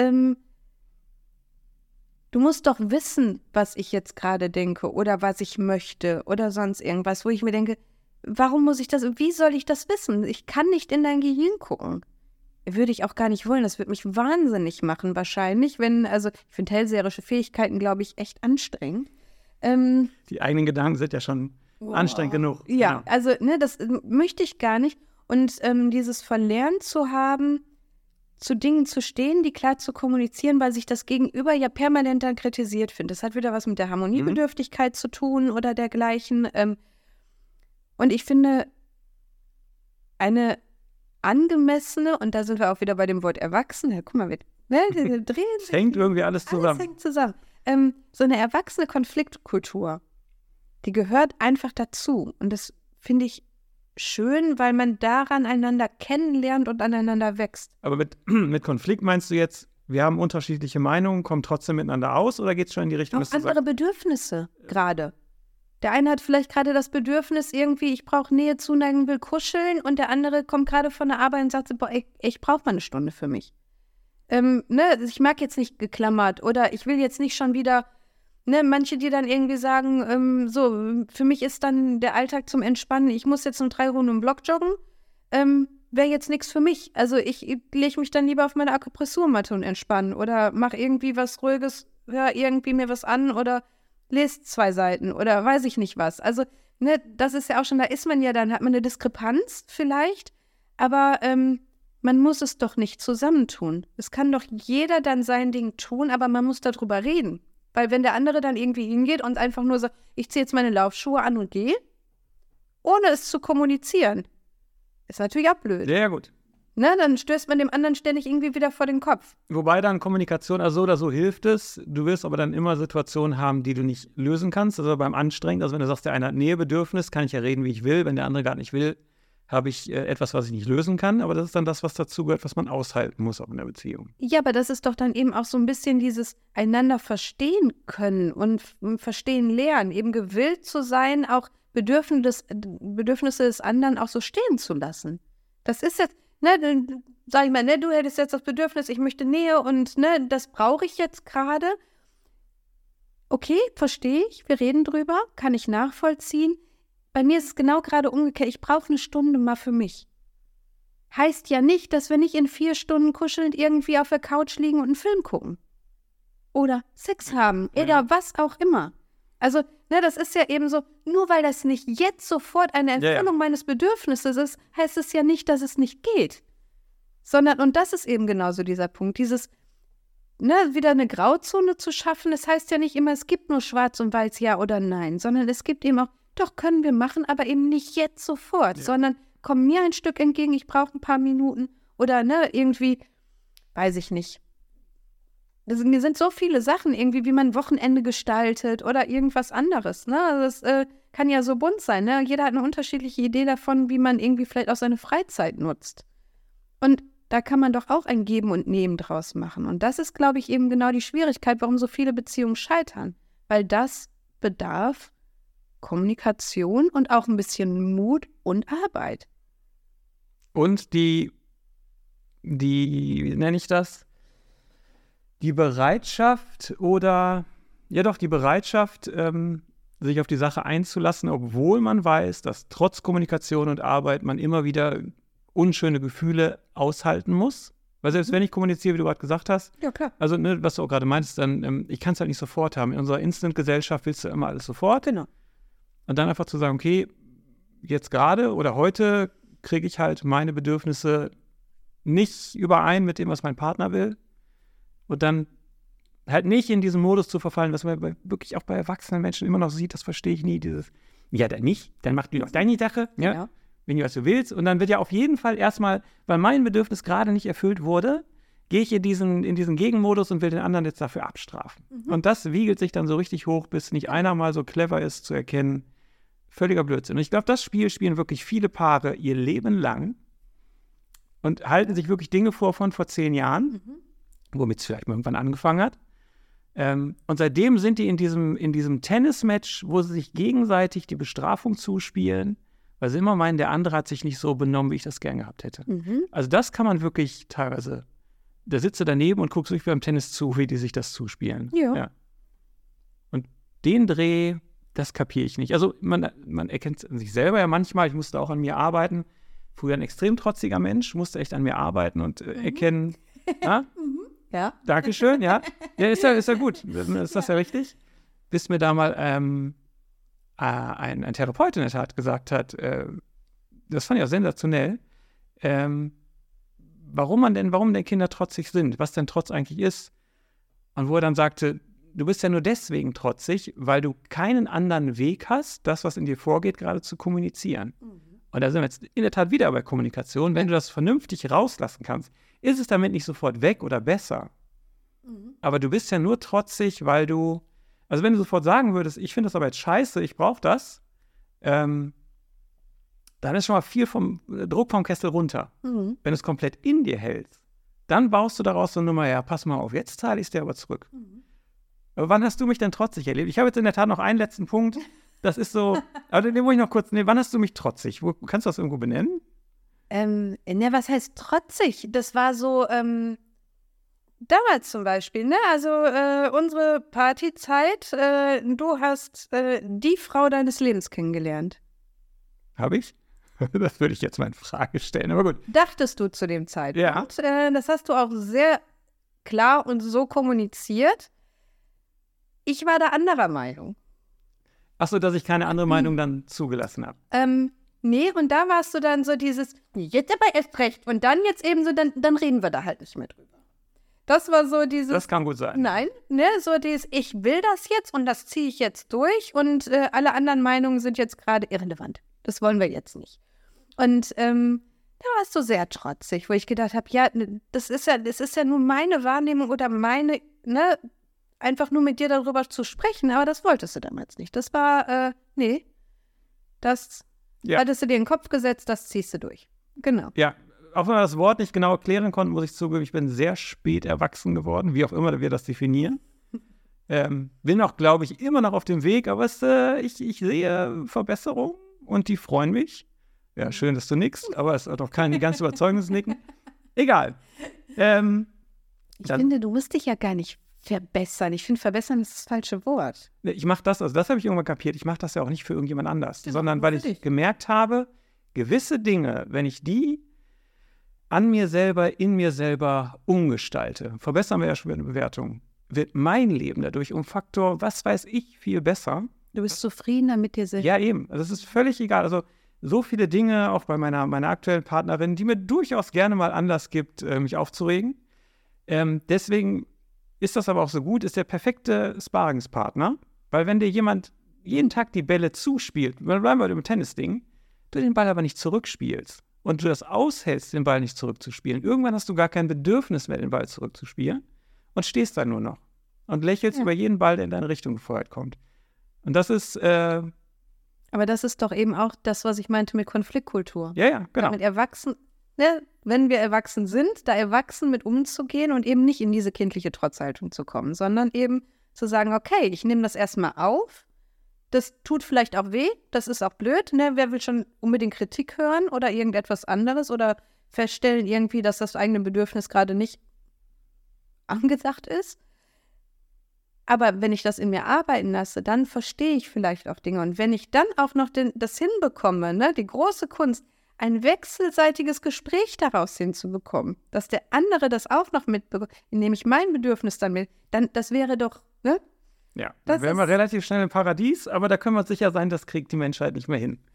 Du musst doch wissen, was ich jetzt gerade denke oder was ich möchte oder sonst irgendwas, wo ich mir denke, warum muss ich das, wie soll ich das wissen? Ich kann nicht in dein Gehirn gucken. Würde ich auch gar nicht wollen, das würde mich wahnsinnig machen wahrscheinlich, ich finde hellseherische Fähigkeiten, glaube ich, echt anstrengend. Die eigenen Gedanken sind ja schon anstrengend genug. Ja, also das möchte ich gar nicht. Und dieses Verlernen zu haben, zu Dingen zu stehen, die klar zu kommunizieren, weil sich das Gegenüber ja permanent dann kritisiert findet. Das hat wieder was mit der Harmoniebedürftigkeit zu tun oder dergleichen. Und ich finde, eine angemessene, und da sind wir auch wieder bei dem Wort erwachsen, ja, guck mal, wir drehen es hängt irgendwie alles zusammen. Alles hängt zusammen. So eine erwachsene Konfliktkultur, die gehört einfach dazu. Und das finde ich schön, weil man daran einander kennenlernt und aneinander wächst. Aber mit Konflikt meinst du jetzt wir haben unterschiedliche Meinungen, kommen trotzdem miteinander aus oder geht es schon in die Richtung, Auch andere Bedürfnisse gerade. Der eine hat vielleicht gerade das Bedürfnis irgendwie, ich brauche Nähe, Zuneigung, will kuscheln und der andere kommt gerade von der Arbeit und sagt, boah, ich brauche mal eine Stunde für mich. Ich mag jetzt nicht geklammert oder ich will jetzt nicht schon wieder, manche, die dann irgendwie sagen, so, für mich ist dann der Alltag zum Entspannen, ich muss jetzt nur 3 Runden im Block joggen, wäre jetzt nichts für mich. Also ich lege mich dann lieber auf meine Akupressurmatte und entspannen oder mache irgendwie was Ruhiges, hör irgendwie mir was an oder lese 2 Seiten oder weiß ich nicht was. Also, das ist ja auch schon, da ist man ja, dann hat man eine Diskrepanz vielleicht, aber man muss es doch nicht zusammentun. Es kann doch jeder dann sein Ding tun, aber man muss darüber reden. Weil wenn der andere dann irgendwie hingeht und einfach nur sagt, ich ziehe jetzt meine Laufschuhe an und gehe, ohne es zu kommunizieren, ist natürlich auch blöd. Sehr gut. Dann stößt man dem anderen ständig irgendwie wieder vor den Kopf. Wobei dann Kommunikation, also so oder so hilft es. Du wirst aber dann immer Situationen haben, die du nicht lösen kannst. Also beim Anstrengen, also wenn du sagst, der eine hat Nähebedürfnis, kann ich ja reden, wie ich will. Wenn der andere gerade nicht will, habe ich etwas, was ich nicht lösen kann. Aber das ist dann das, was dazugehört, was man aushalten muss auch in der Beziehung. Ja, aber das ist doch dann eben auch so ein bisschen dieses einander verstehen können und verstehen lernen. Eben gewillt zu sein, auch Bedürfnisse des anderen auch so stehen zu lassen. Das ist jetzt, dann sag ich mal, du hättest jetzt das Bedürfnis, ich möchte Nähe und das brauche ich jetzt gerade. Okay, verstehe ich, wir reden drüber, kann ich nachvollziehen. Bei mir ist es genau gerade umgekehrt, ich brauche eine Stunde mal für mich. Heißt ja nicht, dass wir nicht in 4 Stunden kuschelnd irgendwie auf der Couch liegen und einen Film gucken. Oder Sex haben oder was auch immer. Also, das ist ja eben so, nur weil das nicht jetzt sofort eine Erfüllung meines Bedürfnisses ist, heißt es ja nicht, dass es nicht geht. Sondern, und das ist eben genauso dieser Punkt, dieses, wieder eine Grauzone zu schaffen, das heißt ja nicht immer, es gibt nur schwarz und weiß, ja oder nein, sondern es gibt eben auch, doch, können wir machen, aber eben nicht jetzt sofort, sondern komm mir ein Stück entgegen, ich brauche ein paar Minuten oder, irgendwie, weiß ich nicht. Das sind so viele Sachen irgendwie, wie man Wochenende gestaltet oder irgendwas anderes. Das kann ja so bunt sein. Jeder hat eine unterschiedliche Idee davon, wie man irgendwie vielleicht auch seine Freizeit nutzt. Und da kann man doch auch ein Geben und Nehmen draus machen. Und das ist, glaube ich, eben genau die Schwierigkeit, warum so viele Beziehungen scheitern. Weil das bedarf Kommunikation und auch ein bisschen Mut und Arbeit. Und wie nenne ich das? Die Bereitschaft die Bereitschaft, sich auf die Sache einzulassen, obwohl man weiß, dass trotz Kommunikation und Arbeit man immer wieder unschöne Gefühle aushalten muss. Weil selbst wenn ich kommuniziere, wie du gerade gesagt hast, ja, klar. Also was du auch gerade meintest, dann ich kann es halt nicht sofort haben. In unserer Instant-Gesellschaft willst du immer alles sofort. Genau. Und dann einfach zu sagen, okay, jetzt gerade oder heute kriege ich halt meine Bedürfnisse nicht überein mit dem, was mein Partner will. Und dann halt nicht in diesen Modus zu verfallen, was man wirklich auch bei erwachsenen Menschen immer noch sieht, das verstehe ich nie, dieses, ja, dann nicht, dann mach du doch deine Sache, ja, Genau. Wenn du was du willst. Und dann wird ja auf jeden Fall erstmal, weil mein Bedürfnis gerade nicht erfüllt wurde, gehe ich in diesen Gegenmodus und will den anderen jetzt dafür abstrafen. Und das wiegelt sich dann so richtig hoch, bis nicht einer mal so clever ist zu erkennen, völliger Blödsinn. Und ich glaube, das Spiel spielen wirklich viele Paare ihr Leben lang und halten sich wirklich Dinge vor 10 Jahren, womit es vielleicht mal irgendwann angefangen hat. Und seitdem sind die in diesem Tennismatch, wo sie sich gegenseitig die Bestrafung zuspielen, weil sie immer meinen, der andere hat sich nicht so benommen, wie ich das gern gehabt hätte. Also das kann man wirklich teilweise, da sitzt du daneben und guckst wirklich beim Tennis zu, wie die sich das zuspielen. Ja. Und den Dreh, das kapiere ich nicht. Also man erkennt sich selber ja manchmal, ich musste auch an mir arbeiten, früher ein extrem trotziger Mensch, musste echt an mir arbeiten und erkennen, Ja. Dankeschön, ja. Ja, ist ja gut. Ist das ja richtig? Bis mir da mal ein Therapeut in der Tat gesagt hat, das fand ich auch sensationell, warum denn Kinder trotzig sind, was denn Trotz eigentlich ist. Und wo er dann sagte, du bist ja nur deswegen trotzig, weil du keinen anderen Weg hast, das, was in dir vorgeht, gerade zu kommunizieren. Und da sind wir jetzt in der Tat wieder bei Kommunikation. Wenn du das vernünftig rauslassen kannst, ist es damit nicht sofort weg oder besser. Aber du bist ja nur trotzig, weil du, also wenn du sofort sagen würdest, ich finde das aber jetzt scheiße, ich brauche das, dann ist schon mal viel vom Druck vom Kessel runter. Wenn du es komplett in dir hältst dann baust du daraus so eine Nummer, ja, pass mal auf, jetzt zahle ich es dir aber zurück. Aber wann hast du mich denn trotzig erlebt? Ich habe jetzt in der Tat noch einen letzten Punkt. Das ist so, aber den muss ich noch kurz, wann hast du mich trotzig? Kannst du das irgendwo benennen? Was heißt trotzig? Das war so, damals zum Beispiel, ne? Also unsere Partyzeit, du hast die Frau deines Lebens kennengelernt. Habe ich? Das würde ich jetzt mal in Frage stellen, aber gut. Dachtest du zu dem Zeitpunkt. Ja. Das hast du auch sehr klar und so kommuniziert. Ich war da anderer Meinung. Ach so, dass ich keine andere Meinung dann zugelassen habe. Nee, und da warst du dann so dieses, jetzt aber erst recht. Und dann jetzt eben so, dann reden wir da halt nicht mehr drüber. Das war so dieses... Das kann gut sein. Nein, ne, so dieses, ich will das jetzt und das ziehe ich jetzt durch und alle anderen Meinungen sind jetzt gerade irrelevant. Das wollen wir jetzt nicht. Und da warst du sehr trotzig, wo ich gedacht habe, ja, das ist ja nur meine Wahrnehmung oder meine, ne, einfach nur mit dir darüber zu sprechen, aber das wolltest du damals nicht. Das war, nee, das hattest du dir in den Kopf gesetzt, das ziehst du durch. Genau. Ja, auch wenn wir das Wort nicht genau erklären konnten, muss ich zugeben, ich bin sehr spät erwachsen geworden, wie auch immer wir das definieren. Bin auch, glaube ich, immer noch auf dem Weg, aber ich sehe Verbesserungen und die freuen mich. Ja, schön, dass du nickst, aber es hat auch kein ganz überzeugendes Nicken. Egal. Ich finde, du musst dich ja gar nicht verbessern. Ich finde, verbessern ist das falsche Wort. Ich mache das, also das habe ich irgendwann kapiert, ich mache das ja auch nicht für irgendjemand anders, sondern weil ich gemerkt habe, gewisse Dinge, wenn ich die an mir selber, in mir selber umgestalte, verbessern wir ja schon eine Bewertung, wird mein Leben dadurch um Faktor, was weiß ich, viel besser. Du bist zufriedener mit dir selbst. Ja, eben. Also es ist völlig egal. Also so viele Dinge, auch bei meiner aktuellen Partnerin, die mir durchaus gerne mal Anlass gibt, mich aufzuregen. Deswegen ist das aber auch so gut, ist der perfekte Sparringspartner, weil wenn dir jemand jeden Tag die Bälle zuspielt, wir bleiben bei dem Tennisding, du den Ball aber nicht zurückspielst und du das aushältst, den Ball nicht zurückzuspielen, irgendwann hast du gar kein Bedürfnis mehr, den Ball zurückzuspielen und stehst da nur noch und lächelst über jeden Ball, der in deine Richtung gefeuert kommt. Und das ist... aber das ist doch eben auch das, was ich meinte mit Konfliktkultur. Ja, genau. Mit Erwachsenen, ne, wenn wir erwachsen sind, da erwachsen mit umzugehen und eben nicht in diese kindliche Trotzhaltung zu kommen, sondern eben zu sagen, okay, ich nehme das erstmal auf, das tut vielleicht auch weh, das ist auch blöd, ne? Wer will schon unbedingt Kritik hören oder irgendetwas anderes oder feststellen irgendwie, dass das eigene Bedürfnis gerade nicht angesagt ist? Aber wenn ich das in mir arbeiten lasse, dann verstehe ich vielleicht auch Dinge. Und wenn ich dann auch noch das hinbekomme, ne, die große Kunst, ein wechselseitiges Gespräch daraus hinzubekommen, dass der andere das auch noch mitbekommt, indem ich mein Bedürfnis dann mit, dann, das wäre doch, ne? Ja, dann wären wir relativ schnell im Paradies, aber da können wir uns sicher sein, das kriegt die Menschheit nicht mehr hin.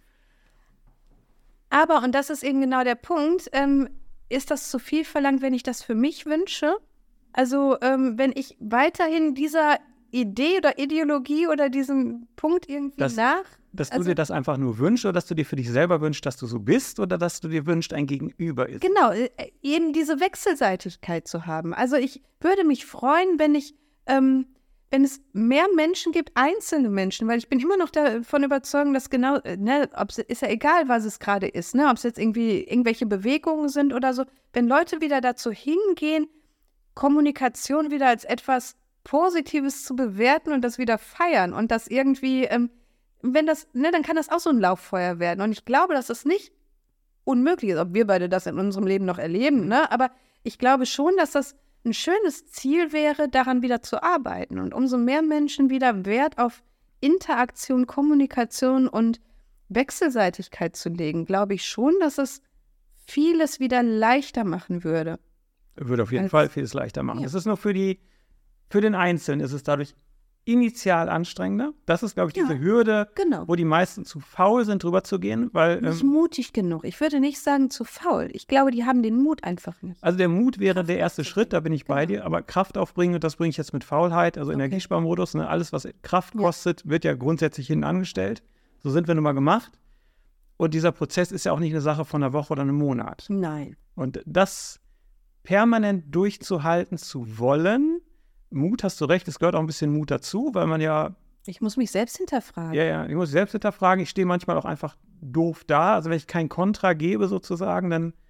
Aber, und das ist eben genau der Punkt, ist das zu viel verlangt, wenn ich das für mich wünsche? Also, wenn ich weiterhin dieser Idee oder Ideologie oder diesem Punkt irgendwie Dass du dir das einfach nur wünschst oder dass du dir für dich selber wünschst, dass du so bist oder dass du dir wünschst, ein Gegenüber ist? Genau, eben diese Wechselseitigkeit zu haben. Also ich würde mich freuen, wenn wenn es mehr Menschen gibt, einzelne Menschen, weil ich bin immer noch davon überzeugt, dass genau, ne, ist ja egal, was es gerade ist, ne, ob es jetzt irgendwie irgendwelche Bewegungen sind oder so, wenn Leute wieder dazu hingehen, Kommunikation wieder als etwas Positives zu bewerten und das wieder feiern und das irgendwie, wenn das, ne, dann kann das auch so ein Lauffeuer werden. Und ich glaube, dass das nicht unmöglich ist, ob wir beide das in unserem Leben noch erleben, ne? Aber ich glaube schon, dass das ein schönes Ziel wäre, daran wieder zu arbeiten. Und umso mehr Menschen wieder Wert auf Interaktion, Kommunikation und Wechselseitigkeit zu legen, glaube ich schon, dass es vieles wieder leichter machen würde. Würde auf jeden Fall vieles leichter machen. Es ist nur für den Einzelnen ist es dadurch initial anstrengender. Das ist, glaube ich, diese Hürde, wo die meisten zu faul sind, drüber zu gehen. Weil, nicht mutig genug. Ich würde nicht sagen zu faul. Ich glaube, die haben den Mut einfach nicht. Also der Mut wäre der erste Schritt, da bin ich bei dir. Aber Kraft aufbringen, und das bringe ich jetzt mit Faulheit, also Energiesparmodus, ne, alles, was Kraft kostet, wird ja grundsätzlich hinten angestellt. So sind wir nun mal gemacht. Und dieser Prozess ist ja auch nicht eine Sache von einer Woche oder einem Monat. Nein. Und das permanent durchzuhalten zu wollen, Mut, hast du recht, es gehört auch ein bisschen Mut dazu, weil man ja... Ich muss mich selbst hinterfragen. Ja, ich muss mich selbst hinterfragen. Ich stehe manchmal auch einfach doof da. Also wenn ich kein Kontra gebe sozusagen, dann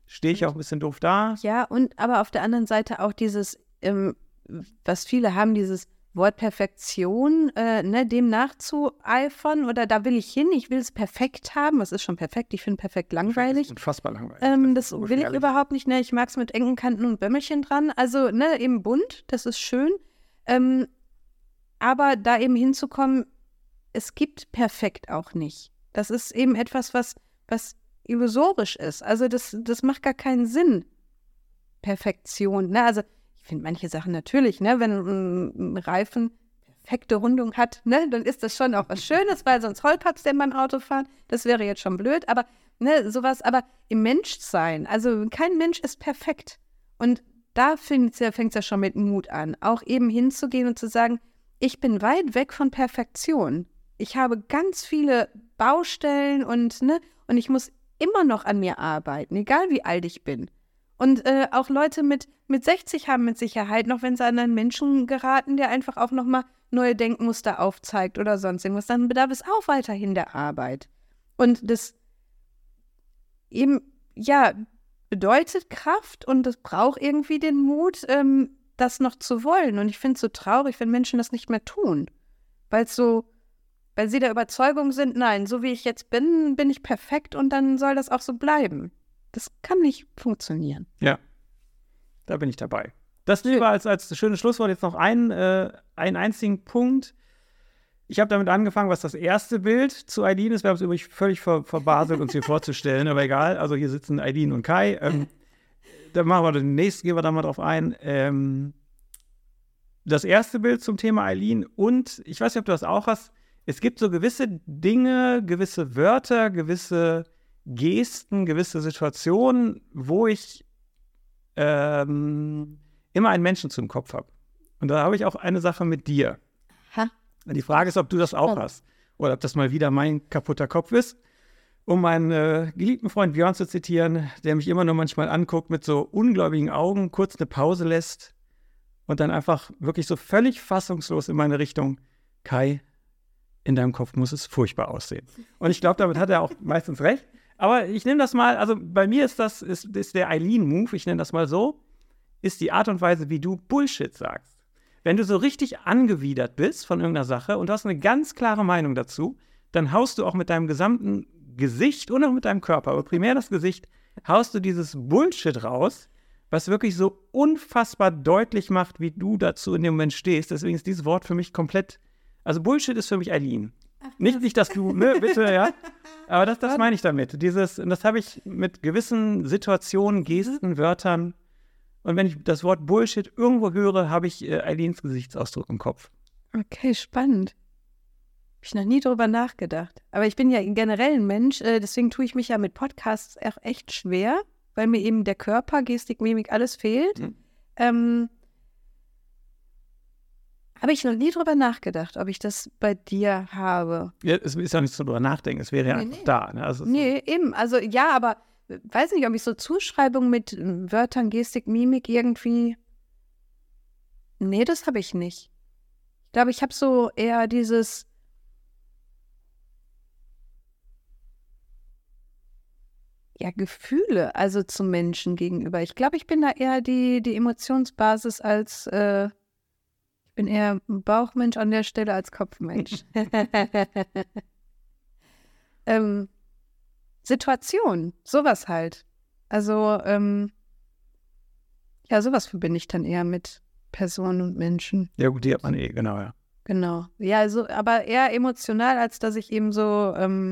stehe ich auch ein bisschen doof da. Ja, und aber auf der anderen Seite auch dieses, was viele haben, dieses Wort Perfektion, dem nachzueifern oder da will ich hin, ich will es perfekt haben. Was ist schon perfekt? Ich finde perfekt langweilig. Das ist unfassbar langweilig. Das will ich überhaupt nicht. Ne? Ich mag es mit engen Kanten und Bömmelchen dran. Also eben bunt, das ist schön. Aber da eben hinzukommen, es gibt perfekt auch nicht. Das ist eben etwas, was illusorisch ist. Also das macht gar keinen Sinn. Perfektion. Ne? Also ich finde manche Sachen natürlich, ne, wenn ein Reifen perfekte Rundung hat, ne, dann ist das schon auch was Schönes, weil sonst holpert's denn beim Autofahren. Das wäre jetzt schon blöd, aber sowas, aber im Menschsein, also kein Mensch ist perfekt. Und da fängt's ja schon mit Mut an, auch eben hinzugehen und zu sagen, ich bin weit weg von Perfektion. Ich habe ganz viele Baustellen und ich muss immer noch an mir arbeiten, egal wie alt ich bin. Und auch Leute mit 60 haben mit Sicherheit, noch wenn sie an einen Menschen geraten, der einfach auch nochmal neue Denkmuster aufzeigt oder sonst irgendwas, dann bedarf es auch weiterhin der Arbeit. Und das eben, ja, bedeutet Kraft und das braucht irgendwie den Mut, das noch zu wollen. Und ich finde es so traurig, wenn Menschen das nicht mehr tun. Weil sie der Überzeugung sind, nein, so wie ich jetzt bin, bin ich perfekt und dann soll das auch so bleiben. Das kann nicht funktionieren. Ja, da bin ich dabei. Das lieber als schönes Schlusswort jetzt noch einen einzigen Punkt. Ich habe damit angefangen, was das erste Bild zu Aidin ist. Wir haben es übrigens völlig verbaselt, uns hier vorzustellen, aber egal. Also hier sitzen Aidin und Kai. Dann machen wir den nächsten, gehen wir da mal drauf ein. Das erste Bild zum Thema Aidin und ich weiß nicht, ob du das auch hast. Es gibt so gewisse Dinge, gewisse Wörter, gewisse Gesten, gewisse Situationen, wo ich immer einen Menschen zum Kopf habe. Und da habe ich auch eine Sache mit dir. Ha. Die Frage ist, ob du das auch hast. Oder ob das mal wieder mein kaputter Kopf ist. Um meinen geliebten Freund Björn zu zitieren, der mich immer nur manchmal anguckt mit so ungläubigen Augen, kurz eine Pause lässt und dann einfach wirklich so völlig fassungslos in meine Richtung: Kai, in deinem Kopf muss es furchtbar aussehen. Und ich glaube, damit hat er auch meistens recht. Aber ich nehme das mal, also bei mir ist der Eileen-Move, ich nenne das mal so, ist die Art und Weise, wie du Bullshit sagst. Wenn du so richtig angewidert bist von irgendeiner Sache und du hast eine ganz klare Meinung dazu, dann haust du auch mit deinem gesamten Gesicht und auch mit deinem Körper, aber primär das Gesicht, haust du dieses Bullshit raus, was wirklich so unfassbar deutlich macht, wie du dazu in dem Moment stehst. Deswegen ist dieses Wort für mich komplett, also Bullshit ist für mich Eileen. Nicht, dass du, bitte, ja. Aber das meine ich damit. Und das habe ich mit gewissen Situationen, Gesten, Wörtern. Und wenn ich das Wort Bullshit irgendwo höre, habe ich Eileens Gesichtsausdruck im Kopf. Okay, spannend. Habe ich noch nie drüber nachgedacht. Aber ich bin ja generell ein Mensch, deswegen tue ich mich ja mit Podcasts auch echt schwer, weil mir eben der Körper, Gestik, Mimik, alles fehlt. Habe ich noch nie drüber nachgedacht, ob ich das bei dir habe. Ja, es ist ja nicht so drüber nachdenken, es wäre ja einfach da. Ne? Also eben. Also ja, aber weiß nicht, ob ich so Zuschreibungen mit Wörtern, Gestik, Mimik irgendwie. Nee, das habe ich nicht. Ich glaube, ich habe so eher dieses. Ja, Gefühle, also zum Menschen gegenüber. Ich glaube, ich bin da eher die Emotionsbasis als. Ich bin eher ein Bauchmensch an der Stelle als Kopfmensch. Situation, sowas halt. Also, sowas verbinde ich dann eher mit Personen und Menschen. Ja gut, die hat man genau, ja. Genau. Ja, also, aber eher emotional, als dass ich eben so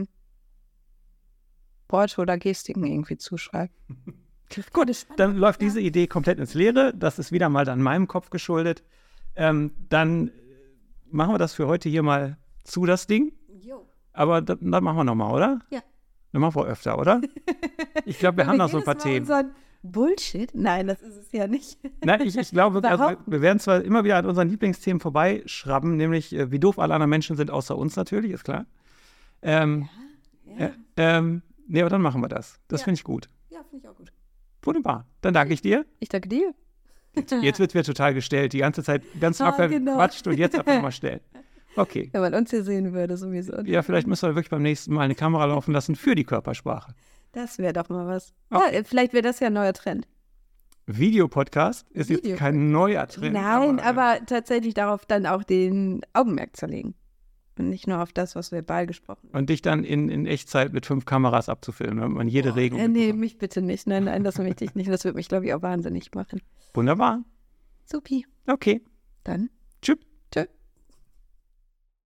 Worte oder Gestiken irgendwie zuschreibe. Gut, dann läuft diese Idee komplett ins Leere. Das ist wieder mal dann meinem Kopf geschuldet. Dann machen wir das für heute hier mal zu, das Ding. Jo. Aber das machen wir nochmal, oder? Ja. Dann machen wir öfter, oder? Ich glaube, wir haben noch so ein paar Themen. Bullshit? Nein, das ist es ja nicht. Nein, ich glaube, wir werden zwar immer wieder an unseren Lieblingsthemen vorbeischrabben, nämlich wie doof alle anderen Menschen sind, außer uns natürlich, ist klar. Nee, aber dann machen wir das. Das finde ich gut. Ja, finde ich auch gut. Wunderbar. Dann danke ich dir. Ich danke dir. Jetzt wird es wieder total gestellt. Die ganze Zeit ganz locker quatscht und jetzt einfach mal stellen. Okay. Wenn man uns hier sehen würde, sowieso. Ja, vielleicht müssen wir wirklich beim nächsten Mal eine Kamera laufen lassen für die Körpersprache. Das wäre doch mal was. Okay. Ja, vielleicht wäre das ja ein neuer Trend. Videopodcast ist jetzt kein neuer Trend. Nein, aber tatsächlich darauf dann auch den Augenmerk zu legen. Und nicht nur auf das, was verbal gesprochen wird. Und dich dann in Echtzeit mit 5 Kameras abzufilmen, damit man jede Regung Nee, mitbekommt. mich bitte nicht. Nein, das möchte ich nicht. Das würde mich, glaube ich, auch wahnsinnig machen. Wunderbar. Supi. Okay. Dann. Tschüss. Tschö.